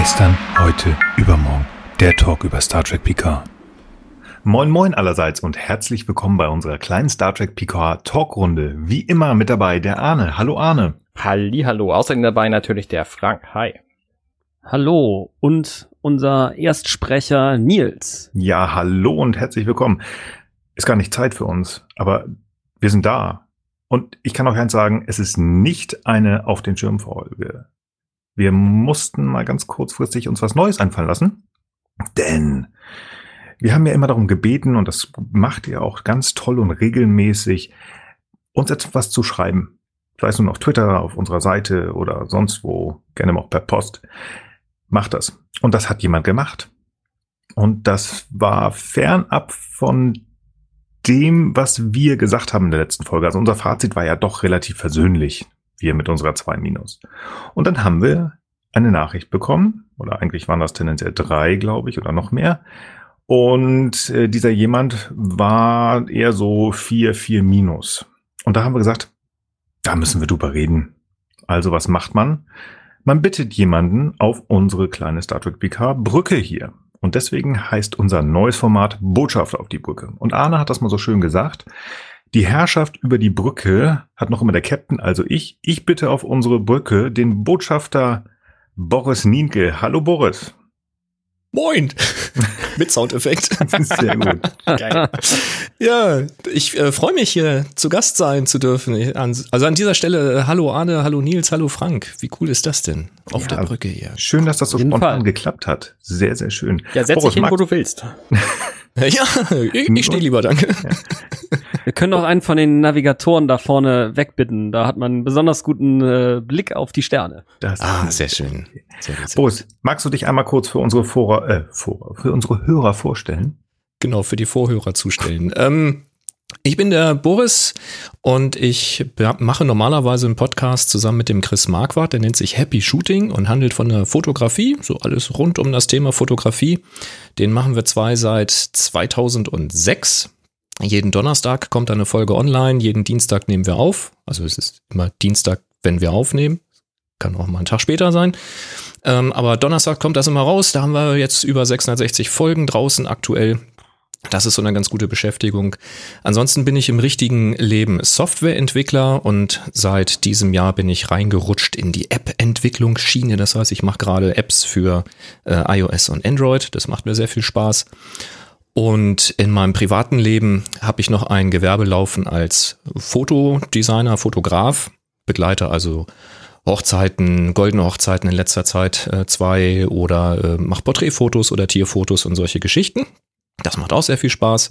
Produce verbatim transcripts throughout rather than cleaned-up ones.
Gestern, heute, übermorgen. Der Talk über Star Trek Picard. Moin moin allerseits und herzlich willkommen bei unserer kleinen Star Trek Picard Talkrunde. Wie immer mit dabei der Arne. Hallo Arne. Hallihallo. Außerdem dabei natürlich der Frank. Hi. Hallo und unser Erstsprecher Nils. Ja, hallo und herzlich willkommen. Ist gar nicht Zeit für uns, aber wir sind da. Und ich kann auch eins sagen, es ist nicht eine Auf den Schirm Folge. Wir mussten mal ganz kurzfristig uns was Neues einfallen lassen, denn wir haben ja immer darum gebeten, und das macht ihr auch ganz toll und regelmäßig, uns etwas zu schreiben. Sei es nun auf Twitter, auf unserer Seite oder sonst wo, gerne auch per Post. Macht das. Und das hat jemand gemacht. Und das war fernab von dem, was wir gesagt haben in der letzten Folge. Also unser Fazit war ja doch relativ versöhnlich. Wir mit unserer zwei Minus. Und dann haben wir eine Nachricht bekommen, oder eigentlich waren das tendenziell drei, glaube ich, oder noch mehr. Und äh, dieser jemand war eher so vier, vier minus. Und da haben wir gesagt, da müssen wir drüber reden. Also was macht man? Man bittet jemanden auf unsere kleine Star Trek Picard Brücke hier. Und deswegen heißt unser neues Format Botschafter auf die Brücke. Und Arne hat das mal so schön gesagt. Die Herrschaft über die Brücke hat noch immer der Captain, also ich. Ich bitte auf unsere Brücke den Botschafter Boris Nienke. Hallo Boris. Moin! Mit Soundeffekt. Sehr gut. Geil. Ja, ich äh, freue mich, hier zu Gast sein zu dürfen. Ich, an, also an dieser Stelle, äh, hallo Arne, hallo Nils, hallo Frank. Wie cool ist das denn? Auf ja, der Brücke hier. Schön, dass das so spontan Fall. geklappt hat. Sehr, sehr schön. Ja, setz Boris, dich hin, wo du willst. Ja, ich, ich stehe lieber, danke. Ja. Wir können auch einen von den Navigatoren da vorne wegbitten. Da hat man einen besonders guten äh, Blick auf die Sterne. Das ah, sehr schön. Sehr gut, sehr Boris, magst du dich einmal kurz für unsere Vorher, äh, Vor- für unsere Hörer vorstellen? Genau, für die Vorhörer zustellen. ähm, ich bin der Boris und ich mache normalerweise einen Podcast zusammen mit dem Chris Marquardt, der nennt sich Happy Shooting und handelt von der Fotografie, so alles rund um das Thema Fotografie. Den machen wir zwei seit zweitausendsechs. Jeden Donnerstag kommt eine Folge online, jeden Dienstag nehmen wir auf. Also es ist immer Dienstag, wenn wir aufnehmen. Kann auch mal einen Tag später sein. Ähm, aber Donnerstag kommt das immer raus. Da haben wir jetzt über sechshundertsechzig Folgen draußen aktuell. Das ist so eine ganz gute Beschäftigung. Ansonsten bin ich im richtigen Leben Softwareentwickler und seit diesem Jahr bin ich reingerutscht in die App-Entwicklungsschiene. Das heißt, ich mache gerade Apps für äh, iOS und Android. Das macht mir sehr viel Spaß. Und in meinem privaten Leben habe ich noch ein Gewerbe laufen als Fotodesigner, Fotograf, begleite also Hochzeiten, goldene Hochzeiten in letzter Zeit äh, zwei oder äh, mache Porträtfotos oder Tierfotos und solche Geschichten. Das macht auch sehr viel Spaß.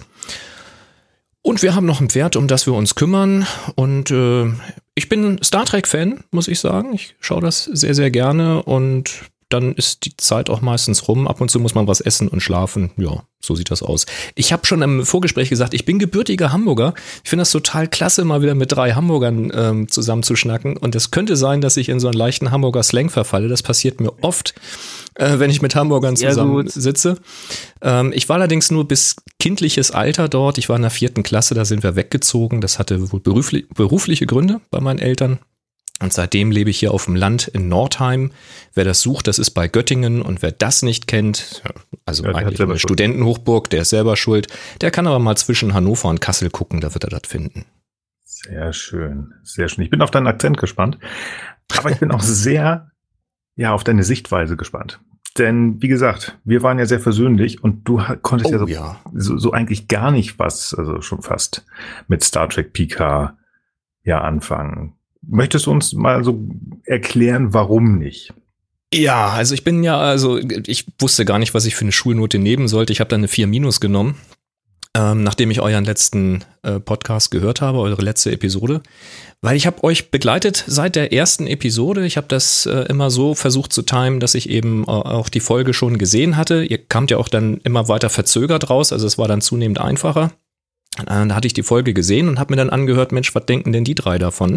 Und wir haben noch ein Pferd, um das wir uns kümmern. Und äh, ich bin Star Trek-Fan, muss ich sagen. Ich schaue das sehr, sehr gerne und dann ist die Zeit auch meistens rum. Ab und zu muss man was essen und schlafen. Ja, so sieht das aus. Ich habe schon im Vorgespräch gesagt, ich bin gebürtiger Hamburger. Ich finde das total klasse, mal wieder mit drei Hamburgern ähm, zusammen zu schnacken. Und es könnte sein, dass ich in so einen leichten Hamburger Slang verfalle. Das passiert mir oft, äh, wenn ich mit Hamburgern zusammen sitze. Ähm, ich war allerdings nur bis kindliches Alter dort. Ich war in der vierten Klasse, da sind wir weggezogen. Das hatte wohl berufli- berufliche Gründe bei meinen Eltern. Und seitdem lebe ich hier auf dem Land in Nordheim. Wer das sucht, das ist bei Göttingen. Und wer das nicht kennt, also ja, eigentlich eine Studentenhochburg, der ist selber schuld. Der kann aber mal zwischen Hannover und Kassel gucken, da wird er das finden. Sehr schön, sehr schön. Ich bin auf deinen Akzent gespannt. Aber ich bin auch sehr, ja, auf deine Sichtweise gespannt. Denn, wie gesagt, wir waren ja sehr versöhnlich und du konntest oh, ja, so, ja. So, so eigentlich gar nicht was, also schon fast mit Star Trek Picard ja anfangen. Möchtest du uns mal so erklären, warum nicht? Ja, also ich bin ja, also ich wusste gar nicht, was ich für eine Schulnote nehmen sollte. Ich habe dann eine vier minus genommen, ähm, nachdem ich euren letzten äh, Podcast gehört habe, eure letzte Episode. Weil ich habe euch begleitet seit der ersten Episode. Ich habe das äh, immer so versucht zu timen, dass ich eben äh, auch die Folge schon gesehen hatte. Ihr kamt ja auch dann immer weiter verzögert raus, also es war dann zunehmend einfacher. Da hatte ich die Folge gesehen und habe mir dann angehört, Mensch, was denken denn die drei davon?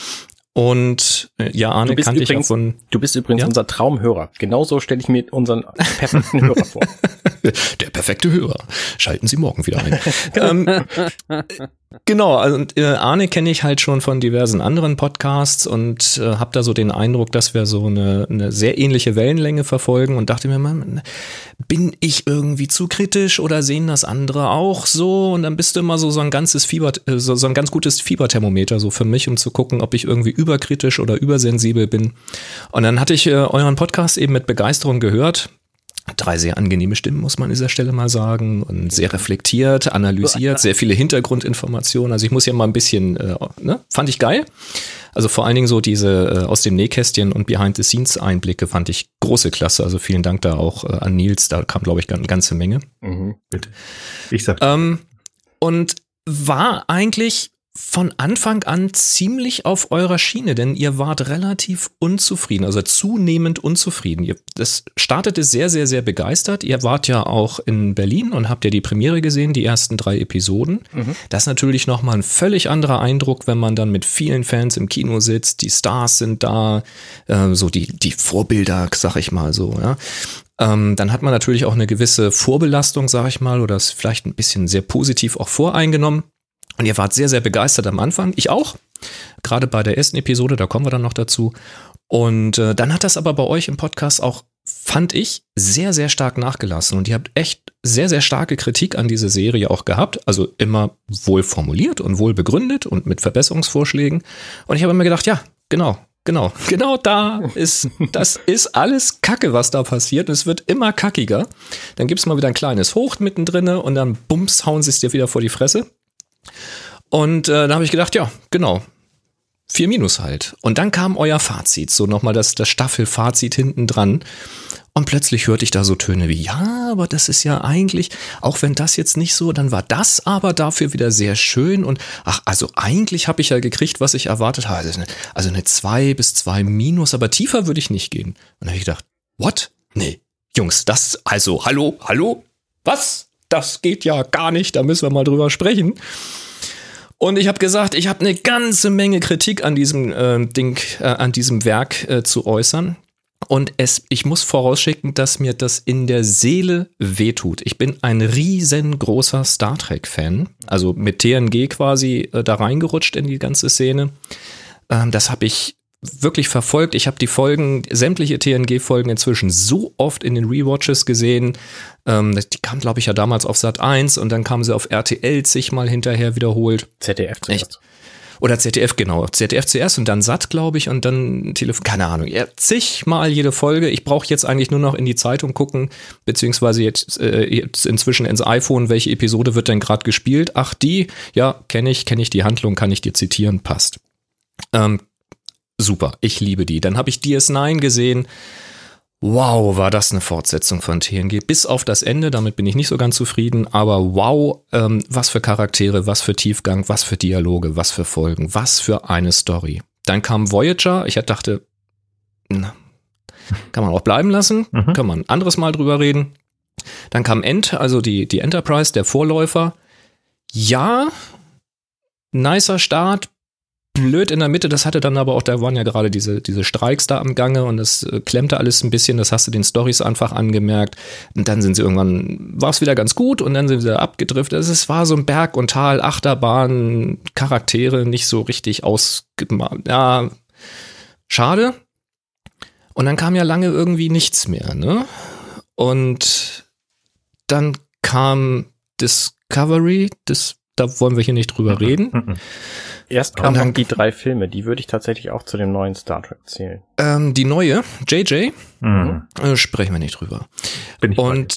Und äh, ja, Arne kannte ich ja von... Du bist übrigens ja? unser Traumhörer. Genauso stelle ich mir unseren perfekten Hörer vor. Der perfekte Hörer. Schalten Sie morgen wieder ein. ähm, Genau, also und, äh, Arne kenne ich halt schon von diversen anderen Podcasts und äh, habe da so den Eindruck, dass wir so eine, eine sehr ähnliche Wellenlänge verfolgen und dachte mir mal, bin ich irgendwie zu kritisch oder sehen das andere auch so? Und dann bist du immer so so ein ganzes Fieber, äh, so, so ein ganz gutes Fieberthermometer so für mich, um zu gucken, ob ich irgendwie überkritisch oder übersensibel bin. Und dann hatte ich äh, euren Podcast eben mit Begeisterung gehört. Drei sehr angenehme Stimmen, muss man an dieser Stelle mal sagen. Und sehr reflektiert, analysiert, sehr viele Hintergrundinformationen. Also ich muss ja mal ein bisschen, äh, ne, fand ich geil. Also vor allen Dingen so diese äh, aus dem Nähkästchen und Behind-the-Scenes-Einblicke fand ich große Klasse. Also vielen Dank da auch äh, an Nils, da kam, glaube ich, eine ganze Menge. Mhm, bitte. Ich sag. Ähm, und war eigentlich von Anfang an ziemlich auf eurer Schiene, denn ihr wart relativ unzufrieden, also zunehmend unzufrieden. Ihr, das startete sehr, sehr, sehr begeistert. Ihr wart ja auch in Berlin und habt ja die Premiere gesehen, die ersten drei Episoden. Mhm. Das ist natürlich nochmal ein völlig anderer Eindruck, wenn man dann mit vielen Fans im Kino sitzt, die Stars sind da, äh, so die, die Vorbilder, sag ich mal so, ja. Ähm, dann hat man natürlich auch eine gewisse Vorbelastung, sag ich mal, oder ist vielleicht ein bisschen sehr positiv auch voreingenommen. Und ihr wart sehr, sehr begeistert am Anfang. Ich auch. Gerade bei der ersten Episode, da kommen wir dann noch dazu. Und äh, dann hat das aber bei euch im Podcast auch, fand ich, sehr, sehr stark nachgelassen. Und ihr habt echt sehr, sehr starke Kritik an diese Serie auch gehabt. Also immer wohl formuliert und wohl begründet und mit Verbesserungsvorschlägen. Und ich habe mir gedacht, ja, genau, genau, genau da ist, das ist alles Kacke, was da passiert. Und es wird immer kackiger. Dann gibt es mal wieder ein kleines Hoch mittendrin und dann bums, hauen sie es dir wieder vor die Fresse. Und äh, da habe ich gedacht, ja, genau, vier Minus halt. Und dann kam euer Fazit, so nochmal das, das Staffelfazit hinten dran. Und plötzlich hörte ich da so Töne wie, ja, aber das ist ja eigentlich, auch wenn das jetzt nicht so, dann war das aber dafür wieder sehr schön. Und ach, also eigentlich habe ich ja gekriegt, was ich erwartet habe. Also eine, also eine zwei bis zwei Minus, aber tiefer würde ich nicht gehen. Und dann habe ich gedacht, what? Nee, Jungs, das, also, hallo, hallo, was? Das geht ja gar nicht, da müssen wir mal drüber sprechen. Und ich habe gesagt, ich habe eine ganze Menge Kritik an diesem äh, Ding, äh, an diesem Werk äh, zu äußern. Und es, ich muss vorausschicken, dass mir das in der Seele wehtut. Ich bin ein riesengroßer Star Trek-Fan, also mit T N G quasi äh, da reingerutscht in die ganze Szene. Ähm, das habe ich wirklich verfolgt. Ich habe die Folgen, sämtliche T N G-Folgen inzwischen so oft in den Rewatches gesehen. Ähm, die kamen, glaube ich, ja damals auf Sat eins und dann kamen sie auf R T L zigmal hinterher wiederholt. Z D F zuerst. Oder Z D F, genau. Z D F zuerst und dann Sat, glaube ich, und dann Telefon, keine Ahnung. Ja, zigmal jede Folge. Ich brauche jetzt eigentlich nur noch in die Zeitung gucken, beziehungsweise jetzt, äh, jetzt inzwischen ins iPhone, welche Episode wird denn gerade gespielt? Ach, die, ja, kenne ich, kenne ich die Handlung, kann ich dir zitieren, passt. Ähm, Super, ich liebe die. Dann habe ich D S neun gesehen. Wow, war das eine Fortsetzung von T N G. Bis auf das Ende, damit bin ich nicht so ganz zufrieden. Aber wow, ähm, was für Charaktere, was für Tiefgang, was für Dialoge, was für Folgen, was für eine Story. Dann kam Voyager. Ich dachte, na, kann man auch bleiben lassen. Mhm. Kann man ein anderes Mal drüber reden. Dann kam Ent, also die, die Enterprise, der Vorläufer. Ja, nicer Start. Blöd in der Mitte, das hatte dann aber auch, da waren ja gerade diese, diese Streiks da am Gange und das äh, klemmte alles ein bisschen, das hast du den Storys einfach angemerkt und dann sind sie irgendwann, war es wieder ganz gut und dann sind sie abgedriftet, also es war so ein Berg- und Tal, Achterbahn, Charaktere nicht so richtig ausgemalt, ja, schade. Und dann kam ja lange irgendwie nichts mehr, ne? Und dann kam Discovery, das, da wollen wir hier nicht drüber reden. Erst kamen dann die drei Filme, die würde ich tatsächlich auch zu dem neuen Star Trek zählen. Ähm, die neue, J J, mhm. äh, sprechen wir nicht drüber. Bin ich Und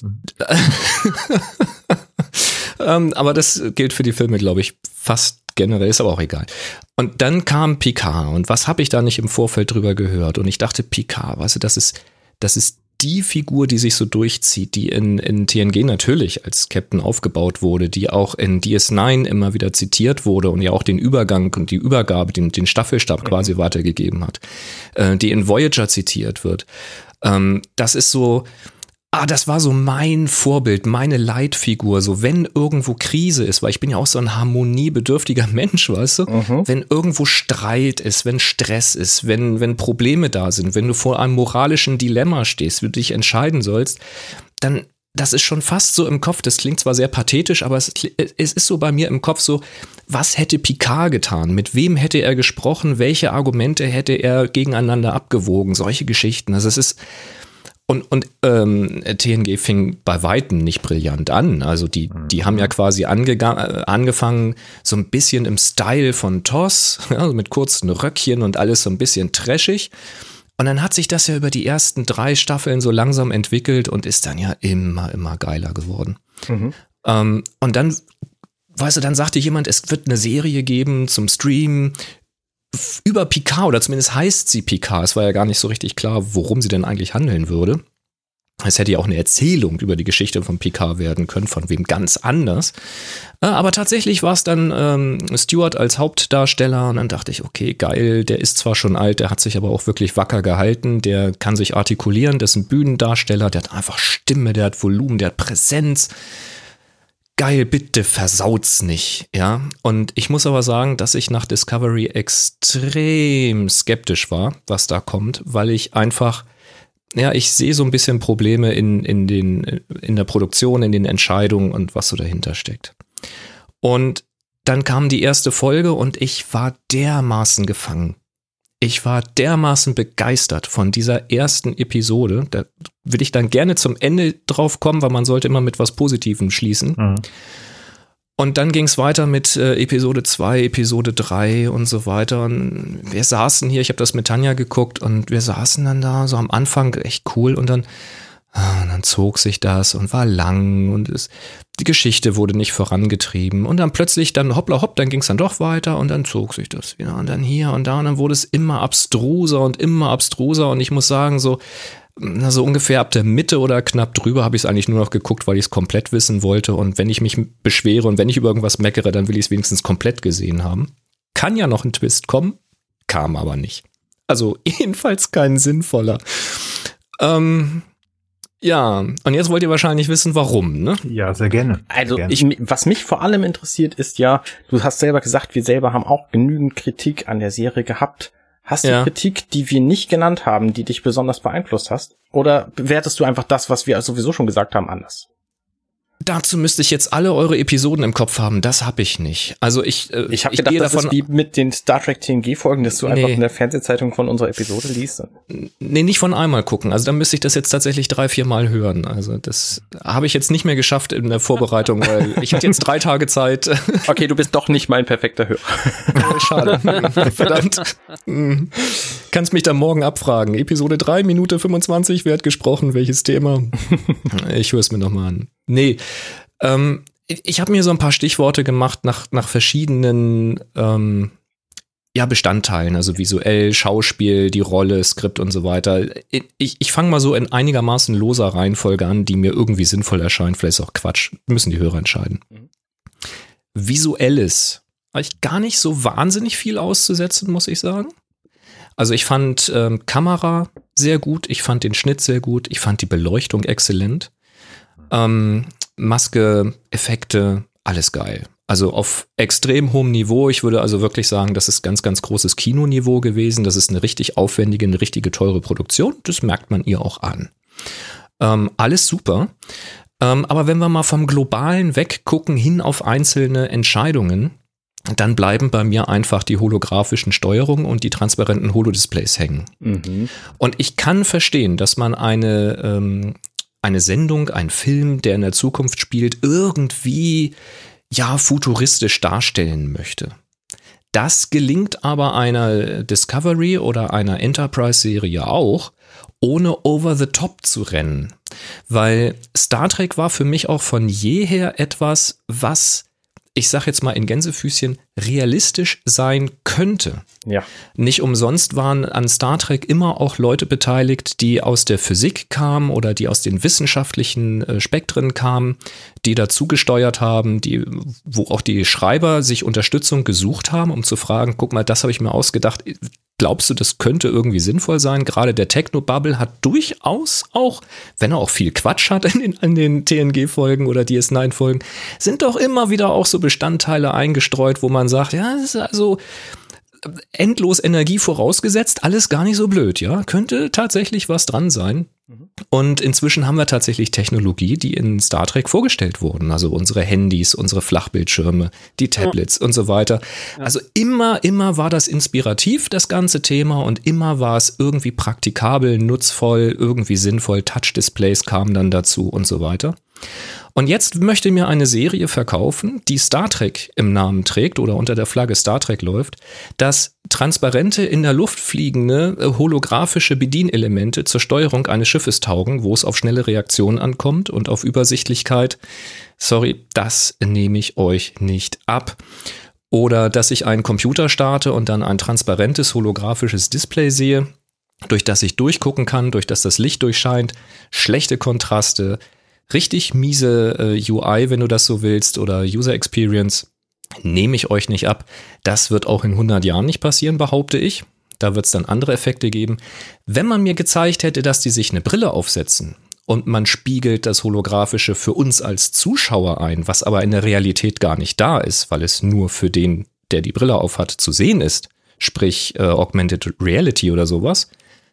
ähm, aber das gilt für die Filme, glaube ich, fast generell, ist aber auch egal. Und dann kam Picard und was habe ich da nicht im Vorfeld drüber gehört? Und ich dachte, Picard, weißt du, das ist, das ist die Figur, die sich so durchzieht, die in, in T N G natürlich als Captain aufgebaut wurde, die auch in D S neun immer wieder zitiert wurde und ja auch den Übergang und die Übergabe, den, den Staffelstab quasi mhm. weitergegeben hat, äh, die in Voyager zitiert wird. Ähm, das ist so, ah, das war so mein Vorbild, meine Leitfigur, so wenn irgendwo Krise ist, weil ich bin ja auch so ein harmoniebedürftiger Mensch, weißt du, mhm. wenn irgendwo Streit ist, wenn Stress ist, wenn, wenn Probleme da sind, wenn du vor einem moralischen Dilemma stehst, wie du dich entscheiden sollst, dann das ist schon fast so im Kopf, das klingt zwar sehr pathetisch, aber es, es ist so bei mir im Kopf so, was hätte Picard getan? Mit wem hätte er gesprochen? Welche Argumente hätte er gegeneinander abgewogen? Solche Geschichten. Also es ist, und, und ähm, T N G fing bei Weitem nicht brillant an. Also die, die haben ja quasi angega- angefangen, so ein bisschen im Style von T O S, also mit kurzen Röckchen und alles so ein bisschen trashig. Und dann hat sich das ja über die ersten drei Staffeln so langsam entwickelt und ist dann ja immer, immer geiler geworden. Mhm. Ähm, und dann, weißt du, dann sagte jemand, es wird eine Serie geben zum Stream über Picard, oder zumindest heißt sie Picard. Es war ja gar nicht so richtig klar, worum sie denn eigentlich handeln würde. Es hätte ja auch eine Erzählung über die Geschichte von Picard werden können, von wem ganz anders. Aber tatsächlich war es dann ähm, Stewart als Hauptdarsteller und dann dachte ich, okay, geil, der ist zwar schon alt, der hat sich aber auch wirklich wacker gehalten, der kann sich artikulieren, der ist ein Bühnendarsteller, der hat einfach Stimme, der hat Volumen, der hat Präsenz. Geil, bitte versaut's nicht, ja. Und ich muss aber sagen, dass ich nach Discovery extrem skeptisch war, was da kommt, weil ich einfach Ja, ich sehe so ein bisschen Probleme in, in, den, in der Produktion, in den Entscheidungen und was so dahinter steckt. Und dann kam die erste Folge und ich war dermaßen gefangen. Ich war dermaßen begeistert von dieser ersten Episode. Da will ich dann gerne zum Ende drauf kommen, weil man sollte immer mit was Positivem schließen. Mhm. Und dann ging es weiter mit äh, Episode zwei, Episode drei und so weiter. Und wir saßen hier, ich habe das mit Tanja geguckt und wir saßen dann da so am Anfang echt cool und dann, ah, dann zog sich das und war lang und es, die Geschichte wurde nicht vorangetrieben. Und dann plötzlich dann hoppla hopp, dann ging es dann doch weiter und dann zog sich das wieder und dann hier und da und dann wurde es immer abstruser und immer abstruser und ich muss sagen, so Also ungefähr ab der Mitte oder knapp drüber habe ich es eigentlich nur noch geguckt, weil ich es komplett wissen wollte. Und wenn ich mich beschwere und wenn ich über irgendwas meckere, dann will ich es wenigstens komplett gesehen haben. Kann ja noch ein Twist kommen, kam aber nicht. Also jedenfalls kein sinnvoller. Ähm, ja, und jetzt wollt ihr wahrscheinlich wissen, warum, ne? Ja, sehr gerne. Also sehr ich, was mich vor allem interessiert ist ja, du hast selber gesagt, wir selber haben auch genügend Kritik an der Serie gehabt. Hast du ja. Kritik, die wir nicht genannt haben, die dich besonders beeinflusst hast? Oder bewertest du einfach das, was wir sowieso schon gesagt haben, anders? Dazu müsste ich jetzt alle eure Episoden im Kopf haben. Das habe ich nicht. Also ich äh, Ich habe gedacht, das davon, ist wie mit den Star Trek T N G-Folgen, dass du nee. einfach in der Fernsehzeitung von unserer Episode liest. Nee, nicht von einmal gucken. Also dann müsste ich das jetzt tatsächlich drei, vier Mal hören. Also das habe ich jetzt nicht mehr geschafft in der Vorbereitung, weil ich hatte jetzt drei Tage Zeit. Okay, du bist doch nicht mein perfekter Hörer. Schade. Verdammt. Kannst mich dann morgen abfragen. Episode drei, Minute fünfundzwanzig, wer hat gesprochen, welches Thema? Ich höre es mir nochmal an. Nee, ähm, ich, ich habe mir so ein paar Stichworte gemacht nach, nach verschiedenen ähm, ja, Bestandteilen, also visuell, Schauspiel, die Rolle, Skript und so weiter. Ich, ich fange mal so in einigermaßen loser Reihenfolge an, die mir irgendwie sinnvoll erscheint. Vielleicht ist auch Quatsch, müssen die Hörer entscheiden. Mhm. Visuelles habe ich gar nicht so wahnsinnig viel auszusetzen, muss ich sagen. Also ich fand ähm, Kamera sehr gut, ich fand den Schnitt sehr gut, ich fand die Beleuchtung exzellent. Ähm, Maske, Effekte, alles geil. Also auf extrem hohem Niveau. Ich würde also wirklich sagen, das ist ganz, ganz großes Kinoniveau gewesen. Das ist eine richtig aufwendige, eine richtige teure Produktion. Das merkt man ihr auch an. Ähm, alles super. Ähm, aber wenn wir mal vom Globalen weggucken hin auf einzelne Entscheidungen, dann bleiben bei mir einfach die holographischen Steuerungen und die transparenten Holodisplays hängen. Mhm. Und ich kann verstehen, dass man eine ähm, eine Sendung, ein Film, der in der Zukunft spielt, irgendwie ja futuristisch darstellen möchte. Das gelingt aber einer Discovery oder einer Enterprise-Serie auch, ohne over the top zu rennen. Weil Star Trek war für mich auch von jeher etwas, was, ich sag jetzt mal in Gänsefüßchen, realistisch sein könnte. Ja. Nicht umsonst waren an Star Trek immer auch Leute beteiligt, die aus der Physik kamen oder die aus den wissenschaftlichen äh, Spektren kamen, die dazu gesteuert haben, die, wo auch die Schreiber sich Unterstützung gesucht haben, um zu fragen, guck mal, das habe ich mir ausgedacht, glaubst du, das könnte irgendwie sinnvoll sein? Gerade der Technobubble hat durchaus auch, wenn er auch viel Quatsch hat in den, in den T N G-Folgen oder D S neun Folgen, sind doch immer wieder auch so Bestandteile eingestreut, wo man sagt, ja, das ist also endlos Energie vorausgesetzt, alles gar nicht so blöd, ja, könnte tatsächlich was dran sein. Und inzwischen haben wir tatsächlich Technologie, die in Star Trek vorgestellt wurden. Also unsere Handys, unsere Flachbildschirme, die Tablets ja. und so weiter. Ja. Also immer, immer war das inspirativ, das ganze Thema. Und immer war es irgendwie praktikabel, nutzvoll, irgendwie sinnvoll. Touch-Displays kamen dann dazu und so weiter. Und jetzt möchte mir eine Serie verkaufen, die Star Trek im Namen trägt oder unter der Flagge Star Trek läuft, dass transparente, in der Luft fliegende, holographische Bedienelemente zur Steuerung eines Schiffes taugen, wo es auf schnelle Reaktionen ankommt und auf Übersichtlichkeit. Sorry, das nehme ich euch nicht ab. Oder dass ich einen Computer starte und dann ein transparentes, holographisches Display sehe, durch das ich durchgucken kann, durch das das Licht durchscheint, schlechte Kontraste, richtig miese äh, U I, wenn du das so willst, oder User Experience, nehme ich euch nicht ab. Das wird auch in hundert Jahren nicht passieren, behaupte ich. Da wird es dann andere Effekte geben. Wenn man mir gezeigt hätte, dass die sich eine Brille aufsetzen und man spiegelt das Holographische für uns als Zuschauer ein, was aber in der Realität gar nicht da ist, weil es nur für den, der die Brille aufhat, zu sehen ist, sprich äh, Augmented Reality oder sowas.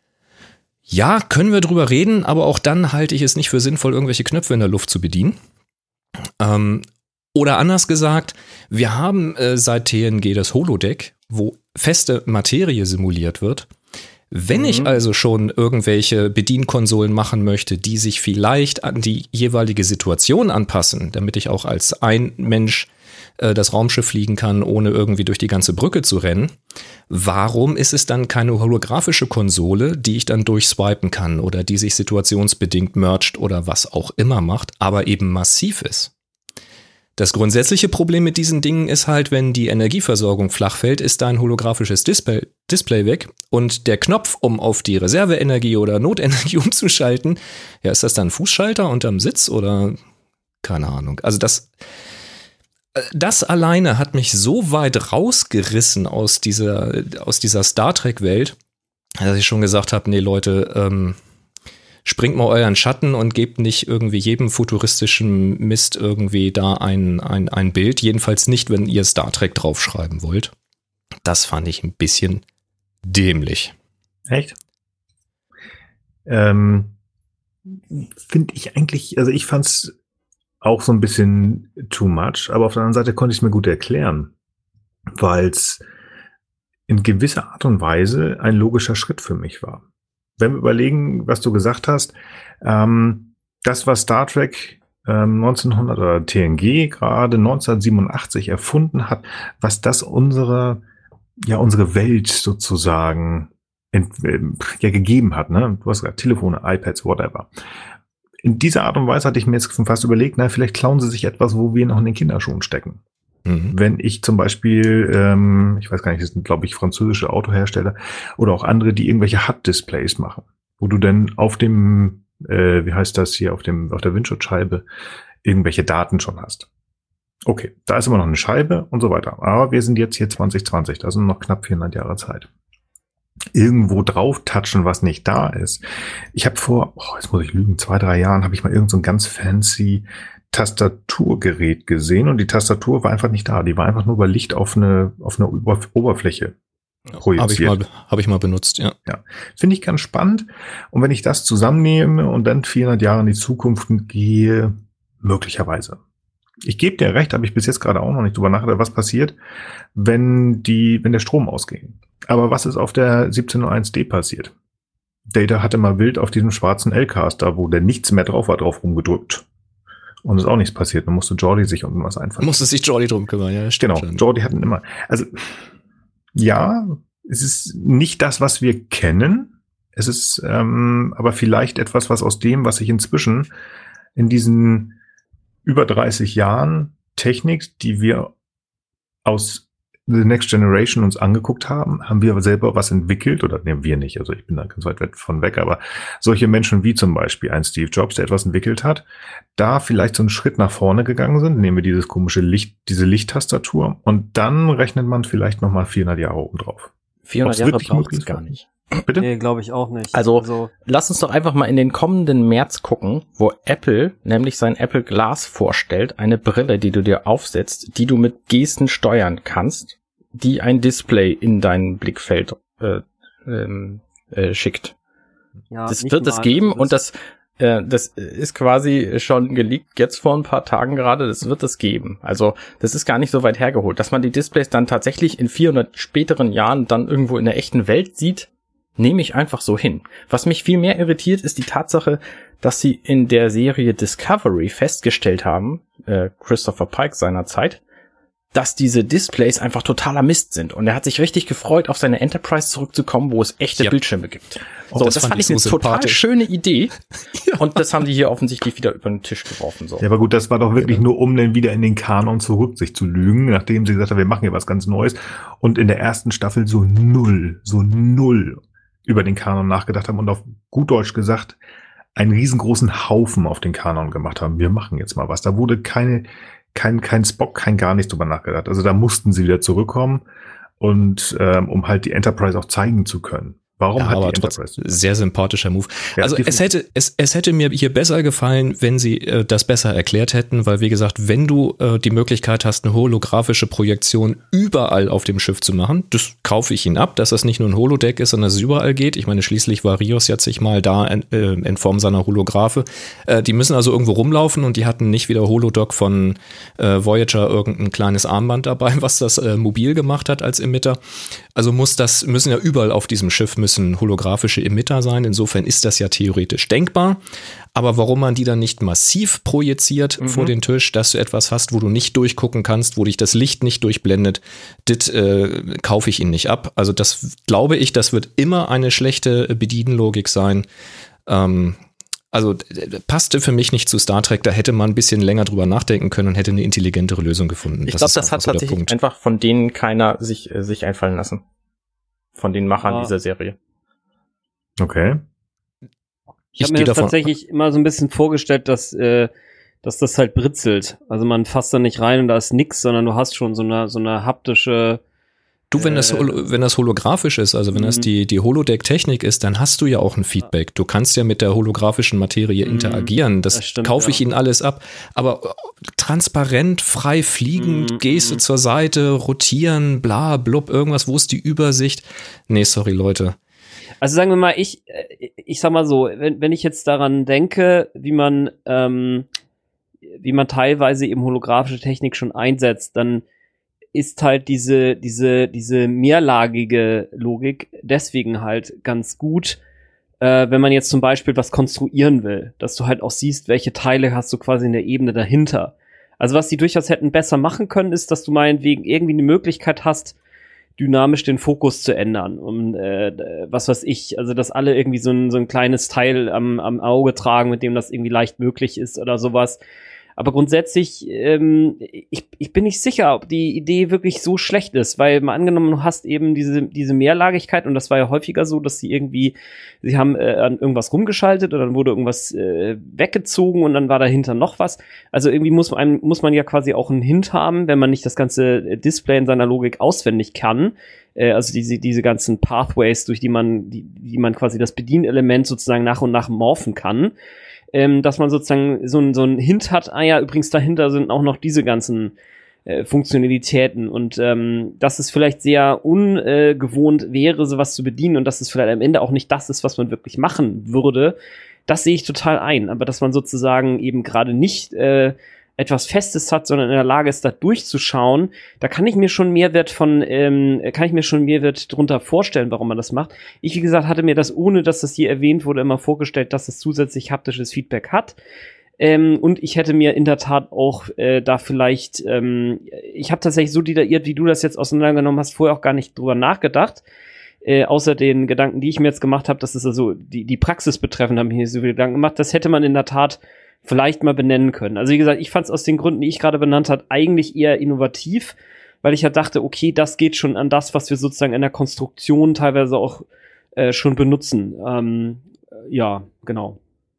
Ja, können wir drüber reden, aber auch dann halte ich es nicht für sinnvoll, irgendwelche Knöpfe in der Luft zu bedienen. Ähm, oder anders gesagt, wir haben äh, seit T N G das Holodeck, wo feste Materie simuliert wird. Wenn mhm. ich also schon irgendwelche Bedienkonsolen machen möchte, die sich vielleicht an die jeweilige Situation anpassen, damit ich auch als ein Mensch äh, das Raumschiff fliegen kann, ohne irgendwie durch die ganze Brücke zu rennen, warum ist es dann keine holographische Konsole, die ich dann durchswipen kann oder die sich situationsbedingt mergt oder was auch immer macht, aber eben massiv ist? Das grundsätzliche Problem mit diesen Dingen ist halt, wenn die Energieversorgung flach fällt, ist dein holographisches Display, Display weg und der Knopf, um auf die Reserveenergie oder Notenergie umzuschalten, ja, ist das dann ein Fußschalter unterm Sitz oder keine Ahnung. Also das, das alleine hat mich so weit rausgerissen aus dieser, aus dieser Star Trek-Welt, dass ich schon gesagt habe, nee Leute, ähm, springt mal euren Schatten und gebt nicht irgendwie jedem futuristischen Mist irgendwie da ein, ein, ein Bild. Jedenfalls nicht, wenn ihr Star Trek draufschreiben wollt. Das fand ich ein bisschen dämlich. Echt? Ähm, finde ich eigentlich, also ich fand's auch so ein bisschen too much, aber auf der anderen Seite konnte ich es mir gut erklären, weil es in gewisser Art und Weise ein logischer Schritt für mich war. Wenn wir überlegen, was du gesagt hast, ähm, das, was Star Trek ähm, neunzehnhundert oder T N G gerade neunzehnhundertsiebenundachtzig erfunden hat, was das unsere, ja, unsere Welt sozusagen ent, äh, ja, gegeben hat, ne? Du hast gesagt, Telefone, iPads, whatever. In dieser Art und Weise hatte ich mir jetzt fast überlegt, na, vielleicht klauen sie sich etwas, wo wir noch in den Kinderschuhen stecken. Mhm. Wenn ich zum Beispiel, ähm, ich weiß gar nicht, das sind, glaube ich, französische Autohersteller oder auch andere, die irgendwelche H U D-Displays machen, wo du dann auf dem, äh, wie heißt das hier, auf dem, auf der Windschutzscheibe irgendwelche Daten schon hast. Okay, da ist immer noch eine Scheibe und so weiter. Aber wir sind jetzt hier zwanzig zwanzig, da sind noch knapp vierhundert Jahre Zeit. Irgendwo drauf touchen, was nicht da ist. Ich habe vor, oh, jetzt muss ich lügen, zwei, drei Jahren habe ich mal irgend so ein ganz fancy Tastaturgerät gesehen und die Tastatur war einfach nicht da. Die war einfach nur bei Licht auf eine, auf eine Oberfläche projiziert. Habe ich mal, habe ich mal benutzt, ja. Ja, finde ich ganz spannend. Und wenn ich das zusammennehme und dann vierhundert Jahre in die Zukunft gehe, möglicherweise. Ich gebe dir recht, habe ich bis jetzt gerade auch noch nicht drüber nachgedacht, was passiert, wenn die, wenn der Strom ausgeht. Aber was ist auf der siebzehn null eins D passiert? Data hatte mal wild auf diesem schwarzen L-Caster, wo der nichts mehr drauf war, drauf rumgedrückt. Und es ist auch nichts passiert. Dann musste Jordi sich um was einfallen. Musste sich Jordi drum kümmern, ja. Genau, schon. Jordi hatten immer, also, ja, es ist nicht das, was wir kennen. Es ist ähm, aber vielleicht etwas, was aus dem, was sich inzwischen in diesen über dreißig Jahren Technik, die wir aus The Next Generation uns angeguckt haben, haben wir selber was entwickelt, oder nehmen wir nicht, also ich bin da ganz weit von weg, aber solche Menschen wie zum Beispiel ein Steve Jobs, der etwas entwickelt hat, da vielleicht so einen Schritt nach vorne gegangen sind, nehmen wir dieses komische Licht, diese Lichttastatur und dann rechnet man vielleicht nochmal vierhundert Jahre oben drauf. vierhundert Jahre braucht es gar nicht. Bitte? Nee, glaube ich auch nicht. Also, also, lass uns doch einfach mal in den kommenden März gucken, wo Apple nämlich sein Apple Glass vorstellt, eine Brille, die du dir aufsetzt, die du mit Gesten steuern kannst, die ein Display in dein Blickfeld äh, ähm, äh, schickt. Ja, das wird es geben und das äh, das ist quasi schon geleakt jetzt vor ein paar Tagen gerade, das wird es geben. Also das ist gar nicht so weit hergeholt. Dass man die Displays dann tatsächlich in vierhundert späteren Jahren dann irgendwo in der echten Welt sieht, nehme ich einfach so hin. Was mich viel mehr irritiert, ist die Tatsache, dass sie in der Serie Discovery festgestellt haben, äh, Christopher Pike seinerzeit, dass diese Displays einfach totaler Mist sind. Und er hat sich richtig gefreut, auf seine Enterprise zurückzukommen, wo es echte ja. Bildschirme gibt. Oh, so, das, das fand fand ich eine so total schöne Idee. ja. Und das haben die hier offensichtlich wieder über den Tisch geworfen. So. Ja, aber gut, das war doch wirklich ja. nur, um dann wieder in den Kanon zurück sich zu lügen, nachdem sie gesagt haben, wir machen hier was ganz Neues. Und in der ersten Staffel so null, so null über den Kanon nachgedacht haben und auf gut Deutsch gesagt, einen riesengroßen Haufen auf den Kanon gemacht haben. Wir machen jetzt mal was. Da wurde keine, kein, kein Spock, kein gar nichts drüber nachgedacht. Also da mussten sie wieder zurückkommen und ähm, um halt die Enterprise auch zeigen zu können. Warum ja, hat aber die Enterprise? Sehr sympathischer Move. Ja, also es hätte es es hätte mir hier besser gefallen, wenn sie äh, das besser erklärt hätten, weil wie gesagt, wenn du äh, die Möglichkeit hast, eine holographische Projektion überall auf dem Schiff zu machen, das kaufe ich ihnen ab, dass das nicht nur ein Holodeck ist, sondern dass es überall geht. Ich meine, schließlich war Rios jetzt sich mal da in, äh, in Form seiner Holographe. Äh, die müssen also irgendwo rumlaufen und die hatten nicht wie der Holodoc von äh, Voyager irgendein kleines Armband dabei, was das äh, mobil gemacht hat als Emitter. Also muss das müssen ja überall auf diesem Schiff müssen holographische Emitter sein. Insofern ist das ja theoretisch denkbar. Aber warum man die dann nicht massiv projiziert mhm. vor den Tisch, dass du etwas hast, wo du nicht durchgucken kannst, wo dich das Licht nicht durchblendet, das äh, kaufe ich ihnen nicht ab. Also das glaube ich, das wird immer eine schlechte Bedienlogik sein. Ähm, also passte für mich nicht zu Star Trek. Da hätte man ein bisschen länger drüber nachdenken können und hätte eine intelligentere Lösung gefunden. Ich glaube, das hat so tatsächlich einfach von denen keiner sich, äh, sich einfallen lassen. Von den Machern ah. dieser Serie. Okay. Ich, ich habe mir das tatsächlich immer so ein bisschen vorgestellt, dass, äh, dass das halt britzelt. Also man fasst da nicht rein und da ist nix, sondern du hast schon so eine, so eine haptische. Du, wenn das, wenn das holographisch ist, also wenn das die, die Holodeck-Technik ist, dann hast du ja auch ein Feedback. Du kannst ja mit der holographischen Materie interagieren. Das, das stimmt, kaufe ich ja. ihnen alles ab. Aber transparent, frei fliegend, mm, Geste mm. zur Seite, rotieren, bla, blub, irgendwas, wo ist die Übersicht? Nee, sorry, Leute. Also sagen wir mal, ich, ich sag mal so, wenn, wenn ich jetzt daran denke, wie man, ähm, wie man teilweise eben holographische Technik schon einsetzt, dann ist halt diese, diese, diese mehrlagige Logik deswegen halt ganz gut, äh, wenn man jetzt zum Beispiel was konstruieren will, dass du halt auch siehst, welche Teile hast du quasi in der Ebene dahinter. Also was die durchaus hätten besser machen können, ist, dass du meinetwegen irgendwie eine Möglichkeit hast, dynamisch den Fokus zu ändern. Und äh, was weiß ich, also dass alle irgendwie so ein, so ein kleines Teil am, am Auge tragen, mit dem das irgendwie leicht möglich ist oder sowas. Aber grundsätzlich, ähm, ich, ich bin nicht sicher, ob die Idee wirklich so schlecht ist, weil mal angenommen, du hast eben diese, diese Mehrlagigkeit und das war ja häufiger so, dass sie irgendwie, sie haben äh, an irgendwas rumgeschaltet und dann wurde irgendwas äh, weggezogen und dann war dahinter noch was. Also irgendwie muss man, muss man ja quasi auch einen Hint haben, wenn man nicht das ganze Display in seiner Logik auswendig kann. Äh, also diese, diese ganzen Pathways, durch die man, die, die man quasi das Bedienelement sozusagen nach und nach morphen kann. Ähm, dass man sozusagen so ein so ein Hint hat, ah ja, übrigens dahinter sind auch noch diese ganzen äh, Funktionalitäten und ähm, dass es vielleicht sehr ungewohnt wäre, sowas zu bedienen und dass es vielleicht am Ende auch nicht das ist, was man wirklich machen würde, das sehe ich total ein, aber dass man sozusagen eben gerade nicht äh, etwas Festes hat, sondern in der Lage ist, da durchzuschauen, da kann ich mir schon Mehrwert von, ähm, kann ich mir schon Mehrwert drunter vorstellen, warum man das macht. Ich, wie gesagt, hatte mir das, ohne dass das hier erwähnt wurde, immer vorgestellt, dass es zusätzlich haptisches Feedback hat. Ähm, und ich hätte mir in der Tat auch äh, da vielleicht, ähm, ich habe tatsächlich so detailliert, wie du das jetzt auseinandergenommen hast, vorher auch gar nicht drüber nachgedacht. Äh, außer den Gedanken, die ich mir jetzt gemacht habe, dass es also die, die Praxis betreffend, habe ich mir so viele Gedanken gemacht. Das hätte man in der Tat vielleicht mal benennen können. Also wie gesagt, ich fand es aus den Gründen, die ich gerade benannt habe, eigentlich eher innovativ, weil ich ja dachte, okay, das geht schon an das, was wir sozusagen in der Konstruktion teilweise auch äh, schon benutzen. Ähm, ja, genau.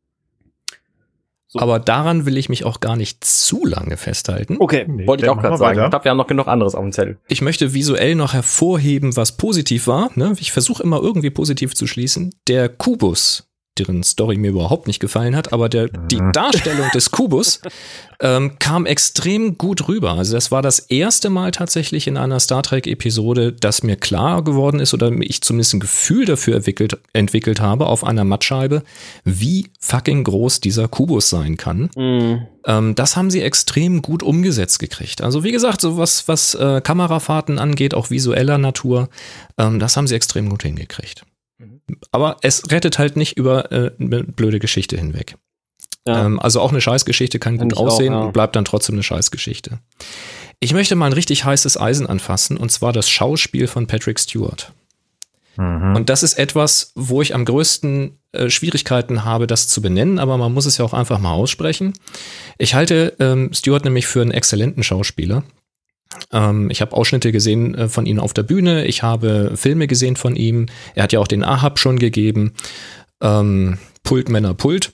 So. Aber daran will ich mich auch gar nicht zu lange festhalten. Okay, nee, wollte ich auch gerade sagen. Ich glaube, wir haben noch genug anderes auf dem Zettel. Ich möchte visuell noch hervorheben, was positiv war. Ne? Ich versuche immer irgendwie positiv zu schließen. Der Kubus, deren Story mir überhaupt nicht gefallen hat, aber der, die Darstellung des Kubus ähm, kam extrem gut rüber. Also das war das erste Mal tatsächlich in einer Star Trek-Episode, dass mir klar geworden ist oder ich zumindest ein Gefühl dafür entwickelt, entwickelt habe auf einer Mattscheibe, wie fucking groß dieser Kubus sein kann. Mhm. Ähm, das haben sie extrem gut umgesetzt gekriegt. Also wie gesagt, so was, was äh, Kamerafahrten angeht, auch visueller Natur, ähm, das haben sie extrem gut hingekriegt. Mhm. Aber es rettet halt nicht über äh, eine blöde Geschichte hinweg. Ja. Ähm, also auch eine Scheißgeschichte kann gut aussehen auch, ja. und bleibt dann trotzdem eine Scheißgeschichte. Ich möchte mal ein richtig heißes Eisen anfassen, und zwar das Schauspiel von Patrick Stewart. Mhm. Und das ist etwas, wo ich am größten äh, Schwierigkeiten habe, das zu benennen, aber man muss es ja auch einfach mal aussprechen. Ich halte ähm, Stewart nämlich für einen exzellenten Schauspieler. Ähm, ich habe Ausschnitte gesehen äh, von ihm auf der Bühne, ich habe Filme gesehen von ihm, er hat ja auch den Ahab schon gegeben, ähm, Pult Männer Pult.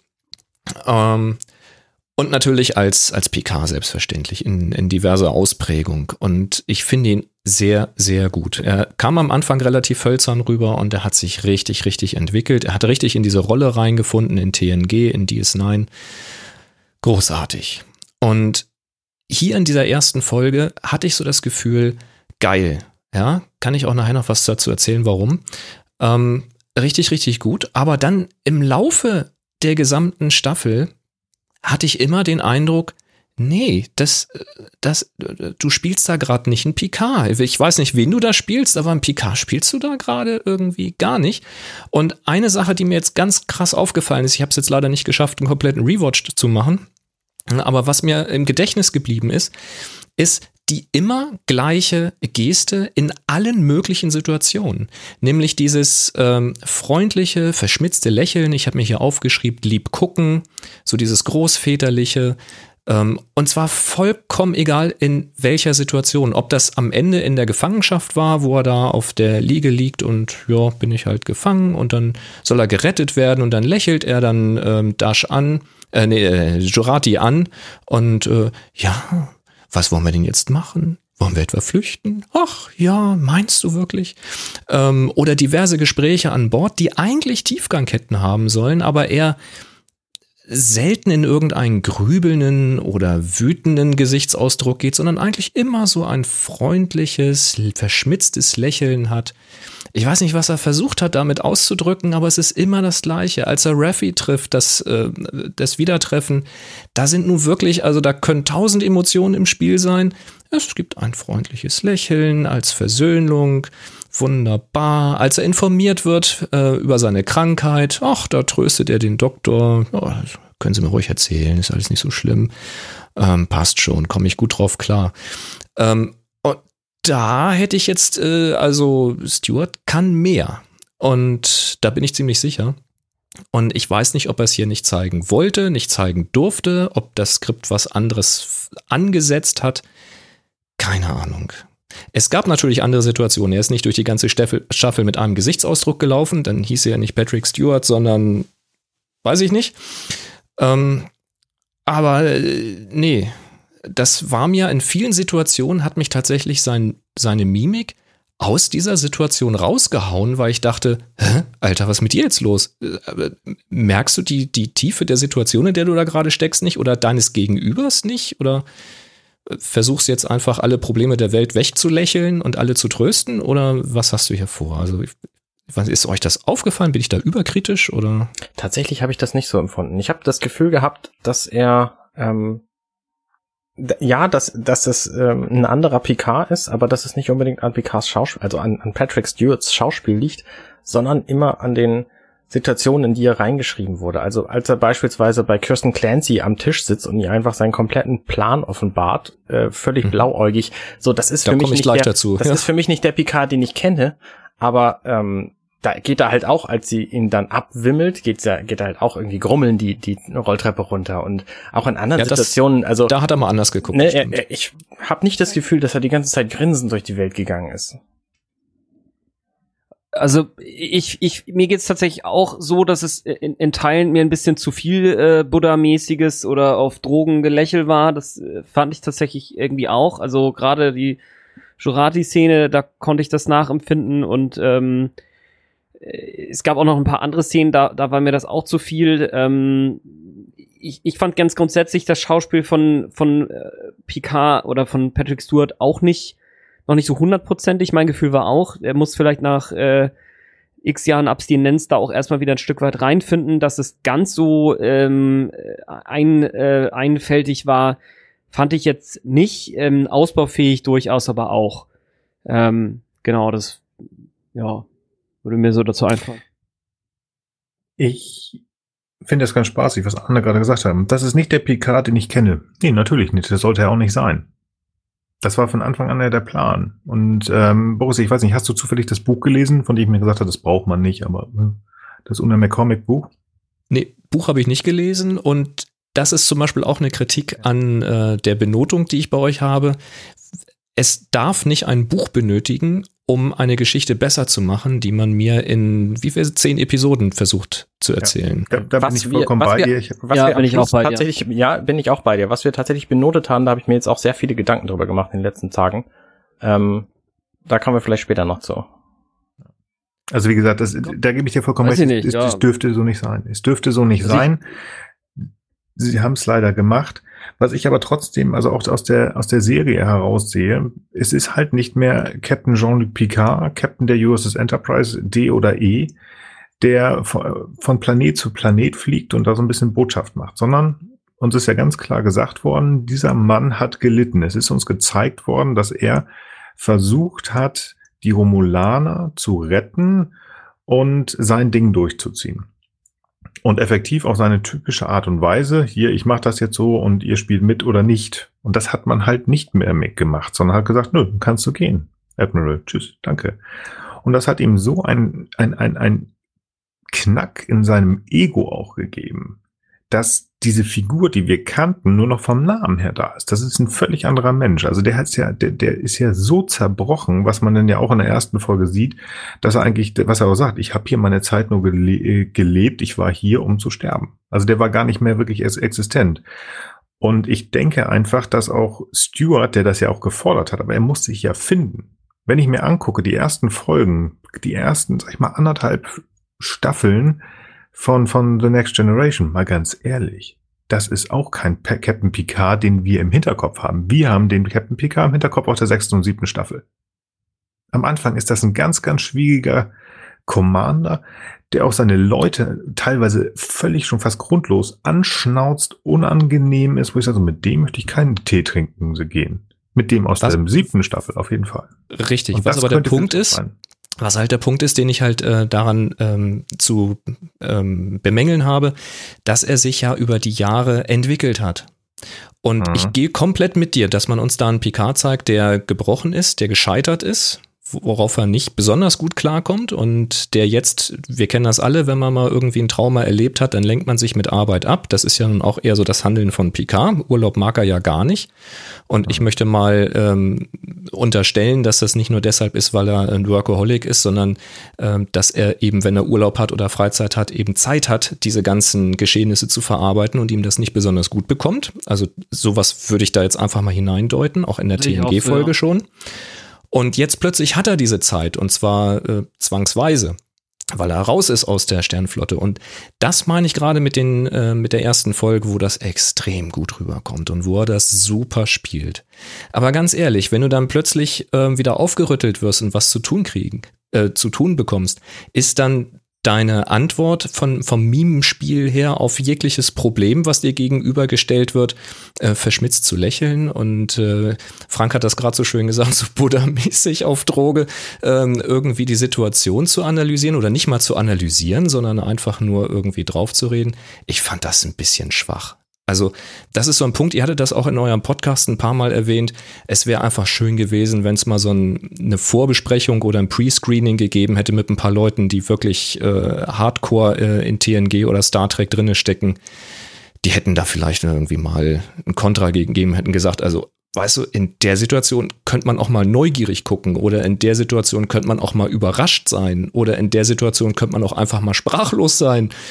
Ähm, und natürlich als, als Picard selbstverständlich in, in diverser Ausprägung. Und ich finde ihn sehr, sehr gut. Er kam am Anfang relativ hölzern rüber und er hat sich richtig, richtig entwickelt. Er hat richtig in diese Rolle reingefunden, in T N G, in D S neun. Großartig. Und hier in dieser ersten Folge hatte ich so das Gefühl, geil. Ja, kann ich auch nachher noch was dazu erzählen, warum. Ähm, richtig, richtig gut. Aber dann im Laufe der gesamten Staffel hatte ich immer den Eindruck, nee, das, das, du spielst da gerade nicht einen Picard. Ich weiß nicht, wen du da spielst, aber einen Picard spielst du da gerade irgendwie gar nicht. Und eine Sache, die mir jetzt ganz krass aufgefallen ist, ich habe es jetzt leider nicht geschafft, einen kompletten Rewatch zu machen, aber was mir im Gedächtnis geblieben ist, ist die immer gleiche Geste in allen möglichen Situationen. Nämlich dieses ähm, freundliche, verschmitzte Lächeln. Ich habe mir hier aufgeschrieben, lieb gucken, so dieses großväterliche. Ähm, und zwar vollkommen egal in welcher Situation. Ob das am Ende in der Gefangenschaft war, wo er da auf der Liege liegt und ja, bin ich halt gefangen und dann soll er gerettet werden und dann lächelt er dann ähm, Dash an, äh, nee, äh, Jurati an und äh, ja, was wollen wir denn jetzt machen? Wollen wir etwa flüchten? Ach ja, meinst du wirklich? Ähm, oder diverse Gespräche an Bord, die eigentlich Tiefgang hätten haben sollen, aber eher selten in irgendeinen grübelnden oder wütenden Gesichtsausdruck geht, sondern eigentlich immer so ein freundliches, verschmitztes Lächeln hat. Ich weiß nicht, was er versucht hat, damit auszudrücken, aber es ist immer das Gleiche. Als er Raffi trifft, das, äh, das Wiedertreffen, da sind nun wirklich, also da können tausend Emotionen im Spiel sein. Es gibt ein freundliches Lächeln als Versöhnung, wunderbar. Als er informiert wird äh, über seine Krankheit, ach, da tröstet er den Doktor. Oh, können Sie mir ruhig erzählen, ist alles nicht so schlimm. Ähm, passt schon, komme ich gut drauf klar. Ähm, und da hätte ich jetzt, äh, also Stewart kann mehr. Und da bin ich ziemlich sicher. Und ich weiß nicht, ob er es hier nicht zeigen wollte, nicht zeigen durfte, ob das Skript was anderes angesetzt hat. Keine Ahnung. Es gab natürlich andere Situationen. Er ist nicht durch die ganze Staffel mit einem Gesichtsausdruck gelaufen. Dann hieß er ja nicht Patrick Stewart, sondern weiß ich nicht. Ähm, aber äh, nee, das war mir in vielen Situationen, hat mich tatsächlich sein, seine Mimik aus dieser Situation rausgehauen, weil ich dachte, hä, Alter, was ist mit dir jetzt los? Äh, merkst du die, die Tiefe der Situation, in der du da gerade steckst, nicht? Oder deines Gegenübers nicht? Oder versuchst jetzt einfach alle Probleme der Welt wegzulächeln und alle zu trösten? Oder was hast du hier vor? Also ich, ist euch das aufgefallen? Bin ich da überkritisch? Oder? Tatsächlich habe ich das nicht so empfunden. Ich habe das Gefühl gehabt, dass er ähm, d- ja, dass, dass das ähm, ein anderer Picard ist, aber dass es nicht unbedingt an Picards Schauspiel, also an, an Patrick Stewarts Schauspiel liegt, sondern immer an den Situationen, in die er reingeschrieben wurde. Also als er beispielsweise bei Kirsten Clancy am Tisch sitzt und ihr einfach seinen kompletten Plan offenbart, äh, völlig mhm. blauäugig. So, das ist da für mich nicht der, dazu. das ja. ist für mich nicht der Picard, den ich kenne. Aber ähm, da geht er halt auch, als sie ihn dann abwimmelt, geht's ja, geht er halt auch irgendwie grummeln die die Rolltreppe runter und auch in anderen ja, das, Situationen. Also da hat er mal anders geguckt. Ne, er, er, ich habe nicht das Gefühl, dass er die ganze Zeit grinsend durch die Welt gegangen ist. Also ich, ich, mir geht's tatsächlich auch so, dass es in, in Teilen mir ein bisschen zu viel äh, Buddha-mäßiges oder auf Drogen Gelächel war. Das äh, fand ich tatsächlich irgendwie auch. Also gerade die Jurati-Szene, da konnte ich das nachempfinden und ähm, es gab auch noch ein paar andere Szenen, da, da war mir das auch zu viel. Ähm, ich, ich fand ganz grundsätzlich das Schauspiel von, von äh, Picard oder von Patrick Stewart auch nicht, noch nicht so hundertprozentig. Mein Gefühl war auch, er muss vielleicht nach äh, x Jahren Abstinenz da auch erstmal wieder ein Stück weit reinfinden, dass es ganz so ähm, ein, äh, einfältig war, fand ich jetzt nicht. Ähm, ausbaufähig durchaus aber auch. Ähm, genau, das, ja, würde mir so dazu einfallen. Ich finde das ganz spaßig, was andere gerade gesagt haben. Das ist nicht der Picard, den ich kenne. Nee, natürlich nicht. Das sollte er auch nicht sein. Das war von Anfang an ja der Plan. Und ähm, Boris, ich weiß nicht, hast du zufällig das Buch gelesen, von dem ich mir gesagt habe, das braucht man nicht, aber äh, das Una McCormick-Buch? Nee, Buch habe ich nicht gelesen und das ist zum Beispiel auch eine Kritik an äh, der Benotung, die ich bei euch habe. Es darf nicht ein Buch benötigen, um eine Geschichte besser zu machen, die man mir in wie viele zehn Episoden versucht zu erzählen. Ja, da, da bin ich vollkommen wir, bei wir, dir. Ich, was ja, wir bin ich auch bei dir. Tatsächlich, ja, bin ich auch bei dir. Was wir tatsächlich benotet haben, da habe ich mir jetzt auch sehr viele Gedanken drüber gemacht in den letzten Tagen. Ähm, da kommen wir vielleicht später noch zu. Also wie gesagt, das, da gebe ich dir vollkommen Weiß recht. ich nicht, es, ja. es dürfte so nicht sein. Es dürfte so nicht Sie- sein. Sie haben es leider gemacht. Was ich aber trotzdem, also auch aus der aus der Serie heraus sehe, es ist halt nicht mehr Captain Jean-Luc Picard, Captain der U S S Enterprise D oder E, der von, von Planet zu Planet fliegt und da so ein bisschen Botschaft macht, sondern uns ist ja ganz klar gesagt worden, dieser Mann hat gelitten. Es ist uns gezeigt worden, dass er versucht hat, die Romulaner zu retten und sein Ding durchzuziehen. Und effektiv auf seine typische Art und Weise, hier, ich mache das jetzt so und ihr spielt mit oder nicht. Und das hat man halt nicht mehr gemacht, sondern hat gesagt, nö, kannst du gehen, Admiral, tschüss, danke. Und das hat ihm so ein, ein, ein, ein Knack in seinem Ego auch gegeben, dass diese Figur, die wir kannten, nur noch vom Namen her da ist. Das ist ein völlig anderer Mensch. Also der hat's ja, der, der ist ja so zerbrochen, was man dann ja auch in der ersten Folge sieht, dass er eigentlich, was er auch sagt, ich habe hier meine Zeit nur gele- gelebt, ich war hier, um zu sterben. Also der war gar nicht mehr wirklich existent. Und ich denke einfach, dass auch Stewart, der das ja auch gefordert hat, aber er muss sich ja finden. Wenn ich mir angucke, die ersten Folgen, die ersten, sag ich mal, anderthalb Staffeln von, von The Next Generation, mal ganz ehrlich, das ist auch kein P- Captain Picard, den wir im Hinterkopf haben. Wir haben den Captain Picard im Hinterkopf aus der sechsten und siebten Staffel. Am Anfang ist das ein ganz, ganz schwieriger Commander, der auch seine Leute teilweise völlig schon fast grundlos anschnauzt, unangenehm ist, wo ich sage, mit dem möchte ich keinen Tee trinken gehen. Mit dem aus Was? der siebten Staffel auf jeden Fall. Richtig, Und was das aber der könnte Punkt wirklich ist, sein. was halt der Punkt ist, den ich halt äh, daran ähm, zu ähm, bemängeln habe, dass er sich ja über die Jahre entwickelt hat. Und Mhm. ich gehe komplett mit dir, dass man uns da einen Picard zeigt, der gebrochen ist, der gescheitert ist, worauf er nicht besonders gut klarkommt und der jetzt, wir kennen das alle, wenn man mal irgendwie ein Trauma erlebt hat, dann lenkt man sich mit Arbeit ab. Das ist ja nun auch eher so das Handeln von Picard. Urlaub mag er ja gar nicht. Und ich möchte mal ähm, unterstellen, dass das nicht nur deshalb ist, weil er ein Workaholic ist, sondern ähm, dass er eben, wenn er Urlaub hat oder Freizeit hat, eben Zeit hat, diese ganzen Geschehnisse zu verarbeiten und ihm das nicht besonders gut bekommt. Also sowas würde ich da jetzt einfach mal hineindeuten, auch in der Sehe ich T N auch G-Folge so, ja. schon. Und jetzt plötzlich hat er diese Zeit und zwar äh, zwangsweise, weil er raus ist aus der Sternflotte. Und das meine ich gerade mit den äh, mit der ersten Folge, wo das extrem gut rüberkommt und wo er das super spielt. Aber ganz ehrlich, wenn du dann plötzlich äh, wieder aufgerüttelt wirst und was zu tun kriegen, äh, zu tun bekommst, ist dann deine Antwort von, vom Mimenspiel her auf jegliches Problem, was dir gegenübergestellt wird, äh, verschmitzt zu lächeln. Und äh, Frank hat das gerade so schön gesagt, so buddhamäßig auf Droge, ähm, irgendwie die Situation zu analysieren oder nicht mal zu analysieren, sondern einfach nur irgendwie draufzureden. Ich fand das ein bisschen schwach. Also das ist so ein Punkt, ihr hattet das auch in eurem Podcast ein paar Mal erwähnt, es wäre einfach schön gewesen, wenn es mal so ein, eine Vorbesprechung oder ein Pre-Screening gegeben hätte mit ein paar Leuten, die wirklich äh, hardcore äh, in T N G oder Star Trek drinne stecken. Die hätten da vielleicht irgendwie mal ein Kontra gegeben, hätten gesagt, also weißt du, in der Situation könnte man auch mal neugierig gucken oder in der Situation könnte man auch mal überrascht sein oder in der Situation könnte man auch einfach mal sprachlos sein.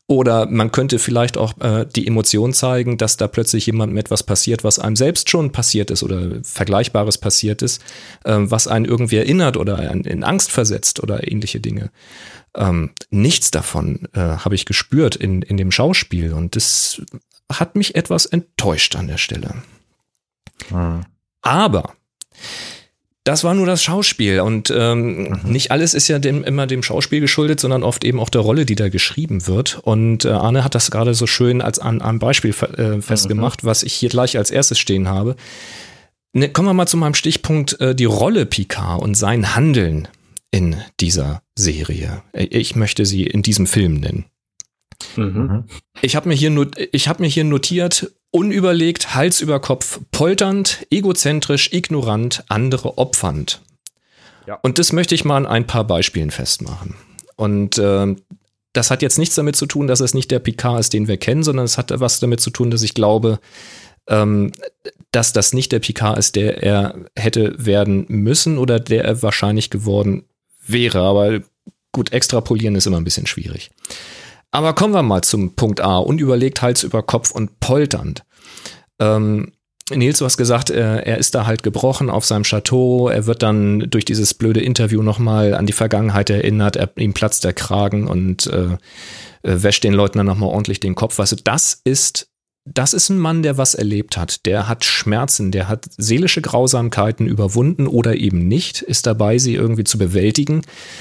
Oder man könnte vielleicht auch äh, die Emotion zeigen, dass da plötzlich jemandem etwas passiert, was einem selbst schon passiert ist oder Vergleichbares passiert ist, äh, was einen irgendwie erinnert oder einen in Angst versetzt oder ähnliche Dinge. Ähm, nichts davon äh, habe ich gespürt in, in dem Schauspiel und das hat mich etwas enttäuscht an der Stelle. Mhm. Aber das war nur das Schauspiel und ähm, mhm. nicht alles ist ja dem, immer dem Schauspiel geschuldet, sondern oft eben auch der Rolle, die da geschrieben wird. Und äh, Arne hat das gerade so schön als an einem Beispiel äh, festgemacht, mhm. was ich hier gleich als erstes stehen habe. Ne, kommen wir mal zu meinem Stichpunkt, äh, die Rolle Picard und sein Handeln in dieser Serie. Ich möchte sie in diesem Film nennen. Mhm. Ich habe mir hier not- ich habe mir hier notiert, unüberlegt, Hals über Kopf, polternd, egozentrisch, ignorant, andere opfernd. Ja. Und das möchte ich mal an ein paar Beispielen festmachen. Und äh, das hat jetzt nichts damit zu tun, dass es nicht der Picard ist, den wir kennen, sondern es hat was damit zu tun, dass ich glaube, ähm, dass das nicht der Picard ist, der er hätte werden müssen oder der er wahrscheinlich geworden wäre. Aber gut, extrapolieren ist immer ein bisschen schwierig. Aber kommen wir mal zum Punkt A. Unüberlegt, Hals über Kopf und polternd. Ähm, Nils, du hast gesagt, äh, er ist da halt gebrochen auf seinem Chateau. Er wird dann durch dieses blöde Interview nochmal an die Vergangenheit erinnert. Er, ihm platzt der Kragen und äh, äh, wäscht den Leuten dann nochmal ordentlich den Kopf. Weißt du, das ist, das ist ein Mann, der was erlebt hat. Der hat Schmerzen, der hat seelische Grausamkeiten überwunden oder eben nicht, ist dabei, sie irgendwie zu bewältigen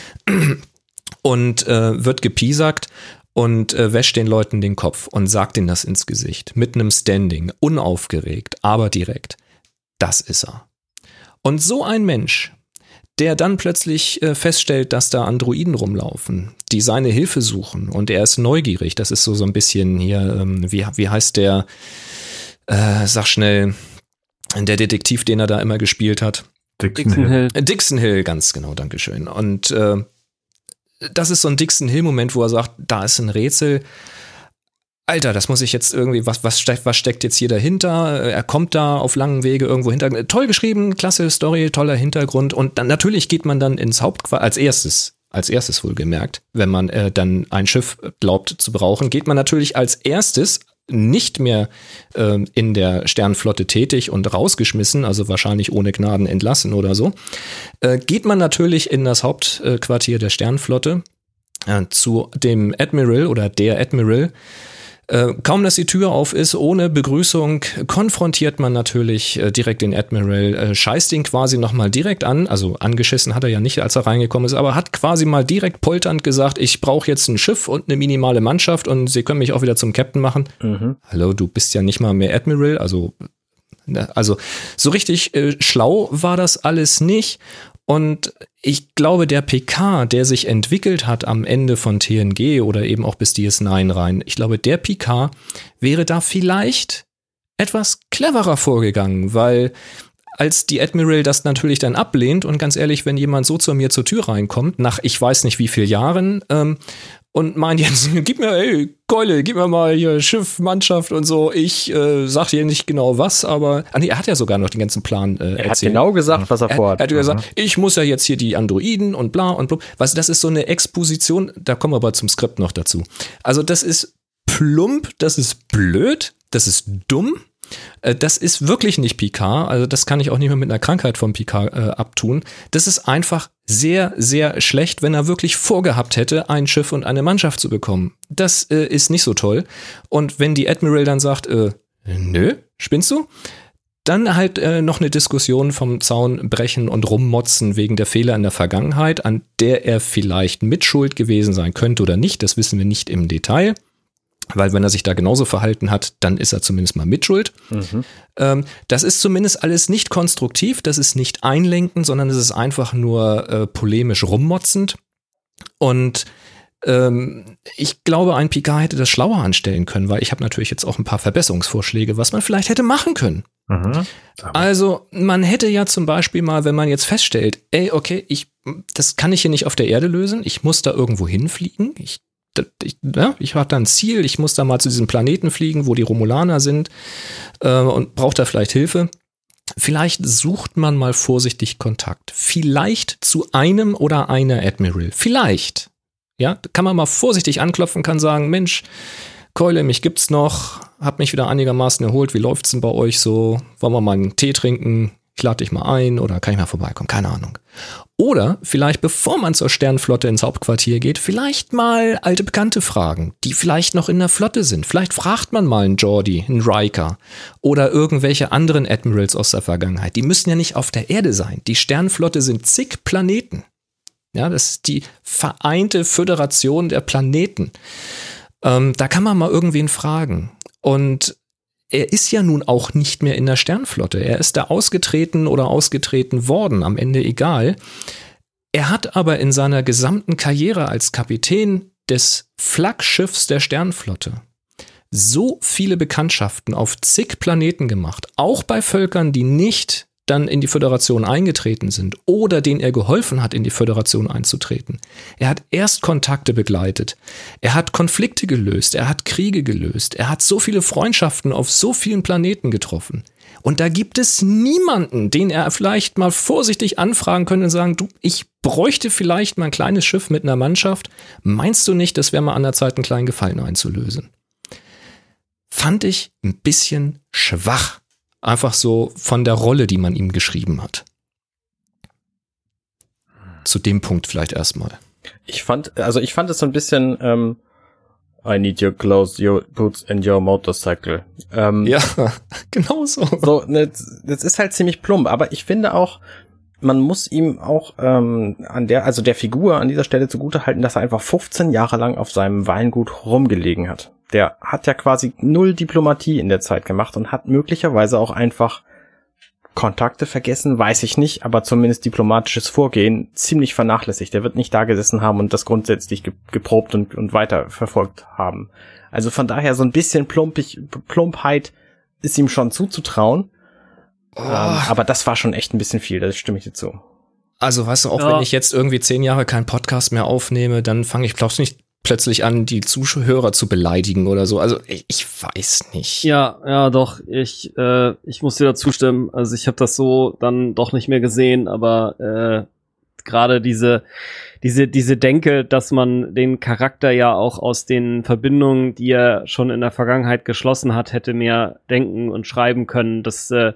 und äh, wird gepiesackt. Und äh, wäscht den Leuten den Kopf und sagt ihnen das ins Gesicht. Mit einem Standing, unaufgeregt, aber direkt. Das ist er. Und so ein Mensch, der dann plötzlich äh, feststellt, dass da Androiden rumlaufen, die seine Hilfe suchen und er ist neugierig. Das ist so so ein bisschen hier, ähm, wie, wie heißt der, äh, sag schnell, der Detektiv, den er da immer gespielt hat. Dixon Hill. Dixon Hill, ganz genau, dankeschön. Und äh, das ist so ein Dixon-Hill-Moment, wo er sagt, da ist ein Rätsel. Alter, das muss ich jetzt irgendwie, was, was, steckt, was steckt jetzt hier dahinter? Er kommt da auf langen Wege irgendwo hinter. Toll geschrieben, klasse Story, toller Hintergrund. Und dann natürlich geht man dann ins Hauptquartier, als erstes, als erstes wohlgemerkt, wenn man äh, dann ein Schiff glaubt zu brauchen, geht man natürlich als erstes nicht mehr äh, in der Sternenflotte tätig und rausgeschmissen, also wahrscheinlich ohne Gnaden entlassen oder so, äh, geht man natürlich in das Hauptquartier der Sternenflotte äh, zu dem Admiral oder der Admiral. Äh, kaum, dass die Tür auf ist, ohne Begrüßung, konfrontiert man natürlich äh, direkt den Admiral, äh, scheißt ihn quasi nochmal direkt an, also angeschissen hat er ja nicht, als er reingekommen ist, aber hat quasi mal direkt polternd gesagt, ich brauche jetzt ein Schiff und eine minimale Mannschaft und Sie können mich auch wieder zum Captain machen. Mhm. Hallo, du bist ja nicht mal mehr Admiral, also, also so richtig äh, schlau war das alles nicht. Und ich glaube, der Picard, der sich entwickelt hat am Ende von T N G oder eben auch bis D S neun rein, ich glaube, der Picard wäre da vielleicht etwas cleverer vorgegangen, weil als die Admiral das natürlich dann ablehnt und ganz ehrlich, wenn jemand so zu mir zur Tür reinkommt, nach ich weiß nicht wie vielen Jahren, ähm, und meint jetzt, gib mir, ey, Keule, gib mir mal hier Schiff, Mannschaft und so. Ich äh, sag dir nicht genau was, aber ah, nee, er hat ja sogar noch den ganzen Plan äh, er erzählt. hat genau gesagt, was er, er vorhat. Er hat mhm. gesagt, ich muss ja jetzt hier die Androiden und bla und blub. Weißt du, das ist so eine Exposition, da kommen wir aber zum Skript noch dazu. Also das ist plump, das ist blöd, das ist dumm. Das ist wirklich nicht Picard, also das kann ich auch nicht mehr mit einer Krankheit von Picard äh, abtun. Das ist einfach sehr, sehr schlecht, wenn er wirklich vorgehabt hätte, ein Schiff und eine Mannschaft zu bekommen. Das äh, ist nicht so toll. Und wenn die Admiral dann sagt, äh, nö, spinnst du? Dann halt äh, noch eine Diskussion vom Zaun brechen und rummotzen wegen der Fehler in der Vergangenheit, an der er vielleicht mitschuld gewesen sein könnte oder nicht, das wissen wir nicht im Detail. Weil wenn er sich da genauso verhalten hat, dann ist er zumindest mal mitschuld. Mhm. Ähm, das ist zumindest alles nicht konstruktiv, das ist nicht einlenkend, sondern es ist einfach nur äh, polemisch rummotzend. Und ähm, ich glaube, ein Picard hätte das schlauer anstellen können, weil ich habe natürlich jetzt auch ein paar Verbesserungsvorschläge, was man vielleicht hätte machen können. Mhm. Also man hätte ja zum Beispiel mal, wenn man jetzt feststellt, ey, okay, ich, das kann ich hier nicht auf der Erde lösen, ich muss da irgendwo hinfliegen, ich Ich, ja, ich habe da ein Ziel, ich muss da mal zu diesem Planeten fliegen, wo die Romulaner sind äh, und brauche da vielleicht Hilfe. Vielleicht sucht man mal vorsichtig Kontakt. Vielleicht zu einem oder einer Admiral. Vielleicht. Ja, kann man mal vorsichtig anklopfen, kann sagen, Mensch, Keule, mich gibt's noch, hab mich wieder einigermaßen erholt, wie läuft's denn bei euch so? Wollen wir mal einen Tee trinken? Ich lade dich mal ein oder kann ich mal vorbeikommen? Keine Ahnung. Oder vielleicht, bevor man zur Sternenflotte ins Hauptquartier geht, vielleicht mal alte Bekannte fragen, die vielleicht noch in der Flotte sind. Vielleicht fragt man mal einen Geordi, einen Riker oder irgendwelche anderen Admirals aus der Vergangenheit. Die müssen ja nicht auf der Erde sein. Die Sternenflotte sind zig Planeten. Ja, das ist die vereinte Föderation der Planeten. Ähm, da kann man mal irgendwen fragen. Und er ist ja nun auch nicht mehr in der Sternenflotte. Er ist da ausgetreten oder ausgetreten worden, am Ende egal. Er hat aber in seiner gesamten Karriere als Kapitän des Flaggschiffs der Sternenflotte so viele Bekanntschaften auf zig Planeten gemacht, auch bei Völkern, die nicht dann in die Föderation eingetreten sind oder denen er geholfen hat, in die Föderation einzutreten. Er hat Erstkontakte begleitet, er hat Konflikte gelöst, er hat Kriege gelöst, er hat so viele Freundschaften auf so vielen Planeten getroffen. Und da gibt es niemanden, den er vielleicht mal vorsichtig anfragen könnte und sagen, du, ich bräuchte vielleicht mal ein kleines Schiff mit einer Mannschaft. Meinst du nicht, das wäre mal an der Zeit, einen kleinen Gefallen einzulösen? Fand ich ein bisschen schwach. Einfach so von der Rolle, die man ihm geschrieben hat. Zu dem Punkt vielleicht erstmal. Ich fand, also ich fand es so ein bisschen, ähm, I need your clothes, your boots and your motorcycle. Ähm, ja, genau so. So, ne, das ist halt ziemlich plump, aber ich finde auch, man muss ihm auch ähm, an der, also der Figur an dieser Stelle zugutehalten, dass er einfach fünfzehn Jahre lang auf seinem Weingut rumgelegen hat. Der hat ja quasi null Diplomatie in der Zeit gemacht und hat möglicherweise auch einfach Kontakte vergessen, weiß ich nicht, aber zumindest diplomatisches Vorgehen ziemlich vernachlässigt. Der wird nicht da gesessen haben und das grundsätzlich ge- geprobt und, und weiter verfolgt haben. Also von daher so ein bisschen Plumpig, Plumpheit ist ihm schon zuzutrauen. Oh. Ähm, aber das war schon echt ein bisschen viel, da stimme ich dir zu. Also weißt du, auch ja. wenn ich jetzt irgendwie zehn Jahre keinen Podcast mehr aufnehme, dann fange ich, glaubst du nicht, plötzlich an, die Zuhörer zu beleidigen oder so. Also ich, ich weiß nicht. Ja, ja, doch. Ich, äh, ich muss dir da zustimmen. Also ich habe das so dann doch nicht mehr gesehen, aber äh, gerade diese, diese, diese Denke, dass man den Charakter ja auch aus den Verbindungen, die er schon in der Vergangenheit geschlossen hat, hätte mehr denken und schreiben können. Das, äh,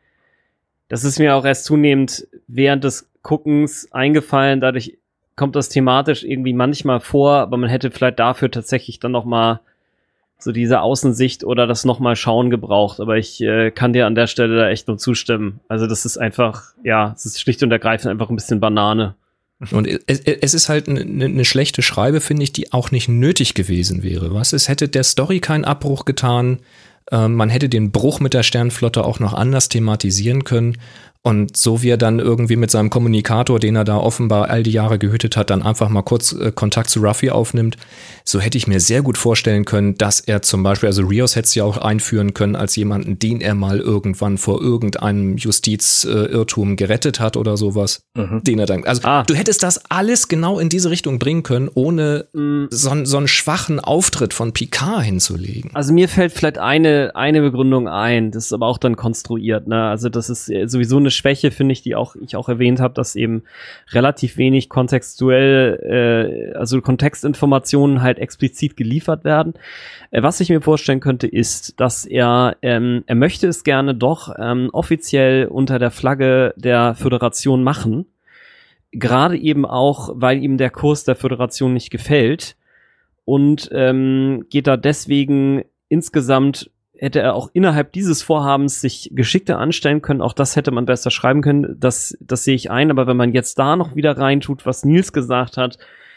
das ist mir auch erst zunehmend während des Guckens eingefallen. Dadurch kommt das thematisch irgendwie manchmal vor, aber man hätte vielleicht dafür tatsächlich dann noch mal so diese Außensicht oder das noch mal Schauen gebraucht. Aber ich äh, kann dir an der Stelle da echt nur zustimmen. Also das ist einfach, ja, es ist schlicht und ergreifend einfach ein bisschen Banane. Und es, es ist halt eine, eine schlechte Schreibe, finde ich, die auch nicht nötig gewesen wäre. Was? Es hätte der Story keinen Abbruch getan. Ähm, man hätte den Bruch mit der Sternenflotte auch noch anders thematisieren können. Und so wie er dann irgendwie mit seinem Kommunikator, den er da offenbar all die Jahre gehütet hat, dann einfach mal kurz äh, Kontakt zu Ruffy aufnimmt, so hätte ich mir sehr gut vorstellen können, dass er zum Beispiel, also Rios hätte es ja auch einführen können als jemanden, den er mal irgendwann vor irgendeinem Justizirrtum äh, gerettet hat oder sowas, mhm. den er dann, also ah. du hättest das alles genau in diese Richtung bringen können, ohne mhm. so, so einen schwachen Auftritt von Picard hinzulegen. Also mir fällt vielleicht eine, eine Begründung ein, das ist aber auch dann konstruiert, ne, also das ist sowieso eine Schwäche, finde ich, die auch ich auch erwähnt habe, dass eben relativ wenig kontextuell, äh, also Kontextinformationen halt explizit geliefert werden. Äh, was ich mir vorstellen könnte, ist, dass er, ähm, er möchte es gerne doch ähm, offiziell unter der Flagge der Föderation machen, gerade eben auch, weil ihm der Kurs der Föderation nicht gefällt und ähm, geht da deswegen insgesamt hätte er auch innerhalb dieses Vorhabens sich geschickter anstellen können. Auch das hätte man besser schreiben können. Das, das sehe ich ein. Aber wenn man jetzt da noch wieder reintut, was Nils gesagt hat,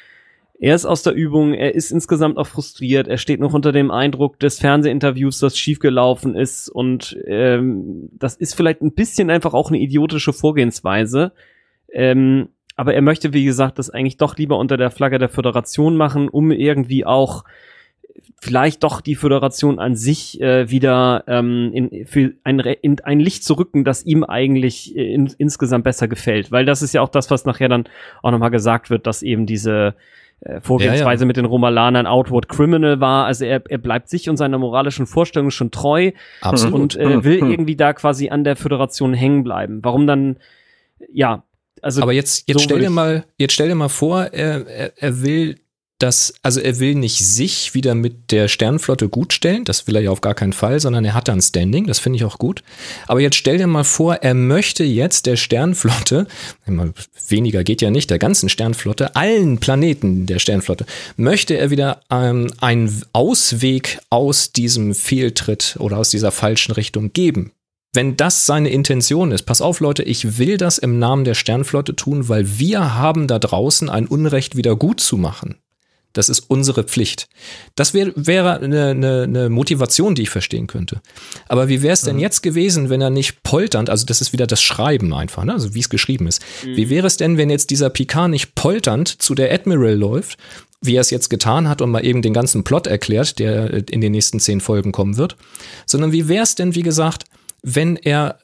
er ist aus der Übung, er ist insgesamt auch frustriert, er steht noch unter dem Eindruck des Fernsehinterviews, das schiefgelaufen ist. Und ähm, das ist vielleicht ein bisschen einfach auch eine idiotische Vorgehensweise. Ähm, aber er möchte, wie gesagt, das eigentlich doch lieber unter der Flagge der Föderation machen, um irgendwie auch vielleicht doch die Föderation an sich äh, wieder ähm, in, für ein, in ein Licht zu rücken, das ihm eigentlich äh, in, insgesamt besser gefällt. Weil das ist ja auch das, was nachher dann auch nochmal gesagt wird, dass eben diese äh, Vorgehensweise ja, ja. mit den Romalanern outward criminal war. Also er, er bleibt sich und seiner moralischen Vorstellung schon treu. Absolut. Und äh, will irgendwie da quasi an der Föderation hängen bleiben. Warum dann, ja, also. Aber jetzt, jetzt so stell dir mal, jetzt stell dir mal vor, er, er, er will dass, also er will nicht sich wieder mit der Sternenflotte gutstellen, das will er ja auf gar keinen Fall, sondern er hat da ein Standing, das finde ich auch gut. Aber jetzt stell dir mal vor, er möchte jetzt der Sternenflotte, weniger geht ja nicht, der ganzen Sternenflotte, allen Planeten der Sternenflotte, möchte er wieder ähm, einen Ausweg aus diesem Fehltritt oder aus dieser falschen Richtung geben. Wenn das seine Intention ist, pass auf Leute, ich will das im Namen der Sternenflotte tun, weil wir haben da draußen ein Unrecht wieder gut zu machen. Das ist unsere Pflicht. Das wäre wäre eine, eine, eine Motivation, die ich verstehen könnte. Aber wie wäre es denn mhm. jetzt gewesen, wenn er nicht polternd, also das ist wieder das Schreiben einfach, ne? Also wie es geschrieben ist. Mhm. Wie wäre es denn, wenn jetzt dieser Picard nicht polternd zu der Admiral läuft, wie er es jetzt getan hat und mal eben den ganzen Plot erklärt, der in den nächsten zehn Folgen kommen wird, sondern wie wäre es denn, wie gesagt, wenn er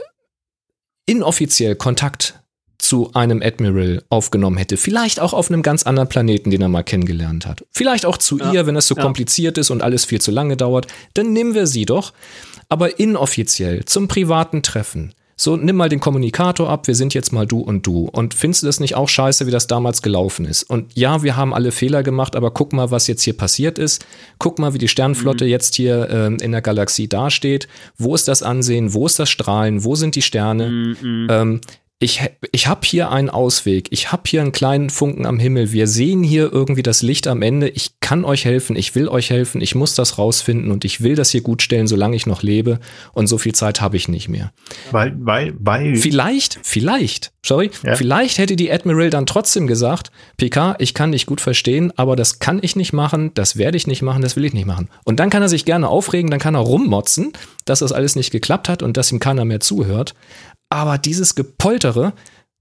inoffiziell Kontakt zu einem Admiral aufgenommen hätte, vielleicht auch auf einem ganz anderen Planeten, den er mal kennengelernt hat, vielleicht auch zu ja, ihr, wenn es so ja. kompliziert ist und alles viel zu lange dauert, dann nehmen wir sie doch, aber inoffiziell zum privaten Treffen. So, nimm mal den Kommunikator ab, wir sind jetzt mal du und du. Und findest du das nicht auch scheiße, wie das damals gelaufen ist? Und ja, wir haben alle Fehler gemacht, aber guck mal, was jetzt hier passiert ist. Guck mal, wie die Sternenflotte mhm. jetzt hier ähm, in der Galaxie dasteht. Wo ist das Ansehen? Wo ist das Strahlen? Wo sind die Sterne? Mhm. Ähm, ich ich habe hier einen Ausweg. Ich habe hier einen kleinen Funken am Himmel. Wir sehen hier irgendwie das Licht am Ende. Ich kann euch helfen. Ich will euch helfen. Ich muss das rausfinden und ich will das hier gut stellen, solange ich noch lebe. Und so viel Zeit habe ich nicht mehr. Weil, weil, weil. Vielleicht, vielleicht, sorry, ja. vielleicht hätte die Admiral dann trotzdem gesagt, Picard, ich kann dich gut verstehen, aber das kann ich nicht machen, das werde ich nicht machen, das will ich nicht machen. Und dann kann er sich gerne aufregen, dann kann er rummotzen, dass das alles nicht geklappt hat und dass ihm keiner mehr zuhört. Aber dieses Gepoltere,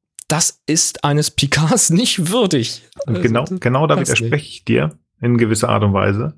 das ist eines Picards nicht würdig. Und also, genau, genau da widerspreche ich dir in gewisser Art und Weise.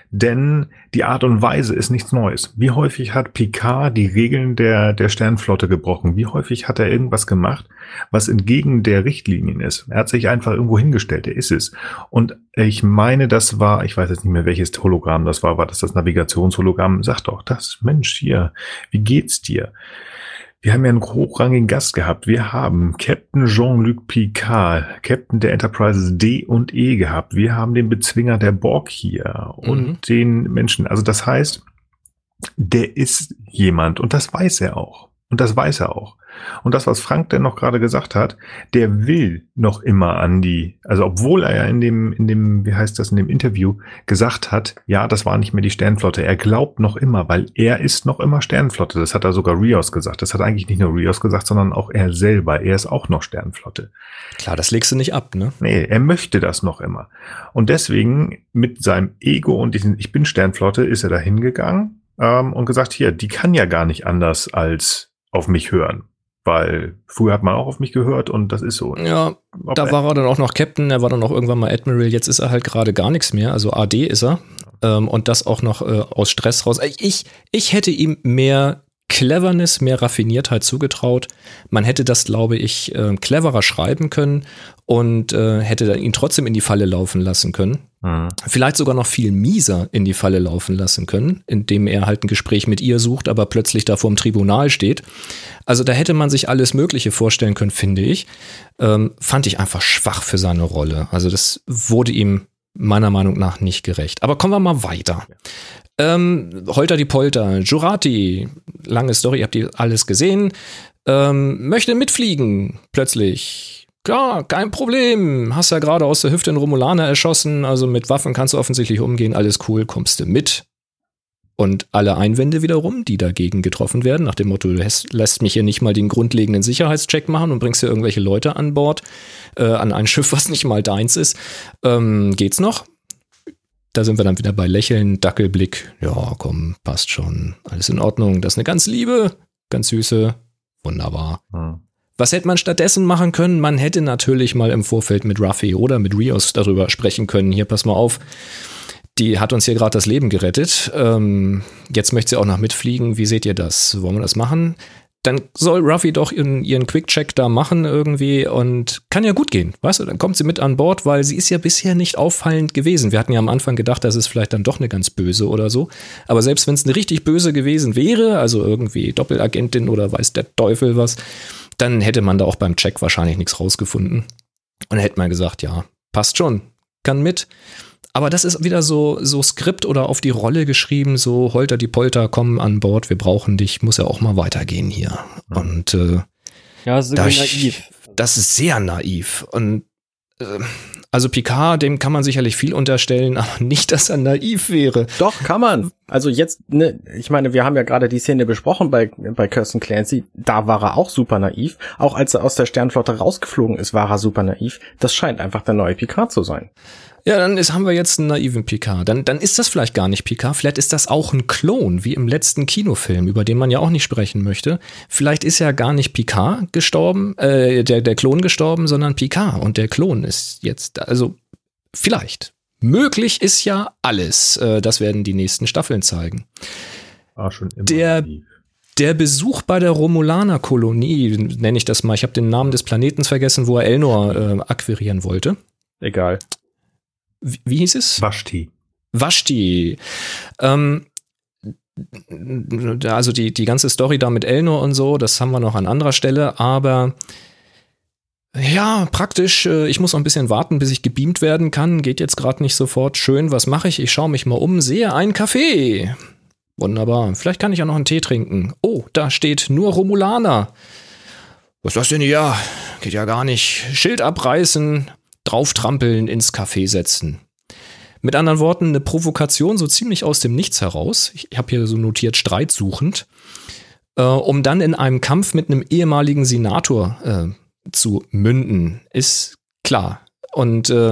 Denn die Art und Weise ist nichts Neues. Wie häufig hat Picard die Regeln der, der Sternenflotte gebrochen? Wie häufig hat er irgendwas gemacht, was entgegen der Richtlinien ist? Er hat sich einfach irgendwo hingestellt. Er ist es. Und ich meine, das war, ich weiß jetzt nicht mehr, welches Hologramm das war, war das das Navigationshologramm? Sag doch das, Mensch, hier, wie geht's dir? Wir haben ja einen hochrangigen Gast gehabt. Wir haben Captain Jean-Luc Picard, Captain der Enterprises D und E gehabt. Wir haben den Bezwinger der Borg hier und mhm. den Menschen. Also das heißt, der ist jemand und das weiß er auch. Und das weiß er auch. Und das, was Frank denn noch gerade gesagt hat, der will noch immer an die, also obwohl er ja in dem, in dem, wie heißt das, in dem Interview gesagt hat, ja, das war nicht mehr die Sternenflotte. Er glaubt noch immer, weil er ist noch immer Sternenflotte. Das hat er sogar Rios gesagt. Das hat eigentlich nicht nur Rios gesagt, sondern auch er selber. Er ist auch noch Sternenflotte. Klar, das legst du nicht ab, ne? Nee, er möchte das noch immer. Und deswegen mit seinem Ego und diesen, ich bin Sternenflotte, ist er da hingegangen ähm, und gesagt, hier, die kann ja gar nicht anders als auf mich hören. Weil früher hat man auch auf mich gehört und das ist so. Ja, Ob da er war er dann auch noch Captain, er war dann auch irgendwann mal Admiral, jetzt ist er halt gerade gar nichts mehr, also A D ist er. Ähm, und das auch noch äh, aus Stress raus. Ich, ich hätte ihm mehr Cleverness, mehr Raffiniertheit zugetraut. Man hätte das, glaube ich, äh, cleverer schreiben können und äh, hätte dann ihn trotzdem in die Falle laufen lassen können. Mhm. Vielleicht sogar noch viel mieser in die Falle laufen lassen können, indem er halt ein Gespräch mit ihr sucht, aber plötzlich da vorm Tribunal steht. Also da hätte man sich alles Mögliche vorstellen können, finde ich. Ähm, fand ich einfach schwach für seine Rolle. Also das wurde ihm meiner Meinung nach nicht gerecht. Aber kommen wir mal weiter. Ja. Ähm, Holter die Polter, Jurati, lange Story, habt ihr alles gesehen, ähm, möchte mitfliegen, plötzlich. Klar, kein Problem, hast ja gerade aus der Hüfte einen Romulaner erschossen, also mit Waffen kannst du offensichtlich umgehen, alles cool, kommst du mit. Und alle Einwände wiederum, die dagegen getroffen werden, nach dem Motto, du lässt mich hier nicht mal den grundlegenden Sicherheitscheck machen und bringst hier irgendwelche Leute an Bord, äh, an ein Schiff, was nicht mal deins ist, ähm, geht's noch? Da sind wir dann wieder bei Lächeln, Dackelblick. Ja, komm, passt schon. Alles in Ordnung. Das ist eine ganz liebe, ganz süße. Wunderbar. Hm. Was hätte man stattdessen machen können? Man hätte natürlich mal im Vorfeld mit Ruffy oder mit Rios darüber sprechen können. Hier, pass mal auf. Die hat uns hier gerade das Leben gerettet. Ähm, jetzt möchte sie auch noch mitfliegen. Wie seht ihr das? Wollen wir das machen? Dann soll Ruffy doch ihren, ihren Quick-Check da machen irgendwie und kann ja gut gehen, weißt du? Dann kommt sie mit an Bord, weil sie ist ja bisher nicht auffallend gewesen. Wir hatten ja am Anfang gedacht, das ist vielleicht dann doch eine ganz böse oder so. Aber selbst wenn es eine richtig böse gewesen wäre, also irgendwie Doppelagentin oder weiß der Teufel was, dann hätte man da auch beim Check wahrscheinlich nichts rausgefunden. Und dann hätte man gesagt, ja, passt schon, kann mit. aber das ist wieder so, so Skript oder auf die Rolle geschrieben, so Holter die Polter, komm an Bord, wir brauchen dich, muss ja auch mal weitergehen hier. Mhm. Und äh, ja, so da naiv. Ich, das ist sehr naiv. Und äh, also Picard, dem kann man sicherlich viel unterstellen, aber nicht, dass er naiv wäre. Doch, kann man. Also jetzt, ne, ich meine, wir haben ja gerade die Szene besprochen bei bei Kirsten Clancy, da war er auch super naiv. Auch als er aus der Sternflotte rausgeflogen ist, war er super naiv. Das scheint einfach der neue Picard zu sein. Ja, dann ist, haben wir jetzt einen naiven Picard. Dann, dann ist das vielleicht gar nicht Picard. Vielleicht ist das auch ein Klon, wie im letzten Kinofilm, über den man ja auch nicht sprechen möchte. Vielleicht ist ja gar nicht Picard gestorben, äh, der, der Klon gestorben, sondern Picard. Und der Klon ist jetzt, also vielleicht. Möglich ist ja alles. Äh, das werden die nächsten Staffeln zeigen. War schon immer der, naiv. Der Besuch bei der Romulaner-Kolonie, nenne ich das mal, ich habe den Namen des Planeten vergessen, wo er Elnor äh, akquirieren wollte. Egal. Wie, wie hieß es? Vashti. Vashti. Ähm, also die, die ganze Story da mit Elnor und so, das haben wir noch an anderer Stelle, aber ja, praktisch, ich muss noch ein bisschen warten, bis ich gebeamt werden kann, geht jetzt gerade nicht sofort. Schön, was mache ich? Ich schaue mich mal um, sehe einen Kaffee. Wunderbar, vielleicht kann ich auch noch einen Tee trinken. Oh, da steht nur Romulaner. Was ist das denn hier? Geht ja gar nicht. Schild abreißen, drauftrampeln, ins Café setzen. Mit anderen Worten, eine Provokation so ziemlich aus dem Nichts heraus. Ich habe hier so notiert, streitsuchend, äh, um dann in einem Kampf mit einem ehemaligen Senator äh, zu münden, ist klar. Und äh,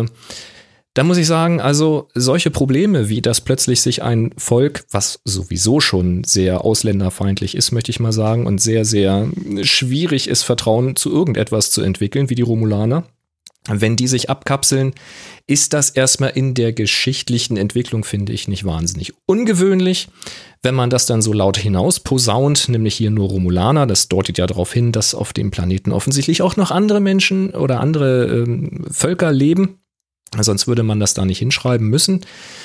da muss ich sagen, also solche Probleme, wie dass plötzlich sich ein Volk, was sowieso schon sehr ausländerfeindlich ist, möchte ich mal sagen, und sehr, sehr schwierig ist, Vertrauen zu irgendetwas zu entwickeln, wie die Romulaner, wenn die sich abkapseln, ist das erstmal in der geschichtlichen Entwicklung, finde ich, nicht wahnsinnig ungewöhnlich. Wenn man das dann so laut hinaus posaunt, nämlich hier nur Romulaner, das deutet ja darauf hin, dass auf dem Planeten offensichtlich auch noch andere Menschen oder andere ähm, Völker leben. Sonst würde man das da nicht hinschreiben müssen.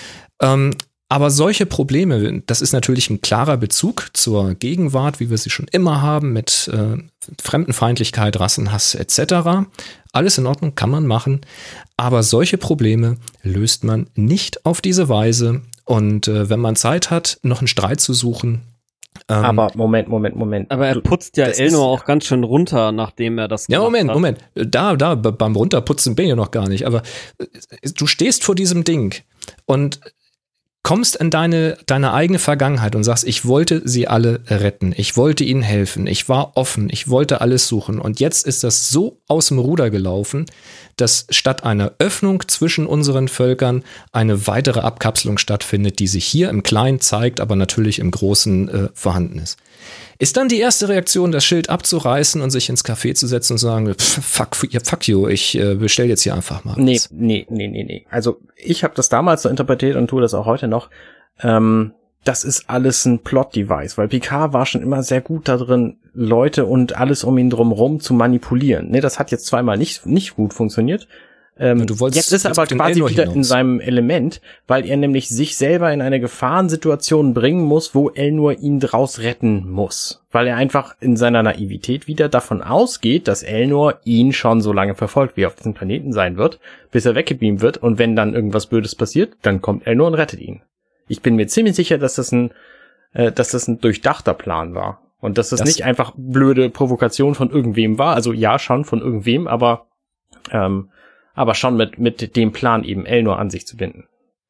Ähm, aber solche Probleme, das ist natürlich ein klarer Bezug zur Gegenwart, wie wir sie schon immer haben, mit äh, Fremdenfeindlichkeit, Rassenhass et cetera. Alles in Ordnung, kann man machen. Aber solche Probleme löst man nicht auf diese Weise. Und äh, wenn man Zeit hat, noch einen Streit zu suchen. Ähm, aber Moment, Moment, Moment. Aber er putzt ja Elnor auch ganz schön runter, nachdem er das gemacht Ja, Moment, hat. Moment. Da, da, beim Runterputzen bin ich ja noch gar nicht. Aber du stehst vor diesem Ding und kommst in deine, deine eigene Vergangenheit und sagst, ich wollte sie alle retten. Ich wollte ihnen helfen. Ich war offen. Ich wollte alles suchen. Und jetzt ist das so aus dem Ruder gelaufen, dass statt einer Öffnung zwischen unseren Völkern eine weitere Abkapselung stattfindet, die sich hier im Kleinen zeigt, aber natürlich im Großen äh, vorhanden ist. Ist dann die erste Reaktion, das Schild abzureißen und sich ins Café zu setzen und zu sagen, fuck, fuck you, ich äh, bestell jetzt hier einfach mal was. Nee, nee, nee, nee, nee. Also ich habe das damals so interpretiert und tue das auch heute noch. Ähm, das ist alles ein Plot-Device, weil Picard war schon immer sehr gut da drin, Leute und alles um ihn drumherum zu manipulieren. Nee, das hat jetzt zweimal nicht nicht gut funktioniert. Ähm, du wolltest, jetzt ist er aber quasi wieder hinaus. in seinem Element, weil er nämlich sich selber in eine Gefahrensituation bringen muss, wo Elnor ihn draus retten muss. Weil er einfach in seiner Naivität wieder davon ausgeht, dass Elnor ihn schon so lange verfolgt, wie er auf diesem Planeten sein wird, bis er weggebeamt wird. Und wenn dann irgendwas Blödes passiert, dann kommt Elnor und rettet ihn. Ich bin mir ziemlich sicher, dass das ein, äh, dass das ein durchdachter Plan war. Und dass das, das nicht einfach blöde Provokation von irgendwem war. Also ja, schon von irgendwem, aber ähm, aber schon mit mit dem Plan, eben Elnor an sich zu binden.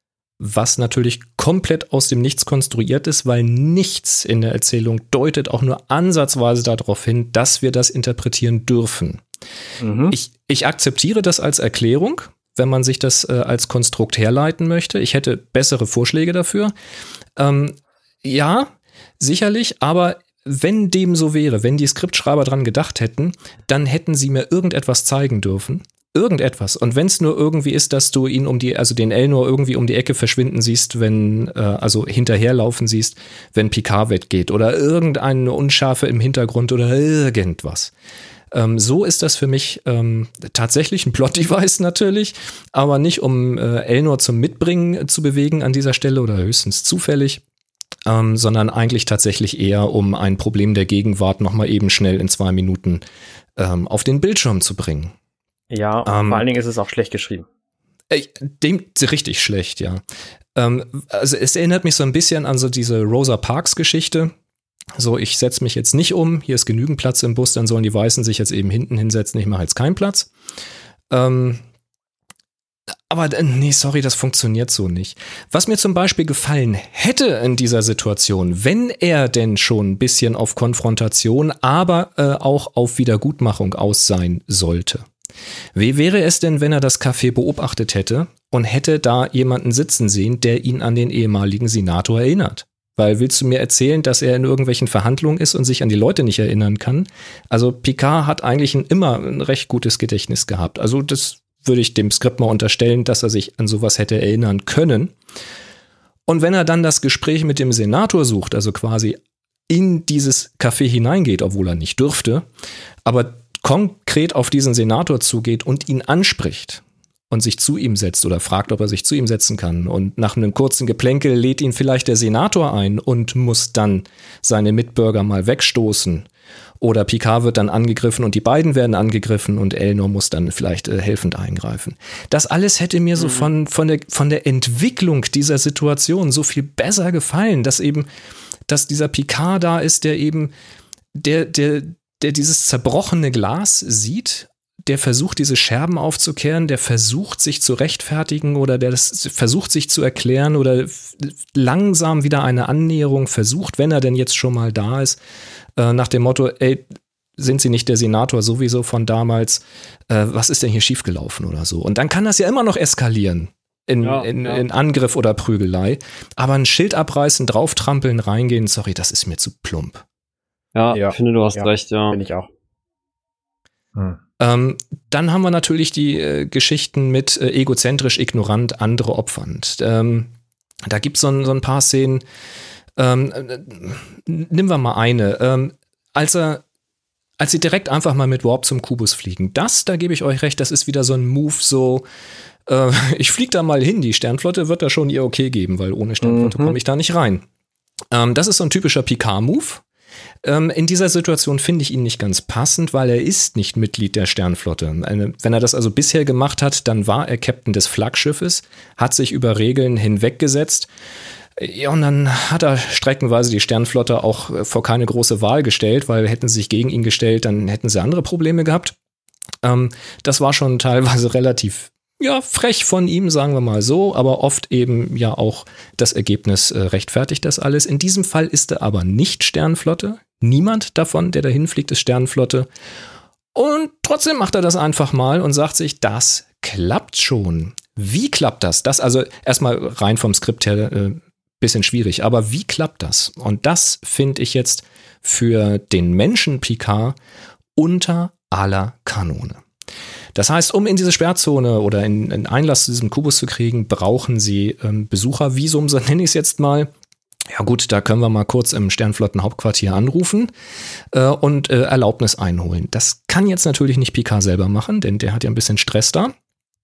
Was natürlich komplett aus dem Nichts konstruiert ist, weil nichts in der Erzählung deutet auch nur ansatzweise darauf hin, dass wir das interpretieren dürfen. Mhm. Ich, ich akzeptiere das als Erklärung, wenn man sich das äh, als Konstrukt herleiten möchte. Ich hätte bessere Vorschläge dafür. Ähm, ja, sicherlich, aber wenn dem so wäre, wenn die Skriptschreiber dran gedacht hätten, dann hätten sie mir irgendetwas zeigen dürfen. Irgendetwas. Und wenn es nur irgendwie ist, dass du ihn um die, also den Elnor irgendwie um die Ecke verschwinden siehst, wenn, äh, also hinterherlaufen siehst, wenn Picard weggeht oder irgendeine Unschärfe im Hintergrund oder irgendwas. Ähm, so ist das für mich ähm, tatsächlich ein Plot-Device natürlich, aber nicht um äh, Elnor zum Mitbringen zu bewegen an dieser Stelle oder höchstens zufällig, ähm, sondern eigentlich tatsächlich eher um ein Problem der Gegenwart nochmal eben schnell in zwei Minuten ähm, auf den Bildschirm zu bringen. Ja, und ähm, vor allen Dingen ist es auch schlecht geschrieben. Äh, dem richtig schlecht, ja. Ähm, also es erinnert mich so ein bisschen an so diese Rosa Parks Geschichte. So, ich setze mich jetzt nicht um, hier ist genügend Platz im Bus, dann sollen die Weißen sich jetzt eben hinten hinsetzen, ich mache jetzt keinen Platz. Ähm, aber nee, sorry, das funktioniert so nicht. Was mir zum Beispiel gefallen hätte in dieser Situation, wenn er denn schon ein bisschen auf Konfrontation, aber äh, auch auf Wiedergutmachung aus sein sollte. Wie wäre es denn, wenn er das Café beobachtet hätte und hätte da jemanden sitzen sehen, der ihn an den ehemaligen Senator erinnert? Weil willst du mir erzählen, dass er in irgendwelchen Verhandlungen ist und sich an die Leute nicht erinnern kann? Also Picard hat eigentlich ein, immer ein recht gutes Gedächtnis gehabt. Also das würde ich dem Skript mal unterstellen, dass er sich an sowas hätte erinnern können. Und wenn er dann das Gespräch mit dem Senator sucht, also quasi in dieses Café hineingeht, obwohl er nicht dürfte, aber konkret auf diesen Senator zugeht und ihn anspricht und sich zu ihm setzt oder fragt, ob er sich zu ihm setzen kann. Und nach einem kurzen Geplänkel lädt ihn vielleicht der Senator ein und muss dann seine Mitbürger mal wegstoßen. Oder Picard wird dann angegriffen und die beiden werden angegriffen und Elnor muss dann vielleicht äh, helfend eingreifen. Das alles hätte mir so von, von, der, von der Entwicklung dieser Situation so viel besser gefallen, dass eben, dass dieser Picard da ist, der eben, der, der, der dieses zerbrochene Glas sieht, der versucht, diese Scherben aufzukehren, der versucht, sich zu rechtfertigen oder der das versucht, sich zu erklären oder langsam wieder eine Annäherung versucht, wenn er denn jetzt schon mal da ist, äh, nach dem Motto, ey, sind Sie nicht der Senator sowieso von damals? Äh, was ist denn hier schiefgelaufen oder so? Und dann kann das ja immer noch eskalieren in, ja, in, ja. in Angriff oder Prügelei. Aber ein Schild abreißen, drauftrampeln, reingehen, sorry, das ist mir zu plump. Ja, ja. Ich finde, du hast ja, recht, ja. Finde ich auch. Hm. Ähm, dann haben wir natürlich die äh, Geschichten mit äh, egozentrisch, ignorant, andere opfernd. Ähm, da gibt so es so ein paar Szenen. Ähm, äh, nehmen wir mal eine. Ähm, als er als sie direkt einfach mal mit Warp zum Kubus fliegen. Das, da gebe ich euch recht, das ist wieder so ein Move, so äh, ich fliege da mal hin, die Sternflotte wird da schon ihr Okay geben, weil ohne Sternflotte mhm. komme ich da nicht rein. Ähm, das ist so ein typischer Picard-Move. Ähm, in dieser Situation finde ich ihn nicht ganz passend, weil er ist nicht Mitglied der Sternflotte. Eine, wenn er das also bisher gemacht hat, dann war er Captain des Flaggschiffes, hat sich über Regeln hinweggesetzt. Ja, und dann hat er streckenweise die Sternflotte auch vor keine große Wahl gestellt, weil hätten sie sich gegen ihn gestellt, dann hätten sie andere Probleme gehabt. Ähm, das war schon teilweise relativ ja, frech von ihm, sagen wir mal so, aber oft eben ja auch das Ergebnis äh, rechtfertigt das alles. In diesem Fall ist er aber nicht Sternflotte. Niemand davon, der dahin fliegt, ist Sternflotte. Und trotzdem macht er das einfach mal und sagt sich, das klappt schon. Wie klappt das? Das also erstmal rein vom Skript her äh, bisschen schwierig, aber wie klappt das? Und das finde ich jetzt für den Menschen Picard unter aller Kanone. Das heißt, um in diese Sperrzone oder in, in Einlass zu diesem Kubus zu kriegen, brauchen sie ähm, Besuchervisum, so nenne ich es jetzt mal. Ja gut, da können wir mal kurz im Sternflottenhauptquartier anrufen äh, und äh, Erlaubnis einholen. Das kann jetzt natürlich nicht Picard selber machen, denn der hat ja ein bisschen Stress da.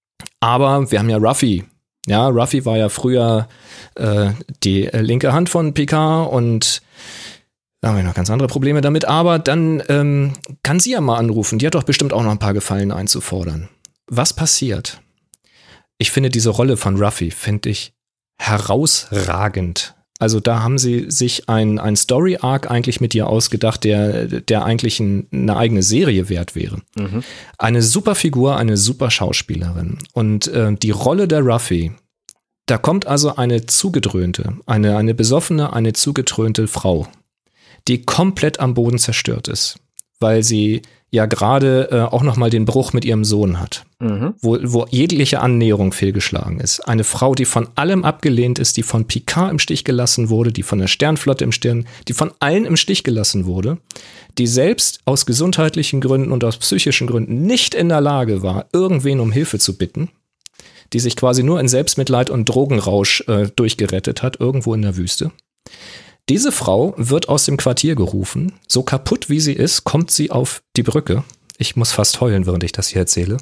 Aber wir haben ja Ruffy. Ja, Ruffy war ja früher äh, die äh, linke Hand von Picard und da haben wir noch ganz andere Probleme damit, aber dann ähm, kann sie ja mal anrufen. Die hat doch bestimmt auch noch ein paar Gefallen einzufordern. Was passiert? Ich finde diese Rolle von Ruffy, finde ich herausragend. Also da haben sie sich ein, ein Story-Arc eigentlich mit ihr ausgedacht, der, der eigentlich ein, eine eigene Serie wert wäre. Mhm. Eine super Figur, eine super Schauspielerin. Und äh, die Rolle der Ruffy, da kommt also eine zugedröhnte, eine, eine besoffene, eine zugedröhnte Frau, die komplett am Boden zerstört ist, weil sie ja gerade äh, auch noch mal den Bruch mit ihrem Sohn hat, mhm. wo, wo jegliche Annäherung fehlgeschlagen ist. Eine Frau, die von allem abgelehnt ist, die von Picard im Stich gelassen wurde, die von der Sternflotte im Stern, die von allen im Stich gelassen wurde, die selbst aus gesundheitlichen Gründen und aus psychischen Gründen nicht in der Lage war, irgendwen um Hilfe zu bitten, die sich quasi nur in Selbstmitleid und Drogenrausch äh, durchgerettet hat, irgendwo in der Wüste. Diese Frau wird aus dem Quartier gerufen. So kaputt wie sie ist, kommt sie auf die Brücke. Ich muss fast heulen, während ich das hier erzähle.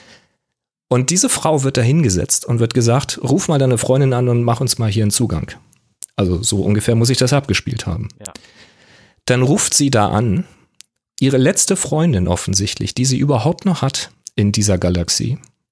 Und diese Frau wird da hingesetzt und wird gesagt, ruf mal deine Freundin an und mach uns mal hier einen Zugang. Also so ungefähr muss ich das abgespielt haben. Ja. Dann ruft sie da an, ihre letzte Freundin offensichtlich, die sie überhaupt noch hat in dieser Galaxie,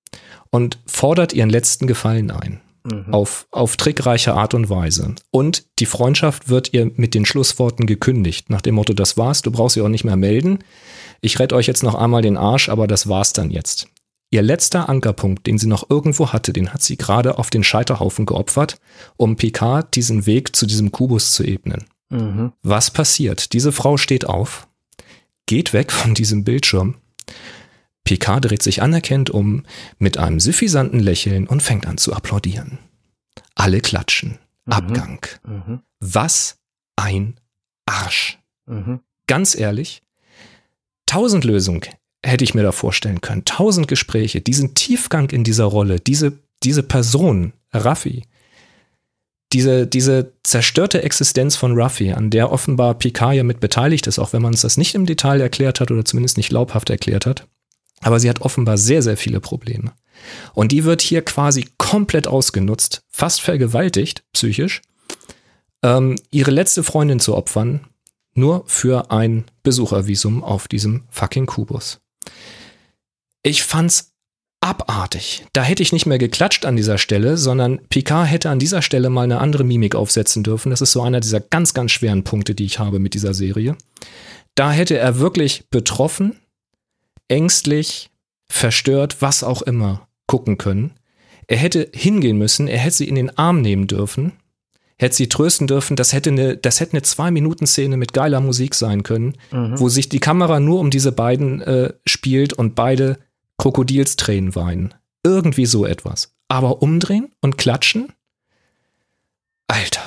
und fordert ihren letzten Gefallen ein. Mhm. Auf, auf trickreiche Art und Weise. Und die Freundschaft wird ihr mit den Schlussworten gekündigt. Nach dem Motto, das war's, du brauchst sie auch nicht mehr melden. Ich rette euch jetzt noch einmal den Arsch, aber das war's dann jetzt. Ihr letzter Ankerpunkt, den sie noch irgendwo hatte, den hat sie gerade auf den Scheiterhaufen geopfert, um Picard diesen Weg zu diesem Kubus zu ebnen. Mhm. Was passiert? Diese Frau steht auf, geht weg von diesem Bildschirm. Picard dreht sich anerkennend um mit einem suffisanten Lächeln und fängt an zu applaudieren. Alle klatschen. Mhm. Abgang. Mhm. Was ein Arsch. Mhm. Ganz ehrlich, tausend Lösungen hätte ich mir da vorstellen können. Tausend Gespräche, diesen Tiefgang in dieser Rolle, diese, diese Person, Raffi, diese, diese zerstörte Existenz von Raffi, an der offenbar Picard ja mit beteiligt ist, auch wenn man uns das nicht im Detail erklärt hat oder zumindest nicht glaubhaft erklärt hat. Aber sie hat offenbar sehr, sehr viele Probleme. Und die wird hier quasi komplett ausgenutzt, fast vergewaltigt, psychisch, ähm, ihre letzte Freundin zu opfern, nur für ein Besuchervisum auf diesem fucking Kubus. Ich fand's abartig. Da hätte ich nicht mehr geklatscht an dieser Stelle, sondern Picard hätte an dieser Stelle mal eine andere Mimik aufsetzen dürfen. Das ist so einer dieser ganz, ganz schweren Punkte, die ich habe mit dieser Serie. Da hätte er wirklich betroffen, ängstlich, verstört, was auch immer, gucken können. Er hätte hingehen müssen, er hätte sie in den Arm nehmen dürfen, hätte sie trösten dürfen, das hätte eine, das hätte eine Zwei-Minuten-Szene mit geiler Musik sein können, mhm. wo sich die Kamera nur um diese beiden äh, spielt und beide Krokodilstränen weinen. Irgendwie so etwas. Aber umdrehen und klatschen? Alter.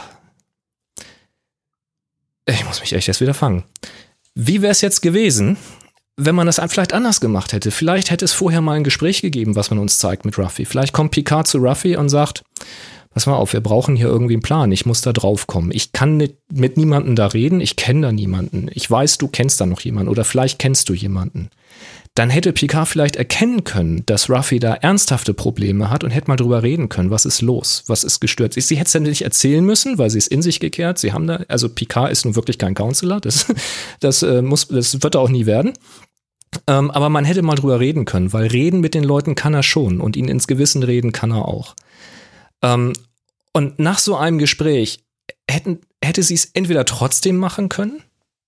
Ich muss mich echt erst wieder fangen. Wie wäre es jetzt gewesen, wenn man das vielleicht anders gemacht hätte? Vielleicht hätte es vorher mal ein Gespräch gegeben, was man uns zeigt mit Raffi. Vielleicht kommt Picard zu Raffi und sagt, pass mal auf, wir brauchen hier irgendwie einen Plan. Ich muss da drauf kommen. Ich kann mit, mit niemandem da reden. Ich kenne da niemanden. Ich weiß, du kennst da noch jemanden oder vielleicht kennst du jemanden. Dann hätte Picard vielleicht erkennen können, dass Raffi da ernsthafte Probleme hat und hätte mal drüber reden können, was ist los, was ist gestört. Sie hätte es dann nicht erzählen müssen, weil sie ist in sich gekehrt. Sie haben da, also Picard ist nun wirklich kein Counselor, das, das, äh, muss, das wird er auch nie werden. Ähm, aber man hätte mal drüber reden können, weil reden mit den Leuten kann er schon und ihnen ins Gewissen reden kann er auch. Ähm, und nach so einem Gespräch hätten, hätte sie es entweder trotzdem machen können,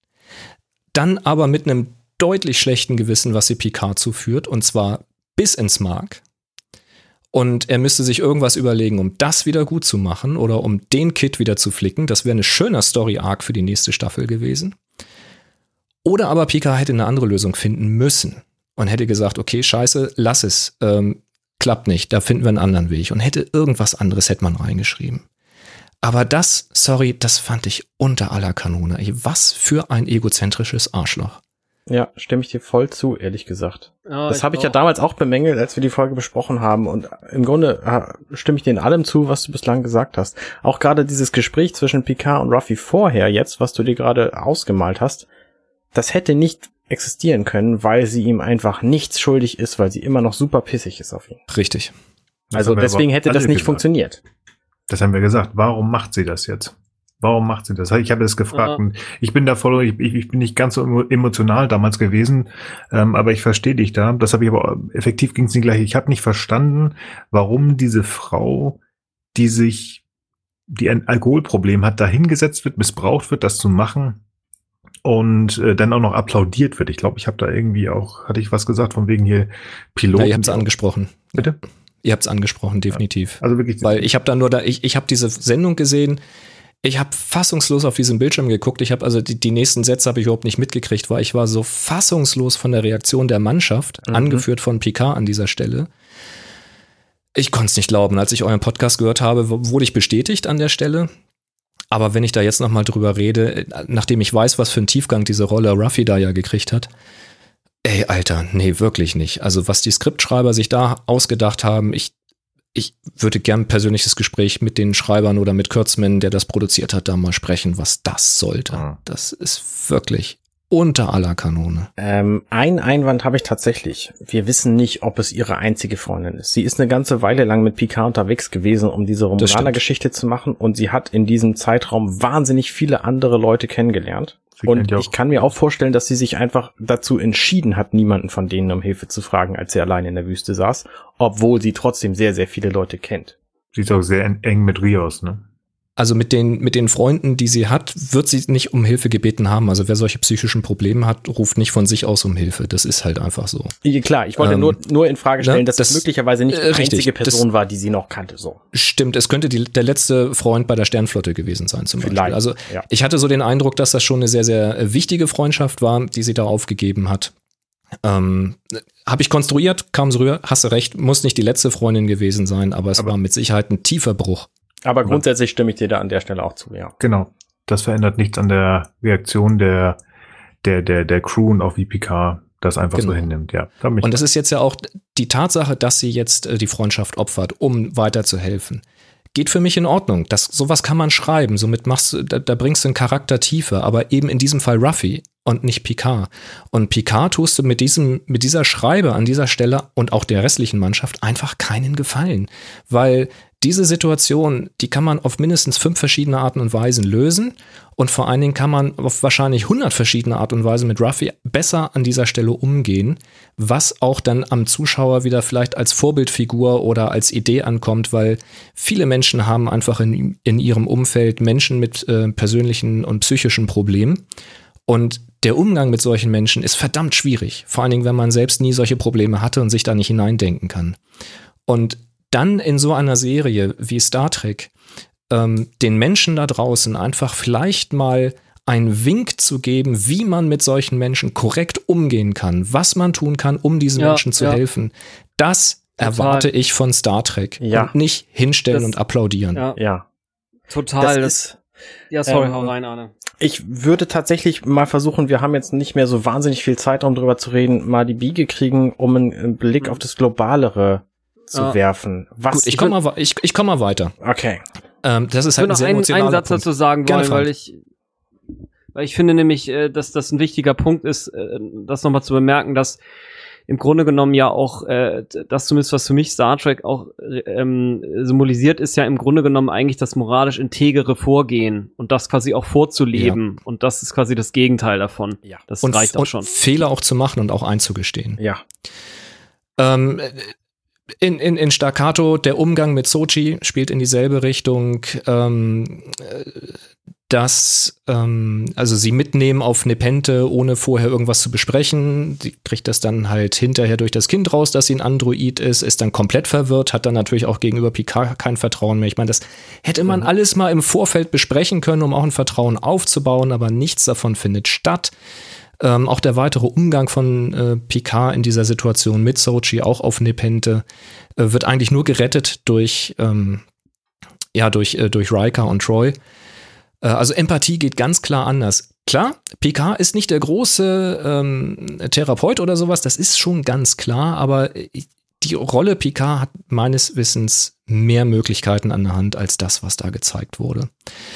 dann aber mit einem deutlich schlechten Gewissen, was sie Picard zuführt, und zwar bis ins Mark. Und er müsste sich irgendwas überlegen, um das wieder gut zu machen oder um den Kid wieder zu flicken. Das wäre ein schöner Story-Arc für die nächste Staffel gewesen. Oder aber Picard hätte eine andere Lösung finden müssen und hätte gesagt, okay, scheiße, lass es, ähm, klappt nicht, da finden wir einen anderen Weg. Und hätte irgendwas anderes, hätte man reingeschrieben. Aber das, sorry, das fand ich unter aller Kanone. Was für ein egozentrisches Arschloch. Ja, stimme ich dir voll zu, ehrlich gesagt. Ja, das habe ich ja damals auch bemängelt, als wir die Folge besprochen haben. Und im Grunde äh, stimme ich dir in allem zu, was du bislang gesagt hast. Auch gerade dieses Gespräch zwischen Picard und Raffi vorher jetzt, was du dir gerade ausgemalt hast, das hätte nicht existieren können, weil sie ihm einfach nichts schuldig ist, weil sie immer noch super pissig ist auf ihn. Richtig. Also deswegen hätte das nicht gesagt. funktioniert. Das haben wir gesagt. Warum macht sie das jetzt? Warum macht sie das? Ich habe das gefragt. Ja. Und ich bin da voll, ich, ich bin nicht ganz so emotional damals gewesen, ähm, aber ich verstehe dich da. Das habe ich aber, effektiv ging es nicht gleich. Ich habe nicht verstanden, warum diese Frau, die sich, die ein Alkoholproblem hat, da hingesetzt wird, missbraucht wird, das zu machen und äh, dann auch noch applaudiert wird. Ich glaube, ich habe da irgendwie auch, hatte ich was gesagt von wegen hier Piloten. Ja, ihr habt es angesprochen. Bitte? Ihr habt es angesprochen, definitiv. Ja, also wirklich. Weil ich habe da nur da, ich, ich habe diese Sendung gesehen. Ich habe fassungslos auf diesen Bildschirm geguckt. Ich habe also die, die nächsten Sätze habe ich überhaupt nicht mitgekriegt, weil ich war so fassungslos von der Reaktion der Mannschaft, mhm. angeführt von Picard an dieser Stelle. Ich konnte es nicht glauben. Als ich euren Podcast gehört habe, wurde ich bestätigt an der Stelle. Aber wenn ich da jetzt noch mal drüber rede, nachdem ich weiß, was für einen Tiefgang diese Rolle Raffi da ja gekriegt hat, ey, Alter, nee, wirklich nicht. Also was die Skriptschreiber sich da ausgedacht haben, ich Ich würde gern ein persönliches Gespräch mit den Schreibern oder mit Kurtzman, der das produziert hat, da mal sprechen, was das sollte. Ah. Das ist wirklich unter aller Kanone. Ähm, ein Einwand habe ich tatsächlich. Wir wissen nicht, ob es ihre einzige Freundin ist. Sie ist eine ganze Weile lang mit Picard unterwegs gewesen, um diese Romulaner-Geschichte zu machen, und sie hat in diesem Zeitraum wahnsinnig viele andere Leute kennengelernt. Sie und ich kann mir auch vorstellen, dass sie sich einfach dazu entschieden hat, niemanden von denen um Hilfe zu fragen, als sie allein in der Wüste saß, obwohl sie trotzdem sehr, sehr viele Leute kennt. Sie ist auch sehr eng mit Rios, ne? Also mit den, mit den Freunden, die sie hat, wird sie nicht um Hilfe gebeten haben. Also wer solche psychischen Probleme hat, ruft nicht von sich aus um Hilfe. Das ist halt einfach so. Ja, klar, ich wollte ähm, nur, nur in Frage stellen, ne, dass das, das möglicherweise nicht die äh, einzige Person das war, die sie noch kannte. So. Stimmt, es könnte die, der letzte Freund bei der Sternflotte gewesen sein zum Vielleicht, Beispiel. Also ja. Ich hatte so den Eindruck, dass das schon eine sehr, sehr wichtige Freundschaft war, die sie da aufgegeben hat. Ähm, habe ich konstruiert, kam so rüber, hast du recht, muss nicht die letzte Freundin gewesen sein, aber es aber war mit Sicherheit ein tiefer Bruch. Aber grundsätzlich stimme ich dir da an der Stelle auch zu, ja. Genau. Das verändert nichts an der Reaktion der, der, der, der Crew und auch wie Picard das einfach genau so hinnimmt, ja. Da und das ist jetzt ja auch die Tatsache, dass sie jetzt äh, die Freundschaft opfert, um weiterzuhelfen. Geht für mich in Ordnung. Das, sowas kann man schreiben. Somit machst du, da, da bringst du einen Charakter tiefer. Aber eben in diesem Fall Ruffy und nicht Picard. Und Picard tust du mit diesem, mit dieser Schreibe an dieser Stelle und auch der restlichen Mannschaft einfach keinen Gefallen. Weil diese Situation, die kann man auf mindestens fünf verschiedene Arten und Weisen lösen. Und vor allen Dingen kann man auf wahrscheinlich hundert verschiedene Art und Weise mit Ruffy besser an dieser Stelle umgehen, was auch dann am Zuschauer wieder vielleicht als Vorbildfigur oder als Idee ankommt, weil viele Menschen haben einfach in, in ihrem Umfeld Menschen mit äh, persönlichen und psychischen Problemen. Und der Umgang mit solchen Menschen ist verdammt schwierig. Vor allen Dingen, wenn man selbst nie solche Probleme hatte und sich da nicht hineindenken kann. Und dann in so einer Serie wie Star Trek ähm, den Menschen da draußen einfach vielleicht mal einen Wink zu geben, wie man mit solchen Menschen korrekt umgehen kann, was man tun kann, um diesen ja, Menschen zu ja. helfen, das Total. erwarte ich von Star Trek. Ja. Und nicht hinstellen das, und applaudieren. Ja, ja. Total. Das ist, ja, sorry, ähm, hau rein, Arne. Ich würde tatsächlich mal versuchen, wir haben jetzt nicht mehr so wahnsinnig viel Zeit, um drüber zu reden, mal die Biege kriegen, um einen Blick mhm. auf das Globalere zu ja. werfen. Was Gut, ich komme mal, ich, ich komm mal weiter. Okay. Ähm, das ist halt ein sehr einen, emotionaler einen Satz Punkt. dazu sagen wollen, Gerne, weil ich, weil ich finde nämlich, äh, dass das ein wichtiger Punkt ist, äh, das nochmal zu bemerken, dass im Grunde genommen ja auch, äh, das zumindest was für mich Star Trek auch ähm, symbolisiert, ist ja im Grunde genommen eigentlich das moralisch integere Vorgehen und das quasi auch vorzuleben. Ja. Und das ist quasi das Gegenteil davon. Ja. Das und, reicht auch und schon. Fehler auch zu machen und auch einzugestehen. Ja. Ähm, in, in, in Staccato, der Umgang mit Sochi spielt in dieselbe Richtung, ähm, dass ähm, also sie mitnehmen auf Nepente, ohne vorher irgendwas zu besprechen. Sie kriegt das dann halt hinterher durch das Kind raus, dass sie ein Android ist, ist dann komplett verwirrt, hat dann natürlich auch gegenüber Picard kein Vertrauen mehr. Ich meine, das hätte man mhm. alles mal im Vorfeld besprechen können, um auch ein Vertrauen aufzubauen, aber nichts davon findet statt. Ähm, auch der weitere Umgang von äh, Picard in dieser Situation mit Sochi, auch auf Nepente, äh, wird eigentlich nur gerettet durch, ähm, ja, durch, äh, durch Riker und Troy. Äh, also Empathie geht ganz klar anders. Klar, Picard ist nicht der große ähm, Therapeut oder sowas, das ist schon ganz klar, aber die Rolle Picard hat meines Wissens mehr Möglichkeiten an der Hand als das, was da gezeigt wurde.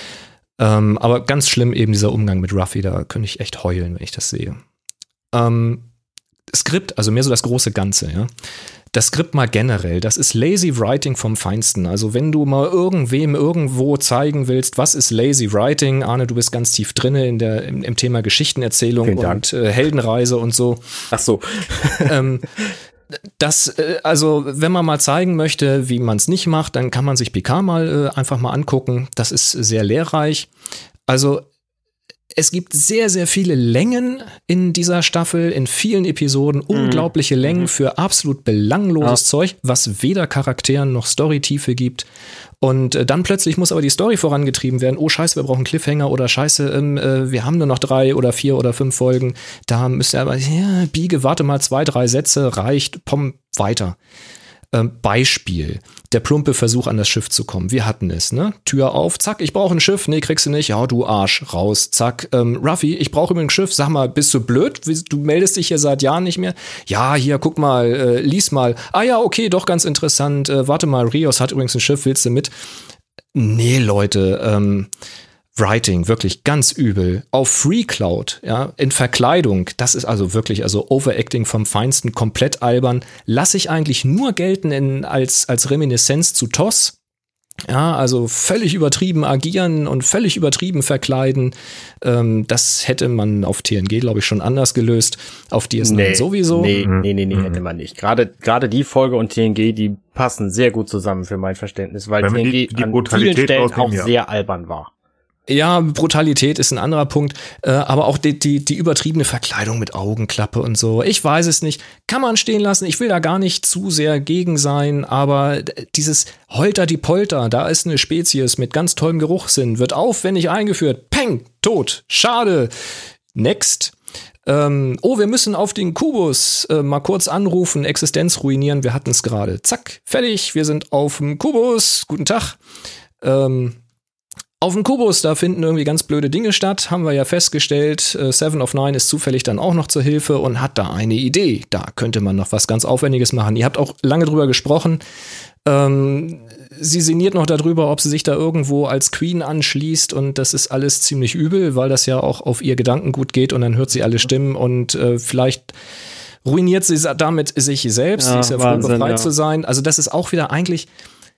Ähm, aber ganz schlimm eben dieser Umgang mit Ruffy, da könnte ich echt heulen, wenn ich das sehe. Ähm, Skript, also mehr so das große Ganze, ja. Das Skript mal generell, das ist Lazy Writing vom Feinsten. Also wenn du mal irgendwem irgendwo zeigen willst, was ist Lazy Writing, Arne, du bist ganz tief drinne in der, im, im Thema Geschichtenerzählung und äh, Heldenreise und so. Ach so. ähm, Das, also, wenn man mal zeigen möchte, wie man es nicht macht, dann kann man sich Picard mal äh, einfach mal angucken. Das ist sehr lehrreich. Also, es gibt sehr, sehr viele Längen in dieser Staffel, in vielen Episoden, mhm. unglaubliche Längen mhm. für absolut belangloses ja. Zeug, was weder Charakteren noch Storytiefe gibt. Und äh, dann plötzlich muss aber die Story vorangetrieben werden. Oh, scheiße, wir brauchen Cliffhanger oder scheiße, ähm, äh, wir haben nur noch drei oder vier oder fünf Folgen. Da müsst ihr aber, ja, Biege, warte mal, zwei, drei Sätze, reicht, pom, weiter. Ähm, Beispiel, der plumpe Versuch an das Schiff zu kommen. Wir hatten es, ne? Tür auf, zack, ich brauche ein Schiff. Nee, kriegst du nicht. Ja, du Arsch, raus, zack. Ähm, Ruffy, ich brauche übrigens ein Schiff. Sag mal, bist du blöd? Du meldest dich hier seit Jahren nicht mehr. Ja, hier, guck mal, äh, lies mal. Ah ja, okay, doch ganz interessant. Äh, warte mal, Rios hat übrigens ein Schiff, willst du mit? Nee, Leute, ähm, Writing, wirklich ganz übel. Auf Free Cloud, ja, in Verkleidung, das ist also wirklich, also Overacting vom Feinsten, komplett albern. Lasse ich eigentlich nur gelten in, als, als Reminiszenz zu T O S. Ja, also völlig übertrieben agieren und völlig übertrieben verkleiden. Ähm, das hätte man auf T N G, glaube ich, schon anders gelöst. Auf D S neun nee, sowieso. Nee, nee, nee, nee, mhm. hätte man nicht. Gerade, gerade die Folge und T N G, die passen sehr gut zusammen für mein Verständnis, weil T N G die, die an vielen Stellen auch ja. sehr albern war. Ja, Brutalität ist ein anderer Punkt, äh, aber auch die, die, die übertriebene Verkleidung mit Augenklappe und so. Ich weiß es nicht. Kann man stehen lassen. Ich will da gar nicht zu sehr gegen sein, aber dieses Holter die Polter, da ist eine Spezies mit ganz tollem Geruchssinn, wird aufwendig eingeführt. Peng, tot, schade. Next. Ähm, oh, wir müssen auf den Kubus äh, mal kurz anrufen, Existenz ruinieren. Wir hatten es gerade. Zack, fertig. Wir sind auf dem Kubus. Guten Tag. Ähm, Auf dem Kubus, da finden irgendwie ganz blöde Dinge statt, haben wir ja festgestellt. Äh, Seven of Nine ist zufällig dann auch noch zur Hilfe und hat da eine Idee. Da könnte man noch was ganz Aufwendiges machen. Ihr habt auch lange drüber gesprochen. Ähm, sie sinniert noch darüber, ob sie sich da irgendwo als Queen anschließt und das ist alles ziemlich übel, weil das ja auch auf ihr Gedankengut geht und dann hört sie alle Stimmen und äh, vielleicht ruiniert sie damit sich selbst. Ja, sie ist ja froh, befreit ja. zu sein. Also das ist auch wieder eigentlich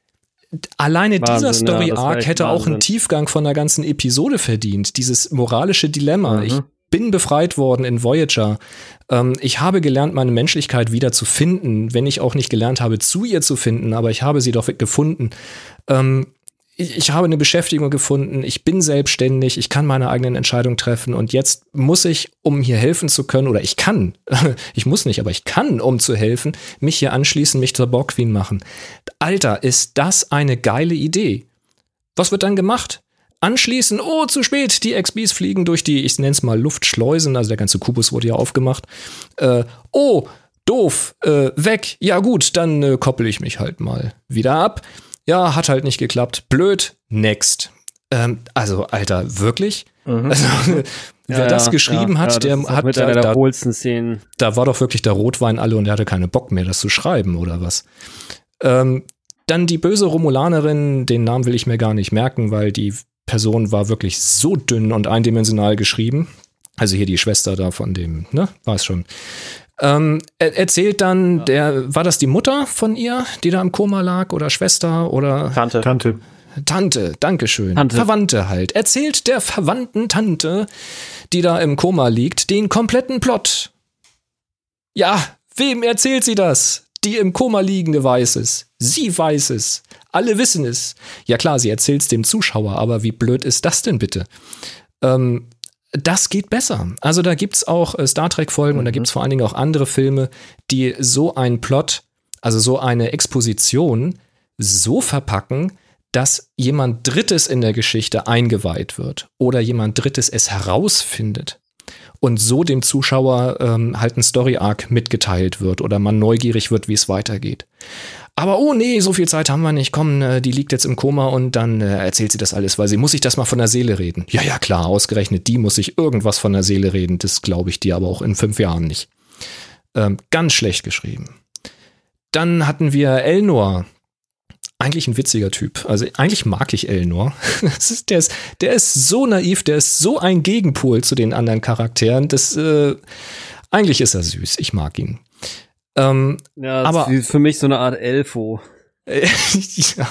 alleine Wahnsinn, dieser Story-Arc ja, hätte auch Wahnsinn. einen Tiefgang von der ganzen Episode verdient. Dieses moralische Dilemma. Mhm. Ich bin befreit worden in Voyager. Ähm, ich habe gelernt, meine Menschlichkeit wieder zu finden, wenn ich auch nicht gelernt habe, zu ihr zu finden, aber ich habe sie doch gefunden. Ähm, ich, ich habe eine Beschäftigung gefunden, ich bin selbstständig, ich kann meine eigenen Entscheidungen treffen und jetzt muss ich, um hier helfen zu können, oder ich kann, ich muss nicht, aber ich kann, um zu helfen, mich hier anschließen, mich zur Borg Queen machen. Alter, ist das eine geile Idee. Was wird dann gemacht? Anschließen, oh, zu spät, die X Bs fliegen durch die, ich nenne es mal Luftschleusen, also der ganze Kubus wurde ja aufgemacht. Äh, oh, doof, äh, weg, ja gut, dann äh, koppel ich mich halt mal wieder ab. Ja, hat halt nicht geklappt, blöd, next. Ähm, also, Alter, wirklich? Mhm. Also, wer ja, das geschrieben ja, hat, ja, der hat mit einer der coolsten Szenen. Da war doch wirklich der Rotwein alle und der hatte keine Bock mehr, das zu schreiben, oder was? Ähm, dann die böse Romulanerin, den Namen will ich mir gar nicht merken, weil die Person war wirklich so dünn und eindimensional geschrieben. Also hier die Schwester da von dem, ne, weiß schon. Ähm, er erzählt dann, ja. der, war das die Mutter von ihr, die da im Koma lag, oder Schwester, oder? Tante. Tante. Tante, dankeschön. Tante. Verwandte halt. Erzählt der verwandten Tante, die da im Koma liegt, den kompletten Plot. Ja, wem erzählt sie das? Die im Koma liegende weiß es. Sie weiß es. Alle wissen es. Ja klar, sie erzählt es dem Zuschauer, aber wie blöd ist das denn bitte? Ähm, das geht besser. Also da gibt's auch äh, Star Trek-Folgen mhm. und da gibt's vor allen Dingen auch andere Filme, die so einen Plot, also so eine Exposition so verpacken, dass jemand Drittes in der Geschichte eingeweiht wird oder jemand Drittes es herausfindet. Und so dem Zuschauer ähm, halt ein Story-Arc mitgeteilt wird oder man neugierig wird, wie es weitergeht. Aber oh nee, so viel Zeit haben wir nicht. Komm, äh, die liegt jetzt im Koma und dann äh, erzählt sie das alles, weil sie muss sich das mal von der Seele reden. Ja, ja, klar, ausgerechnet die muss sich irgendwas von der Seele reden. Das glaube ich dir aber auch in fünf Jahren nicht. Ähm, ganz schlecht geschrieben. Dann hatten wir Elnor. Eigentlich ein witziger Typ. Also eigentlich mag ich Elnor. der, ist, der ist so naiv, der ist so ein Gegenpol zu den anderen Charakteren. Das, äh, eigentlich ist er süß. Ich mag ihn. Ähm, ja, aber ist für mich so eine Art Elfo. ja.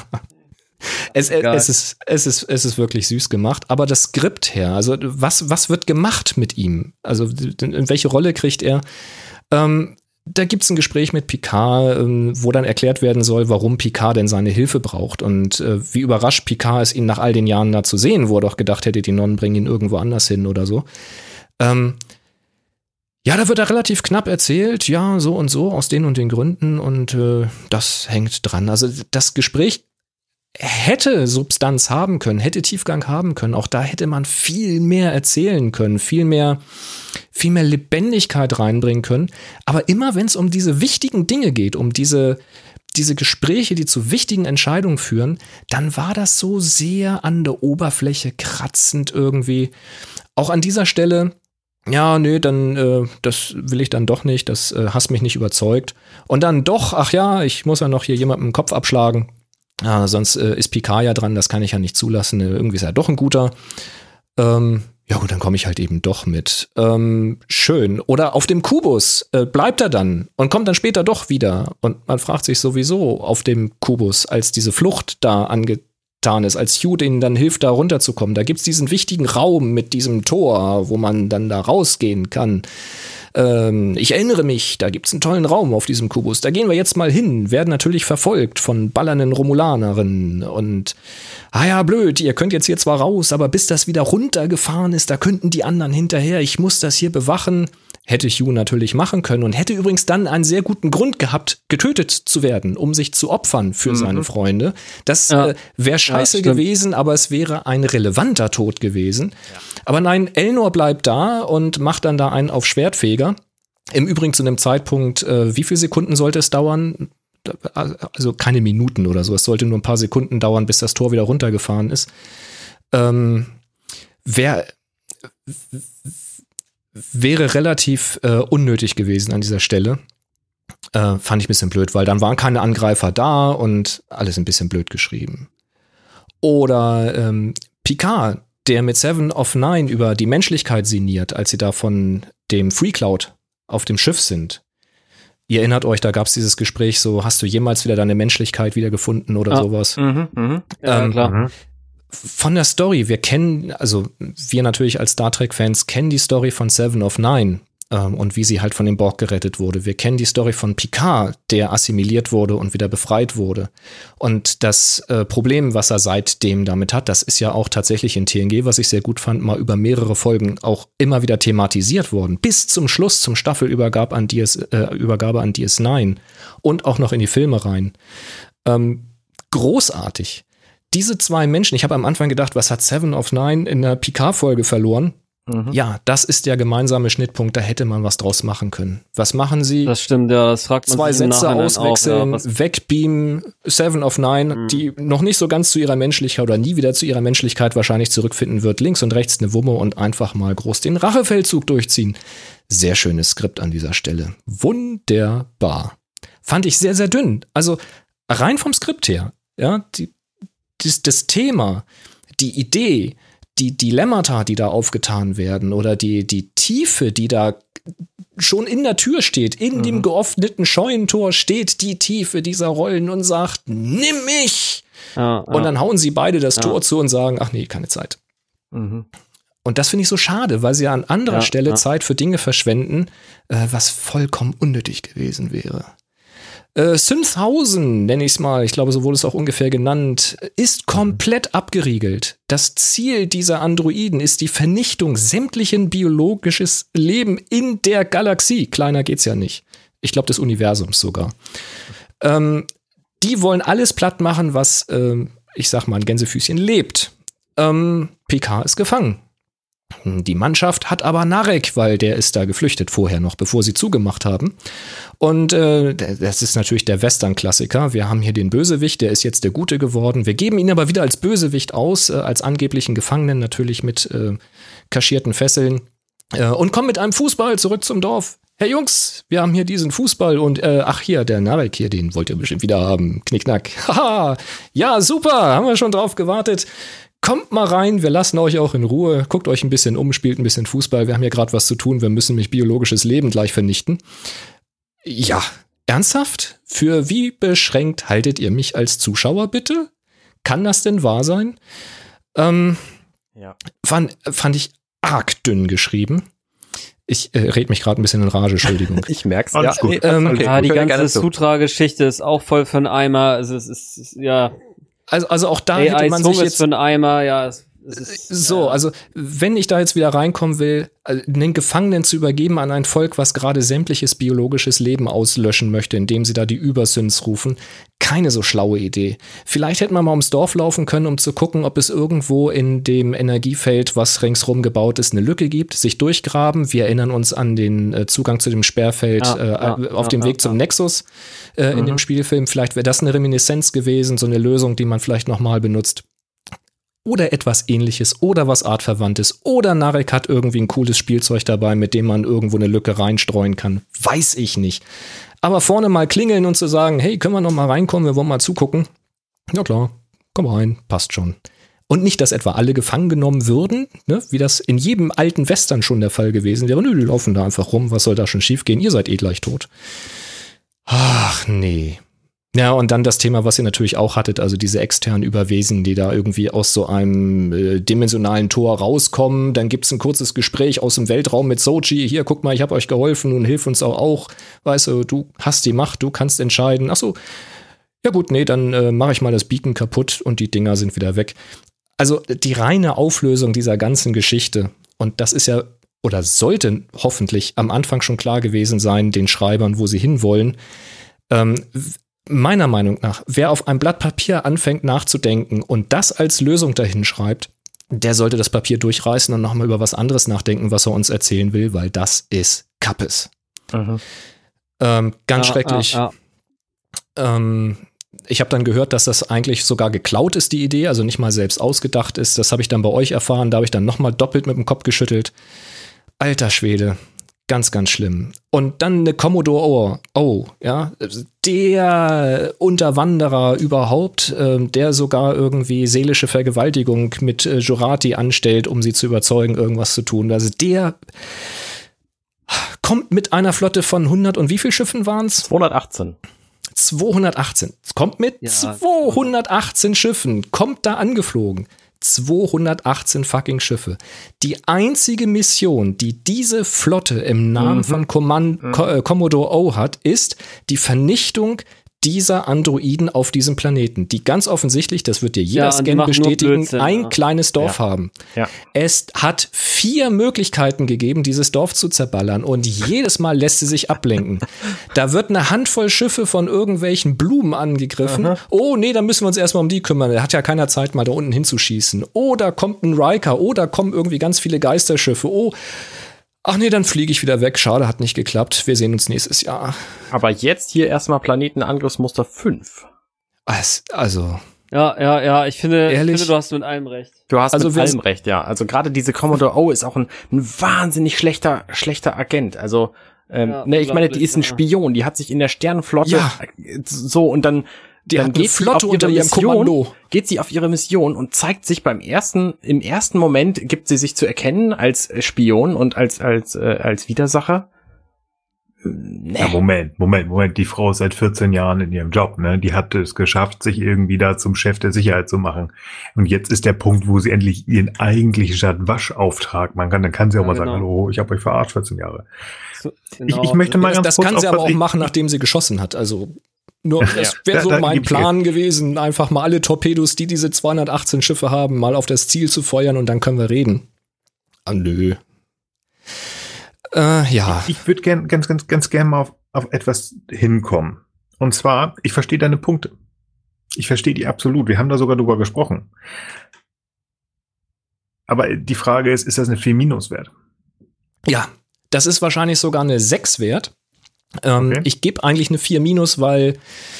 Es, es, ist, es, ist, es ist wirklich süß gemacht, aber das Skript her, also was, was wird gemacht mit ihm? Also in welche Rolle kriegt er? Ähm, Da gibt's ein Gespräch mit Picard, wo dann erklärt werden soll, warum Picard denn seine Hilfe braucht und äh, wie überrascht Picard ist, ihn nach all den Jahren da zu sehen, wo er doch gedacht hätte, die Nonnen bringen ihn irgendwo anders hin oder so. Ähm, ja, da wird er relativ knapp erzählt, ja, so und so, aus den und den Gründen und äh, das hängt dran. Also das Gespräch hätte Substanz haben können, hätte Tiefgang haben können. Auch da hätte man viel mehr erzählen können, viel mehr, viel mehr Lebendigkeit reinbringen können. Aber immer wenn es um diese wichtigen Dinge geht, um diese, diese Gespräche, die zu wichtigen Entscheidungen führen, dann war das so sehr an der Oberfläche kratzend irgendwie. Auch an dieser Stelle, ja, nö, dann, äh, das will ich dann doch nicht, das äh, hast mich nicht überzeugt. Und dann doch, ach ja, ich muss ja noch hier jemandem den Kopf abschlagen. Ah, sonst äh, ist Picard ja dran, das kann ich ja nicht zulassen. Irgendwie ist er doch ein guter. Ähm, ja gut, dann komme ich halt eben doch mit. Ähm, schön. Oder auf dem Kubus äh, bleibt er dann und kommt dann später doch wieder. Und man fragt sich sowieso auf dem Kubus, als diese Flucht da angetan ist, als Hugh denen dann hilft, da runterzukommen. Da gibt's diesen wichtigen Raum mit diesem Tor, wo man dann da rausgehen kann. Ähm, ich erinnere mich, da gibt's einen tollen Raum auf diesem Kubus. Da gehen wir jetzt mal hin, werden natürlich verfolgt von ballernden Romulanerinnen und ah ja, blöd, ihr könnt jetzt hier zwar raus, aber bis das wieder runtergefahren ist, da könnten die anderen hinterher, ich muss das hier bewachen. Hätte Hugh natürlich machen können und hätte übrigens dann einen sehr guten Grund gehabt, getötet zu werden, um sich zu opfern für mhm. seine Freunde. Das ja. äh, wäre scheiße ja, gewesen, aber es wäre ein relevanter Tod gewesen. Ja. Aber nein, Elnor bleibt da und macht dann da einen auf Schwertfeger. Im Übrigen zu einem Zeitpunkt, äh, wie viele Sekunden sollte es dauern? Also keine Minuten oder so. Es sollte nur ein paar Sekunden dauern, bis das Tor wieder runtergefahren ist. Ähm, wer wäre relativ äh, unnötig gewesen an dieser Stelle. Äh, fand ich ein bisschen blöd, weil dann waren keine Angreifer da und alles ein bisschen blöd geschrieben. Oder ähm, Picard, der mit Seven of Nine über die Menschlichkeit sinniert, als sie da von dem Free Cloud auf dem Schiff sind. Ihr erinnert euch, da gab es dieses Gespräch so, hast du jemals wieder deine Menschlichkeit wiedergefunden oder ah, sowas? Mhm, mh. Ja, ähm, klar. Mhm. Von der Story, wir kennen, also wir natürlich als Star Trek-Fans kennen die Story von Seven of Nine ähm, und wie sie halt von dem Borg gerettet wurde. Wir kennen die Story von Picard, der assimiliert wurde und wieder befreit wurde. Und das äh, Problem, was er seitdem damit hat, das ist ja auch tatsächlich in T N G, was ich sehr gut fand, mal über mehrere Folgen auch immer wieder thematisiert worden. Bis zum Schluss, zum Staffelübergabe an D S, äh, Übergabe an D S neun und auch noch in die Filme rein. Ähm, großartig. Diese zwei Menschen, ich habe am Anfang gedacht, was hat Seven of Nine in der Picard-Folge verloren? Mhm. Ja, das ist der gemeinsame Schnittpunkt, da hätte man was draus machen können. Was machen sie? Das stimmt, ja, das fragt man Zwei sich im Sätze Nachhinein auswechseln, auch, ja, wegbeamen, Seven of Nine, mhm. die noch nicht so ganz zu ihrer Menschlichkeit oder nie wieder zu ihrer Menschlichkeit wahrscheinlich zurückfinden wird, links und rechts eine Wumme und einfach mal groß den Rachefeldzug durchziehen. Sehr schönes Skript an dieser Stelle. Wunderbar. Fand ich sehr, sehr dünn. Also rein vom Skript her, ja, die Das, das Thema, die Idee, die Dilemmata, die da aufgetan werden oder die, die Tiefe, die da schon in der Tür steht, in mhm. dem geöffneten Scheunentor steht die Tiefe dieser Rollen und sagt, nimm mich! Ja, und ja. dann hauen sie beide das ja. Tor zu und sagen, ach nee, keine Zeit. Mhm. Und das finde ich so schade, weil sie ja an anderer ja, Stelle ja. Zeit für Dinge verschwenden, äh, was vollkommen unnötig gewesen wäre. Äh, Synthhausen, nenne ich es mal, ich glaube, so wurde es auch ungefähr genannt, ist komplett abgeriegelt. Das Ziel dieser Androiden ist die Vernichtung sämtlichen biologisches Leben in der Galaxie. Kleiner geht's ja nicht. Ich glaube, des Universums sogar. Ähm, die wollen alles platt machen, was, ähm, ich sag mal, ein Gänsefüßchen lebt. Ähm, Picard ist gefangen. Die Mannschaft hat aber Narek, weil der ist da geflüchtet vorher noch, bevor sie zugemacht haben. Und äh, das ist natürlich der Western-Klassiker. Wir haben hier den Bösewicht, der ist jetzt der Gute geworden. Wir geben ihn aber wieder als Bösewicht aus, äh, als angeblichen Gefangenen, natürlich mit äh, kaschierten Fesseln. Äh, und kommen mit einem Fußball zurück zum Dorf. Hey Jungs, wir haben hier diesen Fußball und äh, ach hier, der Narek hier, den wollt ihr bestimmt wieder haben. Knickknack. Haha, ja super, haben wir schon drauf gewartet. Kommt mal rein, wir lassen euch auch in Ruhe. Guckt euch ein bisschen um, spielt ein bisschen Fußball. Wir haben hier gerade was zu tun, wir müssen mich biologisches Leben gleich vernichten. Ja, ernsthaft? Für wie beschränkt haltet ihr mich als Zuschauer bitte? Kann das denn wahr sein? Ähm, ja. fand, fand ich arg dünn geschrieben. Ich äh, red mich gerade ein bisschen in Rage, Entschuldigung. Ich merk's. Alles ja, gut. Nee, ähm, okay. Ja, die okay, ganze Sutra-Geschichte ist auch voll für einen Eimer. Also es ist, ist ja... Also, also auch da A I hätte man sich Zunge jetzt ist für einen Eimer, ja. Es, es ist, so, ja. also wenn ich da jetzt wieder reinkommen will, einen Gefangenen zu übergeben an ein Volk, was gerade sämtliches biologisches Leben auslöschen möchte, indem sie da die Übersynths rufen, keine so schlaue Idee. Vielleicht hätte man mal ums Dorf laufen können, um zu gucken, ob es irgendwo in dem Energiefeld, was ringsrum gebaut ist, eine Lücke gibt, sich durchgraben. Wir erinnern uns an den äh, Zugang zu dem Sperrfeld ja, äh, ja, auf ja, dem ja, Weg ja. zum Nexus äh, mhm. in dem Spielfilm. Vielleicht wäre das eine Reminiszenz gewesen, so eine Lösung, die man vielleicht nochmal benutzt. Oder etwas Ähnliches oder was Artverwandtes. Oder Narek hat irgendwie ein cooles Spielzeug dabei, mit dem man irgendwo eine Lücke reinstreuen kann. Weiß ich nicht. Aber vorne mal klingeln und zu sagen, hey, können wir noch mal reinkommen, wir wollen mal zugucken. Ja klar, komm rein, passt schon. Und nicht, dass etwa alle gefangen genommen würden, ne, wie das in jedem alten Western schon der Fall gewesen wäre. Nö, die laufen da einfach rum, was soll da schon schief gehen? Ihr seid eh gleich tot. Ach, nee. Ja, und dann das Thema, was ihr natürlich auch hattet, also diese externen Überwesen, die da irgendwie aus so einem äh, dimensionalen Tor rauskommen. Dann gibt's ein kurzes Gespräch aus dem Weltraum mit Soji. Hier, guck mal, ich hab euch geholfen und hilf uns auch auch. Weißt du, du hast die Macht, du kannst entscheiden. Ach so, ja gut, nee, dann äh, mache ich mal das Beacon kaputt und die Dinger sind wieder weg. Also die reine Auflösung dieser ganzen Geschichte, und das ist ja, oder sollte hoffentlich am Anfang schon klar gewesen sein, den Schreibern, wo sie hinwollen. Ähm, meiner Meinung nach, wer auf einem Blatt Papier anfängt nachzudenken und das als Lösung dahin schreibt, der sollte das Papier durchreißen und nochmal über was anderes nachdenken, was er uns erzählen will, weil das ist Kappes. Mhm. Ähm, ganz ja, schrecklich. Ja, ja. Ähm, Ich habe dann gehört, dass das eigentlich sogar geklaut ist, die Idee, also nicht mal selbst ausgedacht ist. Das habe ich dann bei euch erfahren, da habe ich dann noch mal doppelt mit dem Kopf geschüttelt. Alter Schwede, ganz, ganz schlimm. Und dann eine Commodore O, oh, ja, der Unterwanderer überhaupt, äh, der sogar irgendwie seelische Vergewaltigung mit äh, Jurati anstellt, um sie zu überzeugen, irgendwas zu tun. Also der kommt mit einer Flotte von hundert und wie viel Schiffen waren's? zweihundertachtzehn. zweihundertachtzehn. Kommt mit ja. zweihundertachtzehn Schiffen. Kommt da angeflogen. zweihundertachtzehn fucking Schiffe. Die einzige Mission, die diese Flotte im Namen mhm. von Command- mhm. Co- äh, Commodore O hat, ist die Vernichtung dieser Androiden auf diesem Planeten, die ganz offensichtlich, das wird dir jeder ja, Scan bestätigen, ein ja. kleines Dorf ja. haben. Ja. Es hat vier Möglichkeiten gegeben, dieses Dorf zu zerballern und jedes Mal lässt sie sich ablenken. Da wird eine Handvoll Schiffe von irgendwelchen Blumen angegriffen. Aha. Oh nee, da müssen wir uns erstmal um die kümmern. Da hat ja keiner Zeit, mal da unten hinzuschießen. Oh, da kommt ein Riker. Oh, da kommen irgendwie ganz viele Geisterschiffe. Oh, ach nee, dann fliege ich wieder weg. Schade, hat nicht geklappt. Wir sehen uns nächstes Jahr. Aber jetzt hier erstmal Planetenangriffsmuster fünf. Also. Ja, ja, ja, ich finde, ich finde, du hast mit allem recht. Du hast also mit allem recht, ja. Also gerade diese Commodore O ist auch ein, ein wahnsinnig schlechter, schlechter Agent. Also, ähm, ja, ne, ich meine, die ist ein Spion. Die hat sich in der Sternenflotte ja. so und dann Die dann geht Flotte sie unter ihrem Kommando. Geht sie auf ihre Mission und zeigt sich beim ersten, im ersten Moment gibt sie sich zu erkennen als Spion und als, als, äh, als Widersacher. Nee. Ja, Moment, Moment, Moment. Die Frau ist seit vierzehn Jahren in ihrem Job, ne? Die hat es geschafft, sich irgendwie da zum Chef der Sicherheit zu machen. Und jetzt ist der Punkt, wo sie endlich ihren eigentlichen Stadtwaschauftrag machen kann. Dann kann sie auch ja, mal genau. sagen, hallo, ich habe euch verarscht vierzehn Jahre. So, genau. ich, ich möchte mal das, ganz das kurz kann sie aber auch machen, nachdem sie geschossen hat. Also nur, das wäre so da, da mein Plan gewesen, einfach mal alle Torpedos, die diese zweihundertachtzehn Schiffe haben, mal auf das Ziel zu feuern und dann können wir reden. Ah, nö. Äh, ja. Ich, ich würde gern, ganz, ganz, ganz gerne mal auf, auf etwas hinkommen. Und zwar, ich verstehe deine Punkte. Ich verstehe die absolut. Wir haben da sogar drüber gesprochen. Aber die Frage ist, ist das eine vier Minus wert? Ja, das ist wahrscheinlich sogar eine sechs wert. Ähm, okay. Ich gebe eigentlich eine vier minus, weil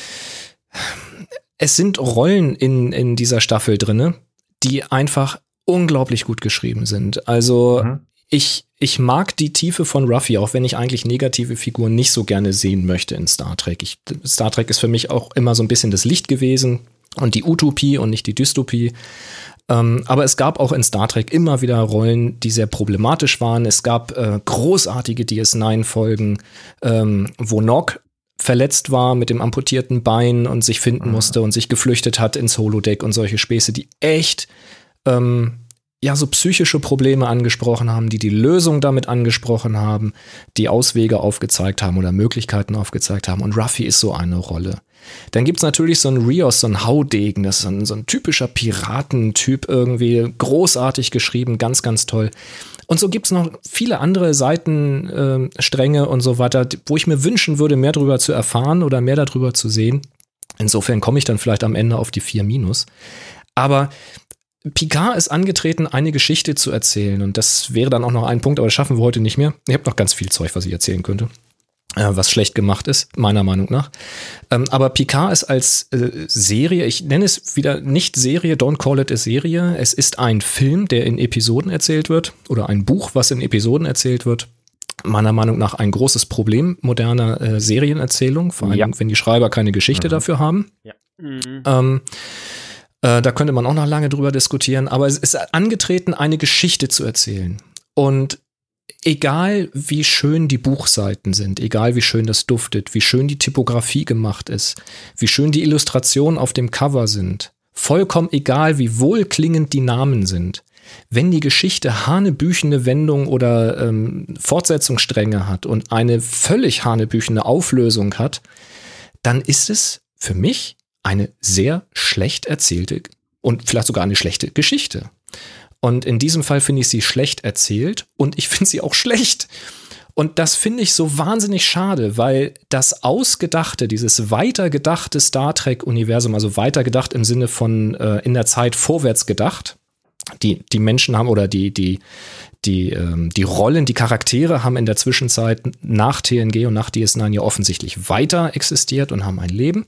es sind Rollen in, in dieser Staffel drinne, die einfach unglaublich gut geschrieben sind. Also mhm. ich, ich mag die Tiefe von Ruffy, auch wenn ich eigentlich negative Figuren nicht so gerne sehen möchte in Star Trek. Ich, Star Trek ist für mich auch immer so ein bisschen das Licht gewesen und die Utopie und nicht die Dystopie. Ähm, aber es gab auch in Star Trek immer wieder Rollen, die sehr problematisch waren. Es gab äh, großartige D S neun Folgen, ähm, wo Nog verletzt war mit dem amputierten Bein und sich finden musste und sich geflüchtet hat ins Holodeck und solche Späße, die echt ähm, ja so psychische Probleme angesprochen haben, die die Lösung damit angesprochen haben, die Auswege aufgezeigt haben oder Möglichkeiten aufgezeigt haben. Und Ruffy ist so eine Rolle. Dann gibt's natürlich so einen Rios, so einen Haudegen, das ist so ein, so ein typischer Piratentyp irgendwie, großartig geschrieben, ganz, ganz toll. Und so gibt's noch viele andere Seitenstränge äh, und so weiter, wo ich mir wünschen würde, mehr darüber zu erfahren oder mehr darüber zu sehen. Insofern komme ich dann vielleicht am Ende auf die vier minus. Aber Picard ist angetreten, eine Geschichte zu erzählen. Und das wäre dann auch noch ein Punkt, aber das schaffen wir heute nicht mehr. Ich habe noch ganz viel Zeug, was ich erzählen könnte. Was schlecht gemacht ist, meiner Meinung nach. Ähm, aber Picard ist als äh, Serie, ich nenne es wieder nicht Serie, don't call it a Serie. Es ist ein Film, der in Episoden erzählt wird oder ein Buch, was in Episoden erzählt wird. Meiner Meinung nach ein großes Problem moderner äh, Serienerzählung, vor allem, ja. wenn die Schreiber keine Geschichte mhm. dafür haben. Ja. Mhm. Ähm, äh, da könnte man auch noch lange drüber diskutieren, aber es ist angetreten, eine Geschichte zu erzählen. Und egal wie schön die Buchseiten sind, egal wie schön das duftet, wie schön die Typografie gemacht ist, wie schön die Illustrationen auf dem Cover sind, vollkommen egal wie wohlklingend die Namen sind, wenn die Geschichte hanebüchene Wendung oder ähm, Fortsetzungsstränge hat und eine völlig hanebüchene Auflösung hat, dann ist es für mich eine sehr schlecht erzählte und vielleicht sogar eine schlechte Geschichte. Und in diesem Fall finde ich sie schlecht erzählt und ich finde sie auch schlecht. Und das finde ich so wahnsinnig schade, weil das Ausgedachte, dieses weitergedachte Star Trek-Universum, also weitergedacht im Sinne von äh, in der Zeit vorwärts gedacht, die, die Menschen haben oder die, die, die, ähm, die Rollen, die Charaktere haben in der Zwischenzeit nach T N G und nach D S neun ja offensichtlich weiter existiert und haben ein Leben.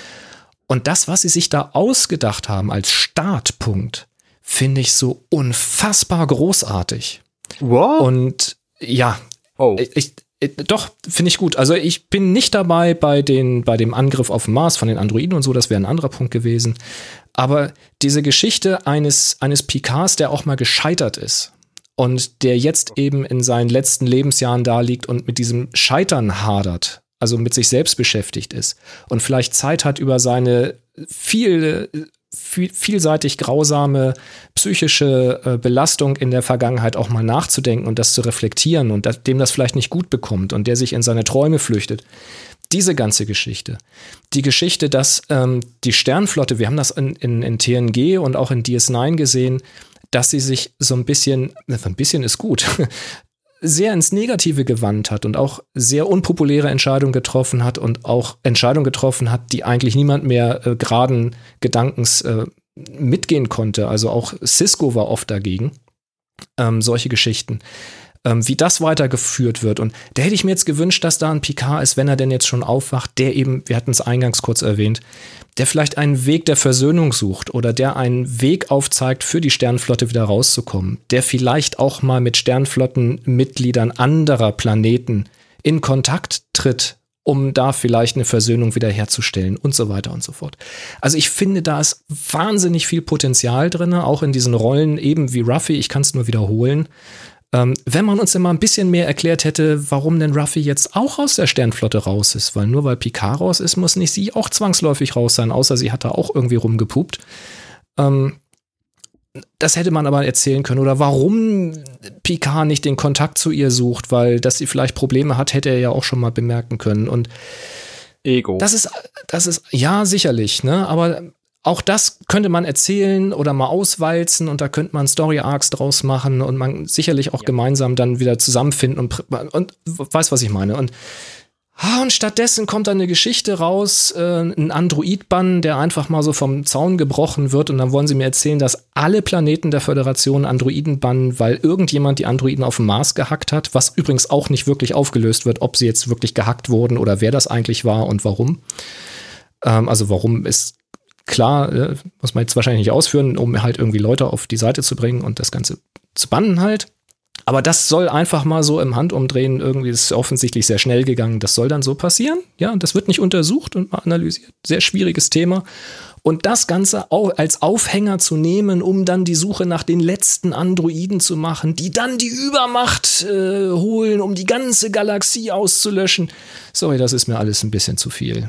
Und das, was sie sich da ausgedacht haben als Startpunkt, finde ich so unfassbar großartig. Wow. Und ja, oh. ich, ich, doch, finde ich gut. Also ich bin nicht dabei bei, den, bei dem Angriff auf den Mars von den Androiden und so, das wäre ein anderer Punkt gewesen. Aber diese Geschichte eines, eines Picards, der auch mal gescheitert ist und der jetzt eben in seinen letzten Lebensjahren da liegt und mit diesem Scheitern hadert, also mit sich selbst beschäftigt ist und vielleicht Zeit hat, über seine viel, viel vielseitig grausame psychische äh, Belastung in der Vergangenheit auch mal nachzudenken und das zu reflektieren und das, dem das vielleicht nicht gut bekommt und der sich in seine Träume flüchtet. Diese ganze Geschichte. Die Geschichte, dass ähm, die Sternflotte, wir haben das in, in, in T N G und auch in D S neun gesehen, dass sie sich so ein bisschen, ein bisschen ist gut, sehr ins Negative gewandt hat und auch sehr unpopuläre Entscheidungen getroffen hat und auch Entscheidungen getroffen hat, die eigentlich niemand mehr äh, geraden Gedankens äh, mitgehen konnte. Also auch Sisko war oft dagegen. Ähm, solche Geschichten. Ähm, wie das weitergeführt wird. Und da hätte ich mir jetzt gewünscht, dass da ein Picard ist, wenn er denn jetzt schon aufwacht, der eben, wir hatten es eingangs kurz erwähnt, der vielleicht einen Weg der Versöhnung sucht oder der einen Weg aufzeigt, für die Sternenflotte wieder rauszukommen, der vielleicht auch mal mit Sternenflottenmitgliedern anderer Planeten in Kontakt tritt, um da vielleicht eine Versöhnung wiederherzustellen und so weiter und so fort. Also ich finde, da ist wahnsinnig viel Potenzial drin, auch in diesen Rollen, eben wie Ruffy, ich kann es nur wiederholen. Ähm, wenn man uns immer ein bisschen mehr erklärt hätte, warum denn Ruffy jetzt auch aus der Sternflotte raus ist, weil nur weil Picard raus ist, muss nicht sie auch zwangsläufig raus sein, außer sie hat da auch irgendwie rumgepupt. Ähm, das hätte man aber erzählen können. Oder warum Picard nicht den Kontakt zu ihr sucht, weil dass sie vielleicht Probleme hat, hätte er ja auch schon mal bemerken können. Und Ego. Das ist, das ist, ja, sicherlich, ne, aber auch das könnte man erzählen oder mal auswalzen und da könnte man Story-Arcs draus machen und man sicherlich auch ja. gemeinsam dann wieder zusammenfinden und, und weiß, was ich meine. Und, und stattdessen kommt dann eine Geschichte raus, äh, ein Android-Bann, der einfach mal so vom Zaun gebrochen wird und dann wollen sie mir erzählen, dass alle Planeten der Föderation Androiden bannen, weil irgendjemand die Androiden auf dem Mars gehackt hat, was übrigens auch nicht wirklich aufgelöst wird, ob sie jetzt wirklich gehackt wurden oder wer das eigentlich war und warum. Ähm, also warum ist klar, äh, muss man jetzt wahrscheinlich nicht ausführen, um halt irgendwie Leute auf die Seite zu bringen und das Ganze zu bannen halt. Aber das soll einfach mal so im Handumdrehen, irgendwie ist offensichtlich sehr schnell gegangen, das soll dann so passieren. Ja, das wird nicht untersucht und mal analysiert. Sehr schwieriges Thema. Und das Ganze auch als Aufhänger zu nehmen, um dann die Suche nach den letzten Androiden zu machen, die dann die Übermacht äh, holen, um die ganze Galaxie auszulöschen. Sorry, das ist mir alles ein bisschen zu viel.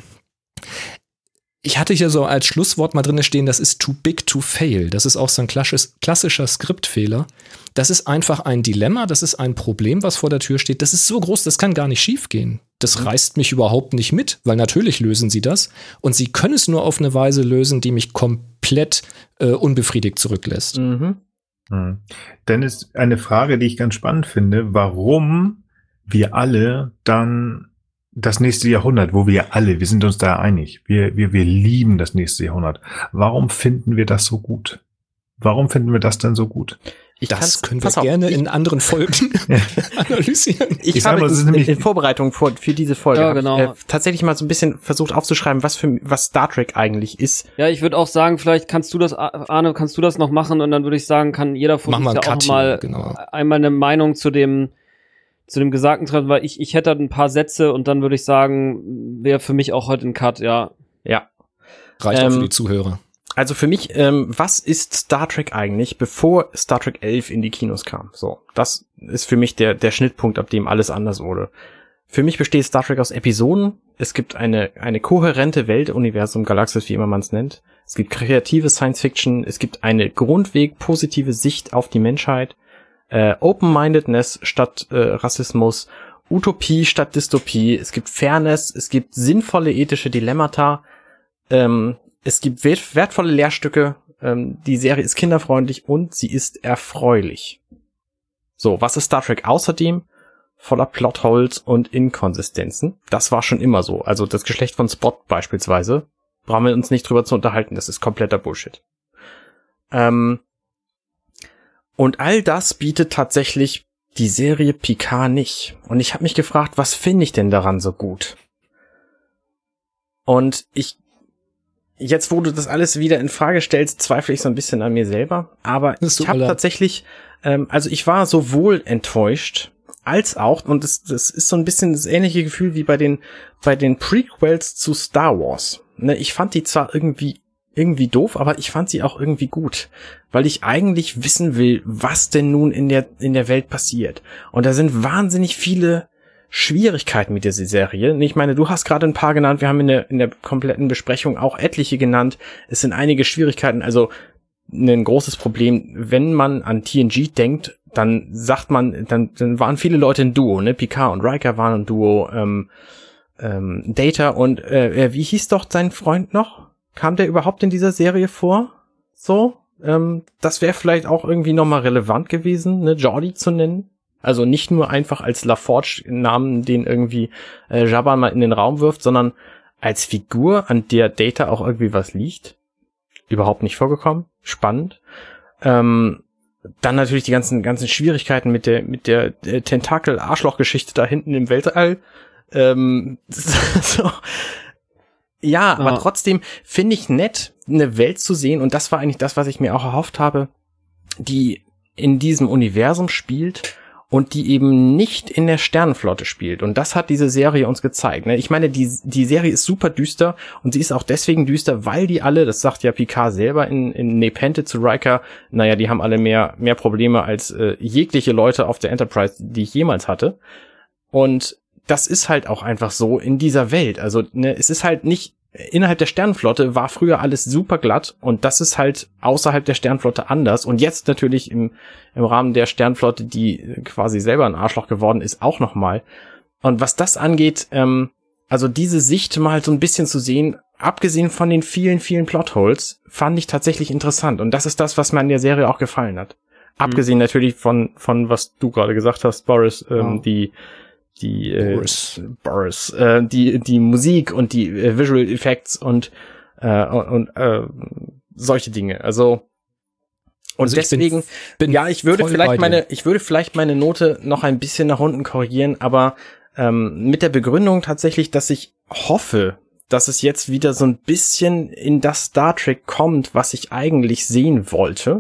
Ich hatte hier so als Schlusswort mal drin stehen, das ist too big to fail. Das ist auch so ein klassischer Skriptfehler. Das ist einfach ein Dilemma, das ist ein Problem, was vor der Tür steht. Das ist so groß, das kann gar nicht schief gehen. Das mhm. reißt mich überhaupt nicht mit, weil natürlich lösen sie das. Und sie können es nur auf eine Weise lösen, die mich komplett äh, unbefriedigt zurücklässt. Mhm. Mhm. Dann ist eine Frage, die ich ganz spannend finde, warum wir alle dann das nächste Jahrhundert, wo wir alle, wir sind uns da einig, wir, wir, wir lieben das nächste Jahrhundert. Warum finden wir das so gut? Warum finden wir das denn so gut? Ich das können wir gerne auf, ich, in anderen Folgen analysieren. Ich, ich habe in, in, in Vorbereitung für, für diese Folge ja, genau. ich, äh, tatsächlich mal so ein bisschen versucht aufzuschreiben, was für was Star Trek eigentlich ist. Ja, ich würde auch sagen, vielleicht kannst du das, Arne, kannst du das noch machen und dann würde ich sagen, kann jeder von uns ja auch Cut mal genau. einmal eine Meinung zu dem zu dem Gesagten treffen, weil ich, ich hätte ein paar Sätze und dann würde ich sagen, wäre für mich auch heute ein Cut, ja. Ja. Reicht ähm, auch für die Zuhörer. Also für mich, ähm, was ist Star Trek eigentlich, bevor Star Trek elf in die Kinos kam? So, das ist für mich der der Schnittpunkt, ab dem alles anders wurde. Für mich besteht Star Trek aus Episoden. Es gibt eine eine kohärente Welt, Universum, Galaxis, wie immer man es nennt. Es gibt kreative Science Fiction. Es gibt eine grundweg positive Sicht auf die Menschheit. Äh, Open-Mindedness statt äh, Rassismus. Utopie statt Dystopie. Es gibt Fairness. Es gibt sinnvolle ethische Dilemmata. Ähm, Es gibt wertvolle Lehrstücke, ähm, die Serie ist kinderfreundlich und sie ist erfreulich. So, was ist Star Trek außerdem? Voller Plotholes und Inkonsistenzen. Das war schon immer so. Also das Geschlecht von Spock beispielsweise, brauchen wir uns nicht drüber zu unterhalten, das ist kompletter Bullshit. Ähm, und all das bietet tatsächlich die Serie Picard nicht. Und ich habe mich gefragt, was finde ich denn daran so gut? Und ich Jetzt, wo du das alles wieder in Frage stellst, zweifle ich so ein bisschen an mir selber. Aber ich habe tatsächlich, ähm, also ich war sowohl enttäuscht als auch, und das, das ist so ein bisschen das ähnliche Gefühl wie bei den bei den Prequels zu Star Wars. Ne, ich fand die zwar irgendwie irgendwie doof, aber ich fand sie auch irgendwie gut, weil ich eigentlich wissen will, was denn nun in der in der Welt passiert. Und da sind wahnsinnig viele Schwierigkeiten mit dieser Serie. Ich meine, du hast gerade ein paar genannt, wir haben in der in der kompletten Besprechung auch etliche genannt. Es sind einige Schwierigkeiten, also ein großes Problem, wenn man an T N G denkt, dann sagt man, dann, dann waren viele Leute ein Duo, ne? Picard und Riker waren ein Duo, ähm, ähm, Data und äh, wie hieß doch sein Freund noch? Kam der überhaupt in dieser Serie vor? So? Ähm, das wäre vielleicht auch irgendwie nochmal relevant gewesen, ne? Geordi zu nennen. Also nicht nur einfach als LaForge-Namen, den irgendwie äh, Jabba mal in den Raum wirft, sondern als Figur, an der Data auch irgendwie was liegt. Überhaupt nicht vorgekommen. Spannend. Ähm, dann natürlich die ganzen ganzen Schwierigkeiten mit der mit der, der Tentakel-Arschloch-Geschichte da hinten im Weltall. Ähm, so. Ja, aber ja. Trotzdem finde ich nett, eine Welt zu sehen, und das war eigentlich das, was ich mir auch erhofft habe, die in diesem Universum spielt und die eben nicht in der Sternenflotte spielt. Und das hat diese Serie uns gezeigt. Ne? Ich meine, die die Serie ist super düster, und sie ist auch deswegen düster, weil die alle, das sagt ja Picard selber in, in Nepenthe zu Riker, naja, die haben alle mehr mehr Probleme als äh, jegliche Leute auf der Enterprise, die ich jemals hatte. Und das ist halt auch einfach so in dieser Welt. Also ne, es ist halt nicht, innerhalb der Sternenflotte war früher alles super glatt, und das ist halt außerhalb der Sternenflotte anders. Und jetzt natürlich im im Rahmen der Sternenflotte, die quasi selber ein Arschloch geworden ist, auch nochmal. Und was das angeht, ähm, also diese Sicht mal so ein bisschen zu sehen, abgesehen von den vielen, vielen Plotholes, fand ich tatsächlich interessant. Und das ist das, was mir an der Serie auch gefallen hat. Mhm. Abgesehen natürlich von von was du gerade gesagt hast, Boris, ähm, oh. die die Boris, äh, Boris äh, die die Musik und die äh, Visual Effects und äh, und, und äh, solche Dinge. Also und also deswegen, bin, bin ja, ich würde vielleicht meine, ich würde vielleicht meine Note noch ein bisschen nach unten korrigieren, aber ähm, mit der Begründung tatsächlich, dass ich hoffe, dass es jetzt wieder so ein bisschen in das Star Trek kommt, was ich eigentlich sehen wollte.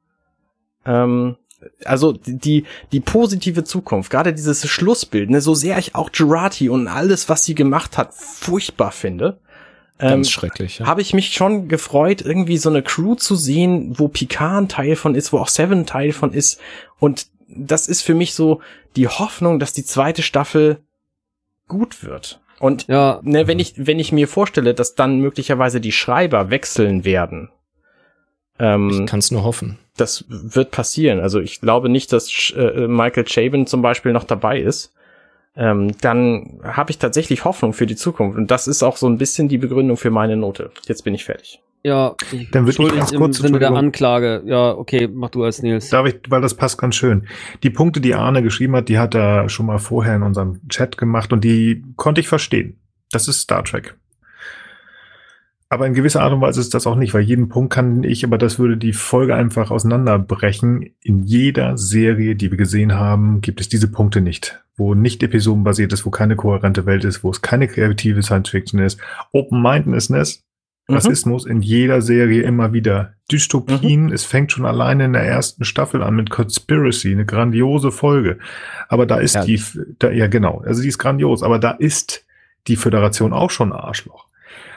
Ähm, also die die positive Zukunft, gerade dieses Schlussbild, ne, so sehr ich auch Jurati und alles, was sie gemacht hat, furchtbar finde. Ganz ähm, schrecklich. Ja. Habe ich mich schon gefreut, irgendwie so eine Crew zu sehen, wo Picard ein Teil von ist, wo auch Seven ein Teil von ist. Und das ist für mich so die Hoffnung, dass die zweite Staffel gut wird. Und ja. ne, wenn ich wenn ich mir vorstelle, dass dann möglicherweise die Schreiber wechseln werden, ähm, ich kann es nur hoffen. Das wird passieren. Also ich glaube nicht, dass äh, Michael Chabon zum Beispiel noch dabei ist. Ähm, dann habe ich tatsächlich Hoffnung für die Zukunft. Und das ist auch so ein bisschen die Begründung für meine Note. Jetzt bin ich fertig. Ja, ich dann würde ich ganz kurz im Sinne der Anklage. Ja, okay, mach du als Nils. Darf ich, weil das passt ganz schön. Die Punkte, die Arne geschrieben hat, die hat er schon mal vorher in unserem Chat gemacht, und die konnte ich verstehen. Das ist Star Trek. Aber in gewisser Art und Weise ist das auch nicht, weil jeden Punkt kann ich, aber das würde die Folge einfach auseinanderbrechen. In jeder Serie, die wir gesehen haben, gibt es diese Punkte nicht. Wo nicht episodenbasiert ist, wo keine kohärente Welt ist, wo es keine kreative Science-Fiction ist. Open-Mindedness, mhm. Rassismus in jeder Serie immer wieder. Dystopien, mhm. es fängt schon alleine in der ersten Staffel an mit Conspiracy, eine grandiose Folge. Aber da ist ja. die, da, ja genau, also die ist grandios, aber da ist die Föderation auch schon ein Arschloch.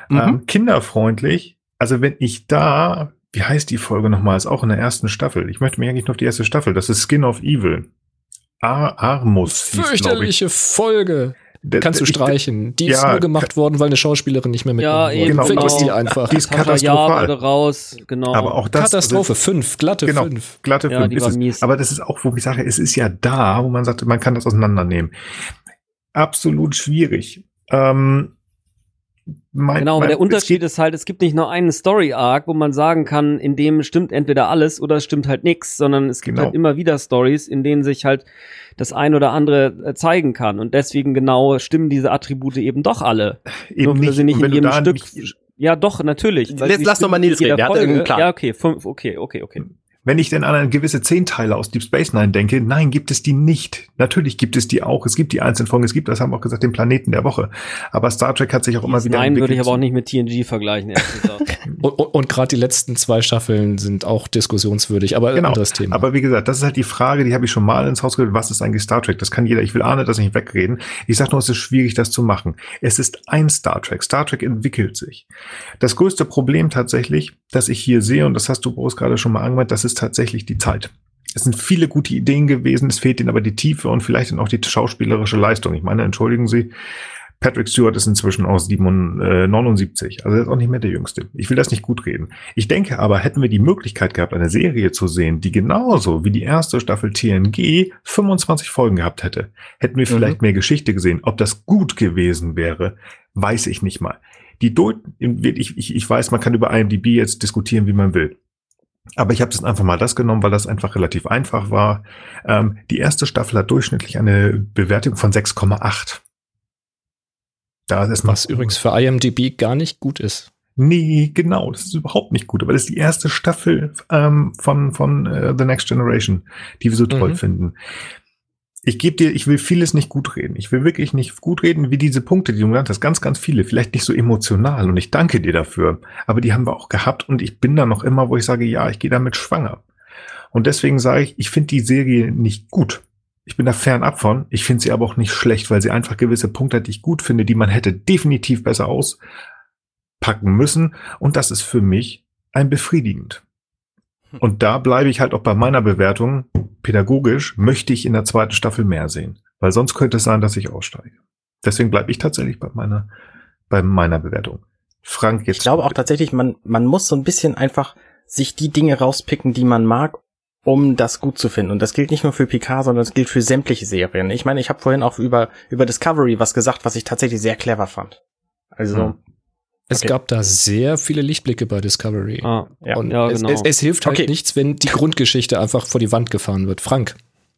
Mhm. Ähm, kinderfreundlich. Also wenn ich da, wie heißt die Folge nochmal? Ist auch in der ersten Staffel. Ich möchte mich eigentlich nur auf die erste Staffel. Das ist Skin of Evil. Ar Armus. Fürchterliche Folge. Kannst du streichen. Die ja, ist nur gemacht worden, weil eine Schauspielerin nicht mehr mitmachen ja, wollte. Genau, Vergiss genau. die einfach. Die ist katastrophal. Ja, raus, genau. Aber auch das, Katastrophe, also, fünf, glatte genau, fünf. Glatte ja, fünf die ist war es. mies. Aber das ist auch, wo ich sage, es ist ja da, wo man sagt, man kann das auseinandernehmen. Absolut schwierig. Ähm, Mein, genau, aber mein, der Unterschied ist halt, es gibt nicht nur einen Story-Arc, wo man sagen kann, in dem stimmt entweder alles oder es stimmt halt nichts, sondern es gibt genau. halt immer wieder Stories, in denen sich halt das ein oder andere zeigen kann. Und deswegen genau stimmen diese Attribute eben doch alle. Eben nur, nicht, sie nicht in jedem Stück. Nicht, ja, doch, natürlich. Jetzt lass doch mal Nils reden, der hat irgendeinen Plan. Ja, okay, fünf, okay, okay, okay. Wenn ich denn an eine gewisse Zehnteile aus Deep Space Nine denke, nein, gibt es die nicht. Natürlich gibt es die auch. Es gibt die einzelnen Folgen. Es gibt, das haben wir auch gesagt, den Planeten der Woche. Aber Star Trek hat sich auch die immer wieder Nein, würde ich aber auch nicht mit T N G vergleichen, ehrlich gesagt. und und, und gerade die letzten zwei Staffeln sind auch diskussionswürdig, aber genau. anderes Thema. Aber wie gesagt, das ist halt die Frage, die habe ich schon mal ins Haus gehört. Was ist eigentlich Star Trek? Das kann jeder. Ich will Arne das nicht wegreden. Ich sage nur, es ist schwierig, das zu machen. Es ist ein Star Trek. Star Trek entwickelt sich. Das größte Problem tatsächlich, das ich hier sehe, und das hast du, Boris, gerade schon mal angemerkt, das ist tatsächlich die Zeit. Es sind viele gute Ideen gewesen, es fehlt ihnen aber die Tiefe und vielleicht dann auch die schauspielerische Leistung. Ich meine, entschuldigen Sie, Patrick Stewart ist inzwischen aus neunundsiebzig, also er ist auch nicht mehr der Jüngste. Ich will das nicht gut reden. Ich denke aber, hätten wir die Möglichkeit gehabt, eine Serie zu sehen, die genauso wie die erste Staffel T N G fünfundzwanzig Folgen gehabt hätte, hätten wir vielleicht mhm. mehr Geschichte gesehen. Ob das gut gewesen wäre, weiß ich nicht mal. Die Deut- ich, ich, ich weiß, man kann über I M D B jetzt diskutieren, wie man will. Aber ich habe das einfach mal das genommen, weil das einfach relativ einfach war. Ähm, die erste Staffel hat durchschnittlich eine Bewertung von sechs Komma acht. Da ist Was übrigens für I M D B gar nicht gut ist. Nee, genau, das ist überhaupt nicht gut. Aber das ist die erste Staffel ähm, von von uh, The Next Generation, die wir so toll mhm. finden. Ich gebe dir, ich will vieles nicht gut reden. Ich will wirklich nicht gut reden, wie diese Punkte, die du genannt hast. Ganz, ganz viele. Vielleicht nicht so emotional. Und ich danke dir dafür. Aber die haben wir auch gehabt. Und ich bin da noch immer, wo ich sage, ja, ich gehe damit schwanger. Und deswegen sage ich, ich finde die Serie nicht gut. Ich bin da fernab von. Ich finde sie aber auch nicht schlecht, weil sie einfach gewisse Punkte hat, die ich gut finde, die man hätte definitiv besser auspacken müssen. Und das ist für mich ein befriedigend. Und da bleibe ich halt auch bei meiner Bewertung. Pädagogisch möchte ich in der zweiten Staffel mehr sehen. Weil sonst könnte es sein, dass ich aussteige. Deswegen bleibe ich tatsächlich bei meiner, bei meiner Bewertung. Frank, jetzt. Ich glaube auch tatsächlich, man, man muss so ein bisschen einfach sich die Dinge rauspicken, die man mag, um das gut zu finden. Und das gilt nicht nur für Picard, sondern das gilt für sämtliche Serien. Ich meine, ich habe vorhin auch über, über Discovery was gesagt, was ich tatsächlich sehr clever fand. Also, hm. Es okay. gab da sehr viele Lichtblicke bei Discovery. Ah, ja, und ja, genau. es, es, es hilft halt okay. nichts, wenn die Grundgeschichte einfach vor die Wand gefahren wird. Frank.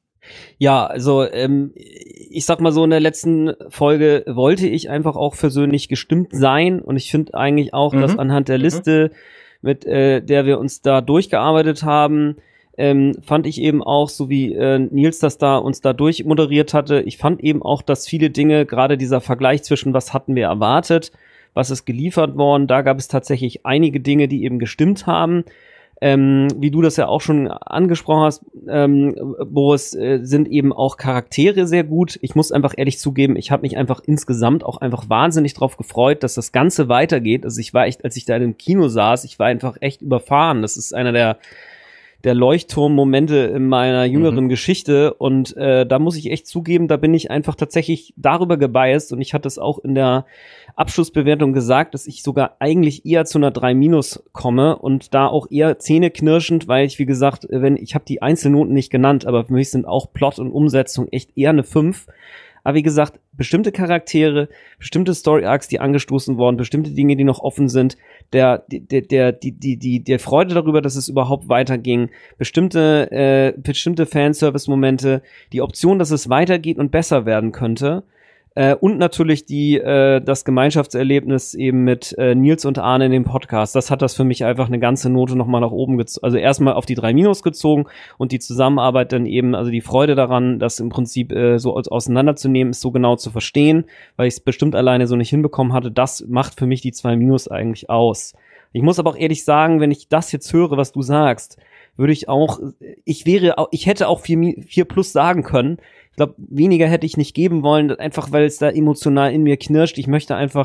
Ja, also ähm, ich sag mal so, in der letzten Folge wollte ich einfach auch persönlich gestimmt sein. Und ich finde eigentlich auch, mhm. dass anhand der Liste, mhm. mit äh, der wir uns da durchgearbeitet haben, ähm, fand ich eben auch, so wie äh, Nils das da uns da durchmoderiert hatte, ich fand eben auch, dass viele Dinge, gerade dieser Vergleich zwischen was hatten wir erwartet, was ist geliefert worden, da gab es tatsächlich einige Dinge, die eben gestimmt haben. Ähm, wie du das ja auch schon angesprochen hast, ähm, Boris, äh, sind eben auch Charaktere sehr gut. Ich muss einfach ehrlich zugeben, ich habe mich einfach insgesamt auch einfach wahnsinnig drauf gefreut, dass das Ganze weitergeht. Also ich war echt, als ich da im Kino saß, ich war einfach echt überfahren. Das ist einer der der Leuchtturmmomente in meiner jüngeren mhm. Geschichte und äh, da muss ich echt zugeben, da bin ich einfach tatsächlich darüber gebiased und ich hatte es auch in der Abschlussbewertung gesagt, dass ich sogar eigentlich eher zu einer drei minus komme und da auch eher zähneknirschend, weil ich, wie gesagt, wenn ich habe die Einzelnoten nicht genannt, aber für mich sind auch Plot und Umsetzung echt eher eine fünf. Aber wie gesagt, bestimmte Charaktere, bestimmte Story-Arcs, die angestoßen wurden, bestimmte Dinge, die noch offen sind, der, der, der, die, die, die, der Freude darüber, dass es überhaupt weiterging, bestimmte, äh, bestimmte Fanservice-Momente, die Option, dass es weitergeht und besser werden könnte, äh, und natürlich die, äh, das Gemeinschaftserlebnis eben mit äh, Nils und Arne in dem Podcast. Das hat das für mich einfach eine ganze Note nochmal nach oben gezogen, also erstmal auf die drei minus gezogen und die Zusammenarbeit dann eben, also die Freude daran, das im Prinzip äh, so auseinanderzunehmen, ist so genau zu verstehen, weil ich es bestimmt alleine so nicht hinbekommen hatte, das macht für mich die zwei minus eigentlich aus. Ich muss aber auch ehrlich sagen, wenn ich das jetzt höre, was du sagst, würde ich auch, ich wäre, ich hätte auch vier plus sagen können. Ich glaube, weniger hätte ich nicht geben wollen, einfach weil es da emotional in mir knirscht. Ich möchte einfach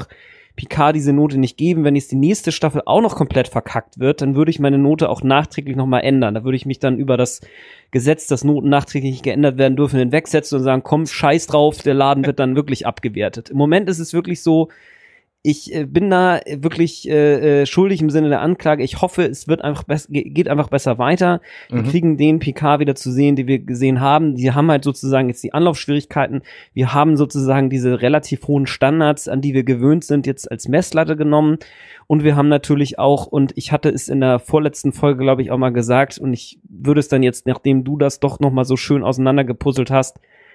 Picard diese Note nicht geben. Wenn jetzt die nächste Staffel auch noch komplett verkackt wird, dann würde ich meine Note auch nachträglich nochmal ändern. Da würde ich mich dann über das Gesetz, dass Noten nachträglich nicht geändert werden dürfen, hinwegsetzen und sagen, komm, scheiß drauf, der Laden wird dann wirklich abgewertet. Im Moment ist es wirklich so, ich äh, bin da wirklich äh, äh, schuldig im Sinne der Anklage. Ich hoffe, es wird einfach bess- geht einfach besser weiter. Wir mhm. kriegen den Picard wieder zu sehen, den wir gesehen haben. Die haben halt sozusagen jetzt die Anlaufschwierigkeiten. Wir haben sozusagen diese relativ hohen Standards, an die wir gewöhnt sind, jetzt als Messlatte genommen. Und wir haben natürlich auch, und ich hatte es in der vorletzten Folge, glaube ich, auch mal gesagt, und ich würde es dann jetzt, nachdem du das doch noch mal so schön auseinandergepuzzelt hast,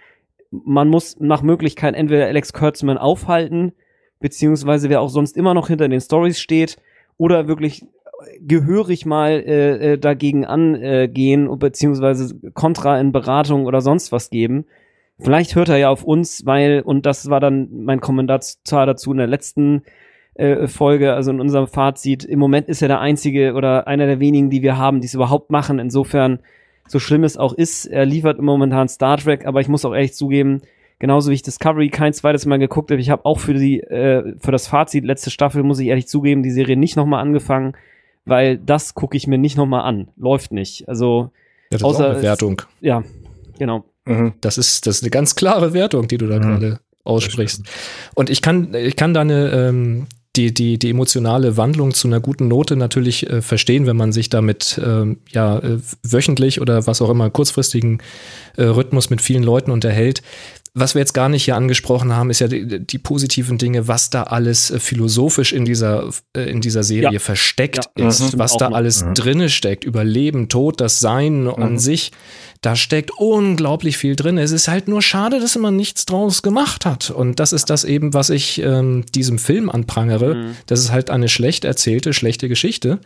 man muss nach Möglichkeit entweder Alex Kurtzman aufhalten, beziehungsweise wer auch sonst immer noch hinter den Stories steht, oder wirklich gehörig mal äh, äh, dagegen angehen, äh, beziehungsweise Kontra in Beratung oder sonst was geben. Vielleicht hört er ja auf uns, weil, und das war dann mein Kommentar dazu in der letzten äh, Folge, also in unserem Fazit, im Moment ist er der einzige oder einer der wenigen, die wir haben, die es überhaupt machen. Insofern, so schlimm es auch ist, er liefert momentan Star Trek, aber ich muss auch ehrlich zugeben, genauso wie ich Discovery kein zweites Mal geguckt habe. Ich habe auch für die äh, für das Fazit letzte Staffel, muss ich ehrlich zugeben, die Serie nicht nochmal angefangen, weil das gucke ich mir nicht nochmal an. Läuft nicht. Also ja, das außer ist auch eine Wertung. Es, ja, genau. Mhm. Das ist das ist eine ganz klare Wertung, die du da mhm. gerade aussprichst. Und ich kann ich kann deine ähm, die die die emotionale Wandlung zu einer guten Note natürlich äh, verstehen, wenn man sich damit ähm, ja äh, wöchentlich oder was auch immer kurzfristigen äh, Rhythmus mit vielen Leuten unterhält. Was wir jetzt gar nicht hier angesprochen haben, ist ja die, die positiven Dinge, was da alles äh, philosophisch in dieser, äh, in dieser Serie ja. versteckt ja. ist, mhm. was da noch. alles mhm. drinne steckt, über Leben, Tod, das Sein mhm. an sich. Da steckt unglaublich viel drin. Es ist halt nur schade, dass man nichts draus gemacht hat. Und das ist das eben, was ich ähm, diesem Film anprangere. Mhm. Das ist halt eine schlecht erzählte, schlechte Geschichte.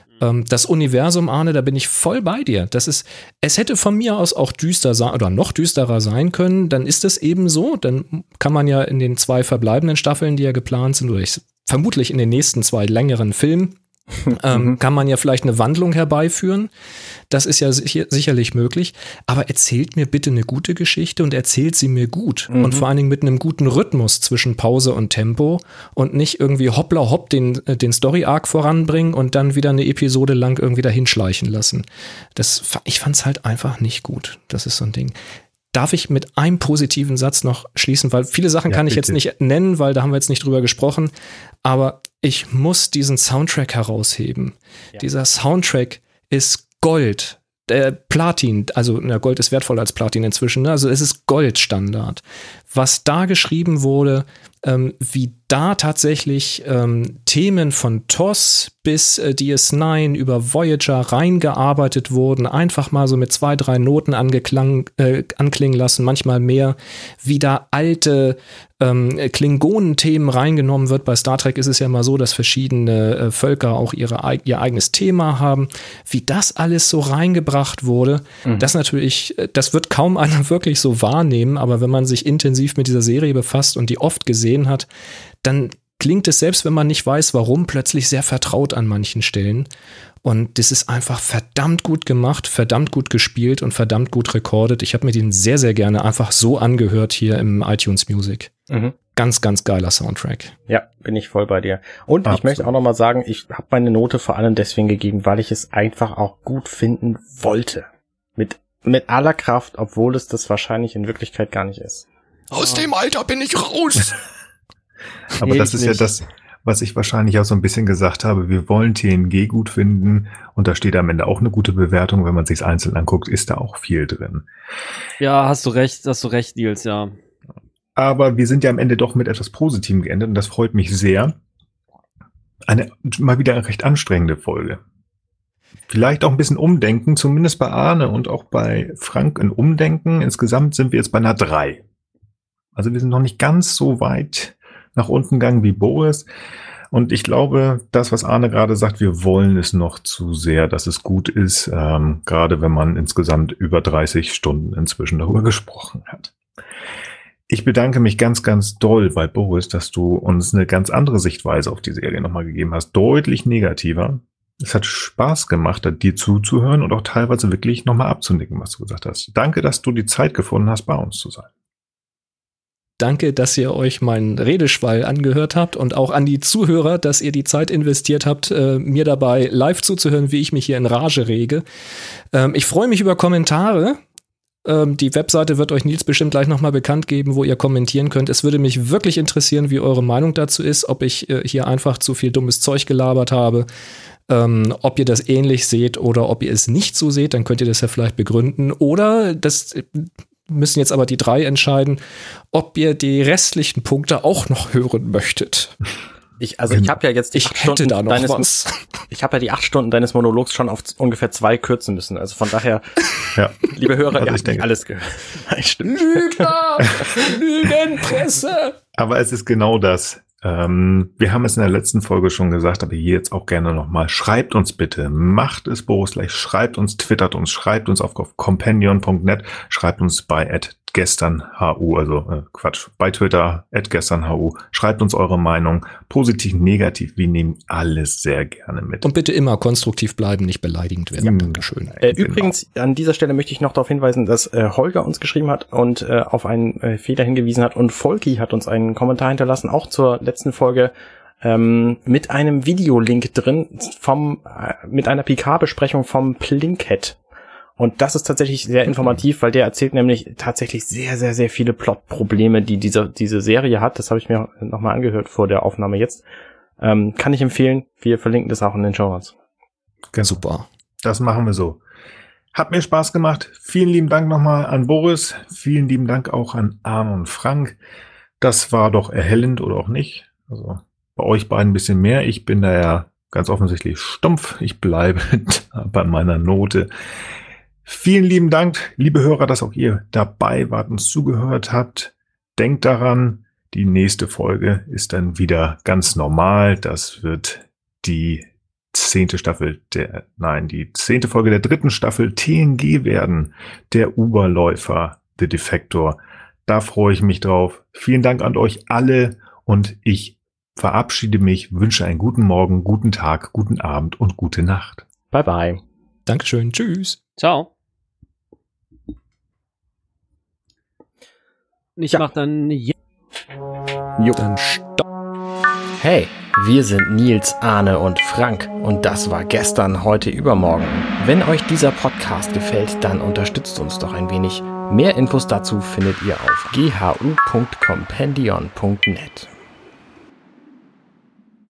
Das Universum, Arne, da bin ich voll bei dir. Das ist, es hätte von mir aus auch düster sein oder noch düsterer sein können. Dann ist es eben so. Dann kann man ja in den zwei verbleibenden Staffeln, die ja geplant sind, oder ich, vermutlich in den nächsten zwei längeren Filmen, ähm, kann man ja vielleicht eine Wandlung herbeiführen. Das ist ja sicher, sicherlich möglich. Aber erzählt mir bitte eine gute Geschichte und erzählt sie mir gut. Mhm. Und vor allen Dingen mit einem guten Rhythmus zwischen Pause und Tempo und nicht irgendwie hoppla hopp den, den Story-Arc voranbringen und dann wieder eine Episode lang irgendwie dahin schleichen lassen. Das, ich fand's halt einfach nicht gut. Das ist so ein Ding. Darf ich mit einem positiven Satz noch schließen, weil viele Sachen ja, kann ich bitte. jetzt nicht nennen, weil da haben wir jetzt nicht drüber gesprochen, aber ich muss diesen Soundtrack herausheben. Ja. Dieser Soundtrack ist Gold. Äh, Platin, also na, Gold ist wertvoller als Platin inzwischen, ne? Also es ist Goldstandard. Was da geschrieben wurde, ähm, wie da tatsächlich ähm, Themen von T O S bis äh, D S neun über Voyager reingearbeitet wurden, einfach mal so mit zwei, drei Noten angeklang, äh, anklingen lassen, manchmal mehr, wie da alte ähm, Klingonen-Themen reingenommen wird. Bei Star Trek ist es ja mal so, dass verschiedene äh, Völker auch ihre, ihr eigenes Thema haben. Wie das alles so reingebracht wurde, mhm. das natürlich, das wird kaum einer wirklich so wahrnehmen, aber wenn man sich intensiv mit dieser Serie befasst und die oft gesehen hat, dann klingt es, selbst wenn man nicht weiß, warum, plötzlich sehr vertraut an manchen Stellen. Und das ist einfach verdammt gut gemacht, verdammt gut gespielt und verdammt gut recorded. Ich habe mir den sehr, sehr gerne einfach so angehört hier im iTunes Music. Mhm. Ganz, ganz geiler Soundtrack. Ja, bin ich voll bei dir. Und Absolut. Ich möchte auch noch mal sagen, ich habe meine Note vor allem deswegen gegeben, weil ich es einfach auch gut finden wollte. Mit, mit aller Kraft, obwohl es das wahrscheinlich in Wirklichkeit gar nicht ist. Aus dem Alter bin ich raus! Aber das ist ja das, was ich wahrscheinlich auch so ein bisschen gesagt habe. Wir wollen T N G gut finden und da steht am Ende auch eine gute Bewertung. Wenn man sich's einzeln anguckt, ist da auch viel drin. Ja, hast du recht, hast du recht, Nils, ja. Aber wir sind ja am Ende doch mit etwas Positivem geendet und das freut mich sehr. Eine mal wieder eine recht anstrengende Folge. Vielleicht auch ein bisschen Umdenken, zumindest bei Arne und auch bei Frank ein Umdenken. Insgesamt sind wir jetzt bei einer drei. Also wir sind noch nicht ganz so weit nach unten gegangen wie Boris. Und ich glaube, das, was Arne gerade sagt, wir wollen es noch zu sehr, dass es gut ist, ähm, gerade wenn man insgesamt über dreißig Stunden inzwischen darüber gesprochen hat. Ich bedanke mich ganz, ganz doll bei Boris, dass du uns eine ganz andere Sichtweise auf die Serie nochmal gegeben hast. Deutlich negativer. Es hat Spaß gemacht, dir zuzuhören und auch teilweise wirklich nochmal abzunicken, was du gesagt hast. Danke, dass du die Zeit gefunden hast, bei uns zu sein. Danke, dass ihr euch meinen Redeschwall angehört habt und auch an die Zuhörer, dass ihr die Zeit investiert habt, äh, mir dabei live zuzuhören, wie ich mich hier in Rage rege. Ähm, ich freue mich über Kommentare. Ähm, die Webseite wird euch Nils bestimmt gleich nochmal bekannt geben, wo ihr kommentieren könnt. Es würde mich wirklich interessieren, wie eure Meinung dazu ist, ob ich äh, hier einfach zu viel dummes Zeug gelabert habe, ähm, ob ihr das ähnlich seht oder ob ihr es nicht so seht, dann könnt ihr das ja vielleicht begründen. Oder das müssen jetzt aber die drei entscheiden, ob ihr die restlichen Punkte auch noch hören möchtet. Ich, also ich habe ja jetzt die ich acht hätte Stunden da noch deines, was. Ich habe ja die acht Stunden deines Monologs schon auf ungefähr zwei kürzen müssen. Also von daher, ja. liebe Hörer, also ihr habt nicht alles gehört. Nein, stimmt. Lügner! Lügenpresse! Aber es ist genau das. Ähm, wir haben es in der letzten Folge schon gesagt, aber hier jetzt auch gerne nochmal. Schreibt uns bitte, macht es Boris gleich, schreibt uns, twittert uns, schreibt uns auf companion punkt net, schreibt uns bei at gesternhu, also äh, Quatsch, bei Twitter at gesternhu, schreibt uns eure Meinung, positiv, negativ, wir nehmen alles sehr gerne mit. Und bitte immer konstruktiv bleiben, nicht beleidigend werden. Ja. Dankeschön. Äh, genau. Übrigens, an dieser Stelle möchte ich noch darauf hinweisen, dass äh, Holger uns geschrieben hat und äh, auf einen äh, Fehler hingewiesen hat und Volki hat uns einen Kommentar hinterlassen, auch zur letzten Folge, ähm, mit einem Videolink drin vom äh, mit einer P K-Besprechung vom Plinkhead. Und das ist tatsächlich sehr informativ, weil der erzählt nämlich tatsächlich sehr, sehr, sehr viele Plotprobleme, die diese diese Serie hat. Das habe ich mir nochmal angehört vor der Aufnahme jetzt. Ähm, kann ich empfehlen. Wir verlinken das auch in den Show Notes. Ganz super. Das machen wir so. Hat mir Spaß gemacht. Vielen lieben Dank nochmal an Boris. Vielen lieben Dank auch an Arne und Frank. Das war doch erhellend oder auch nicht. Also bei euch beiden ein bisschen mehr. Ich bin da ja ganz offensichtlich stumpf. Ich bleibe bei meiner Note. Vielen lieben Dank, liebe Hörer, dass auch ihr dabei wart, uns zugehört habt. Denkt daran, die nächste Folge ist dann wieder ganz normal. Das wird die zehnte Staffel der, nein, die zehnte Folge der dritten Staffel T N G werden. Der Uberläufer, The Defector. Da freue ich mich drauf. Vielen Dank an euch alle und ich verabschiede mich, wünsche einen guten Morgen, guten Tag, guten Abend und gute Nacht. Bye bye. Dankeschön. Tschüss. Ciao. Ich ja. mach dann ja. Jo. Dann stopp. Hey, wir sind Nils, Arne und Frank und das war gestern, heute, übermorgen. Wenn euch dieser Podcast gefällt, dann unterstützt uns doch ein wenig. Mehr Infos dazu findet ihr auf g h u punkt compendion punkt net.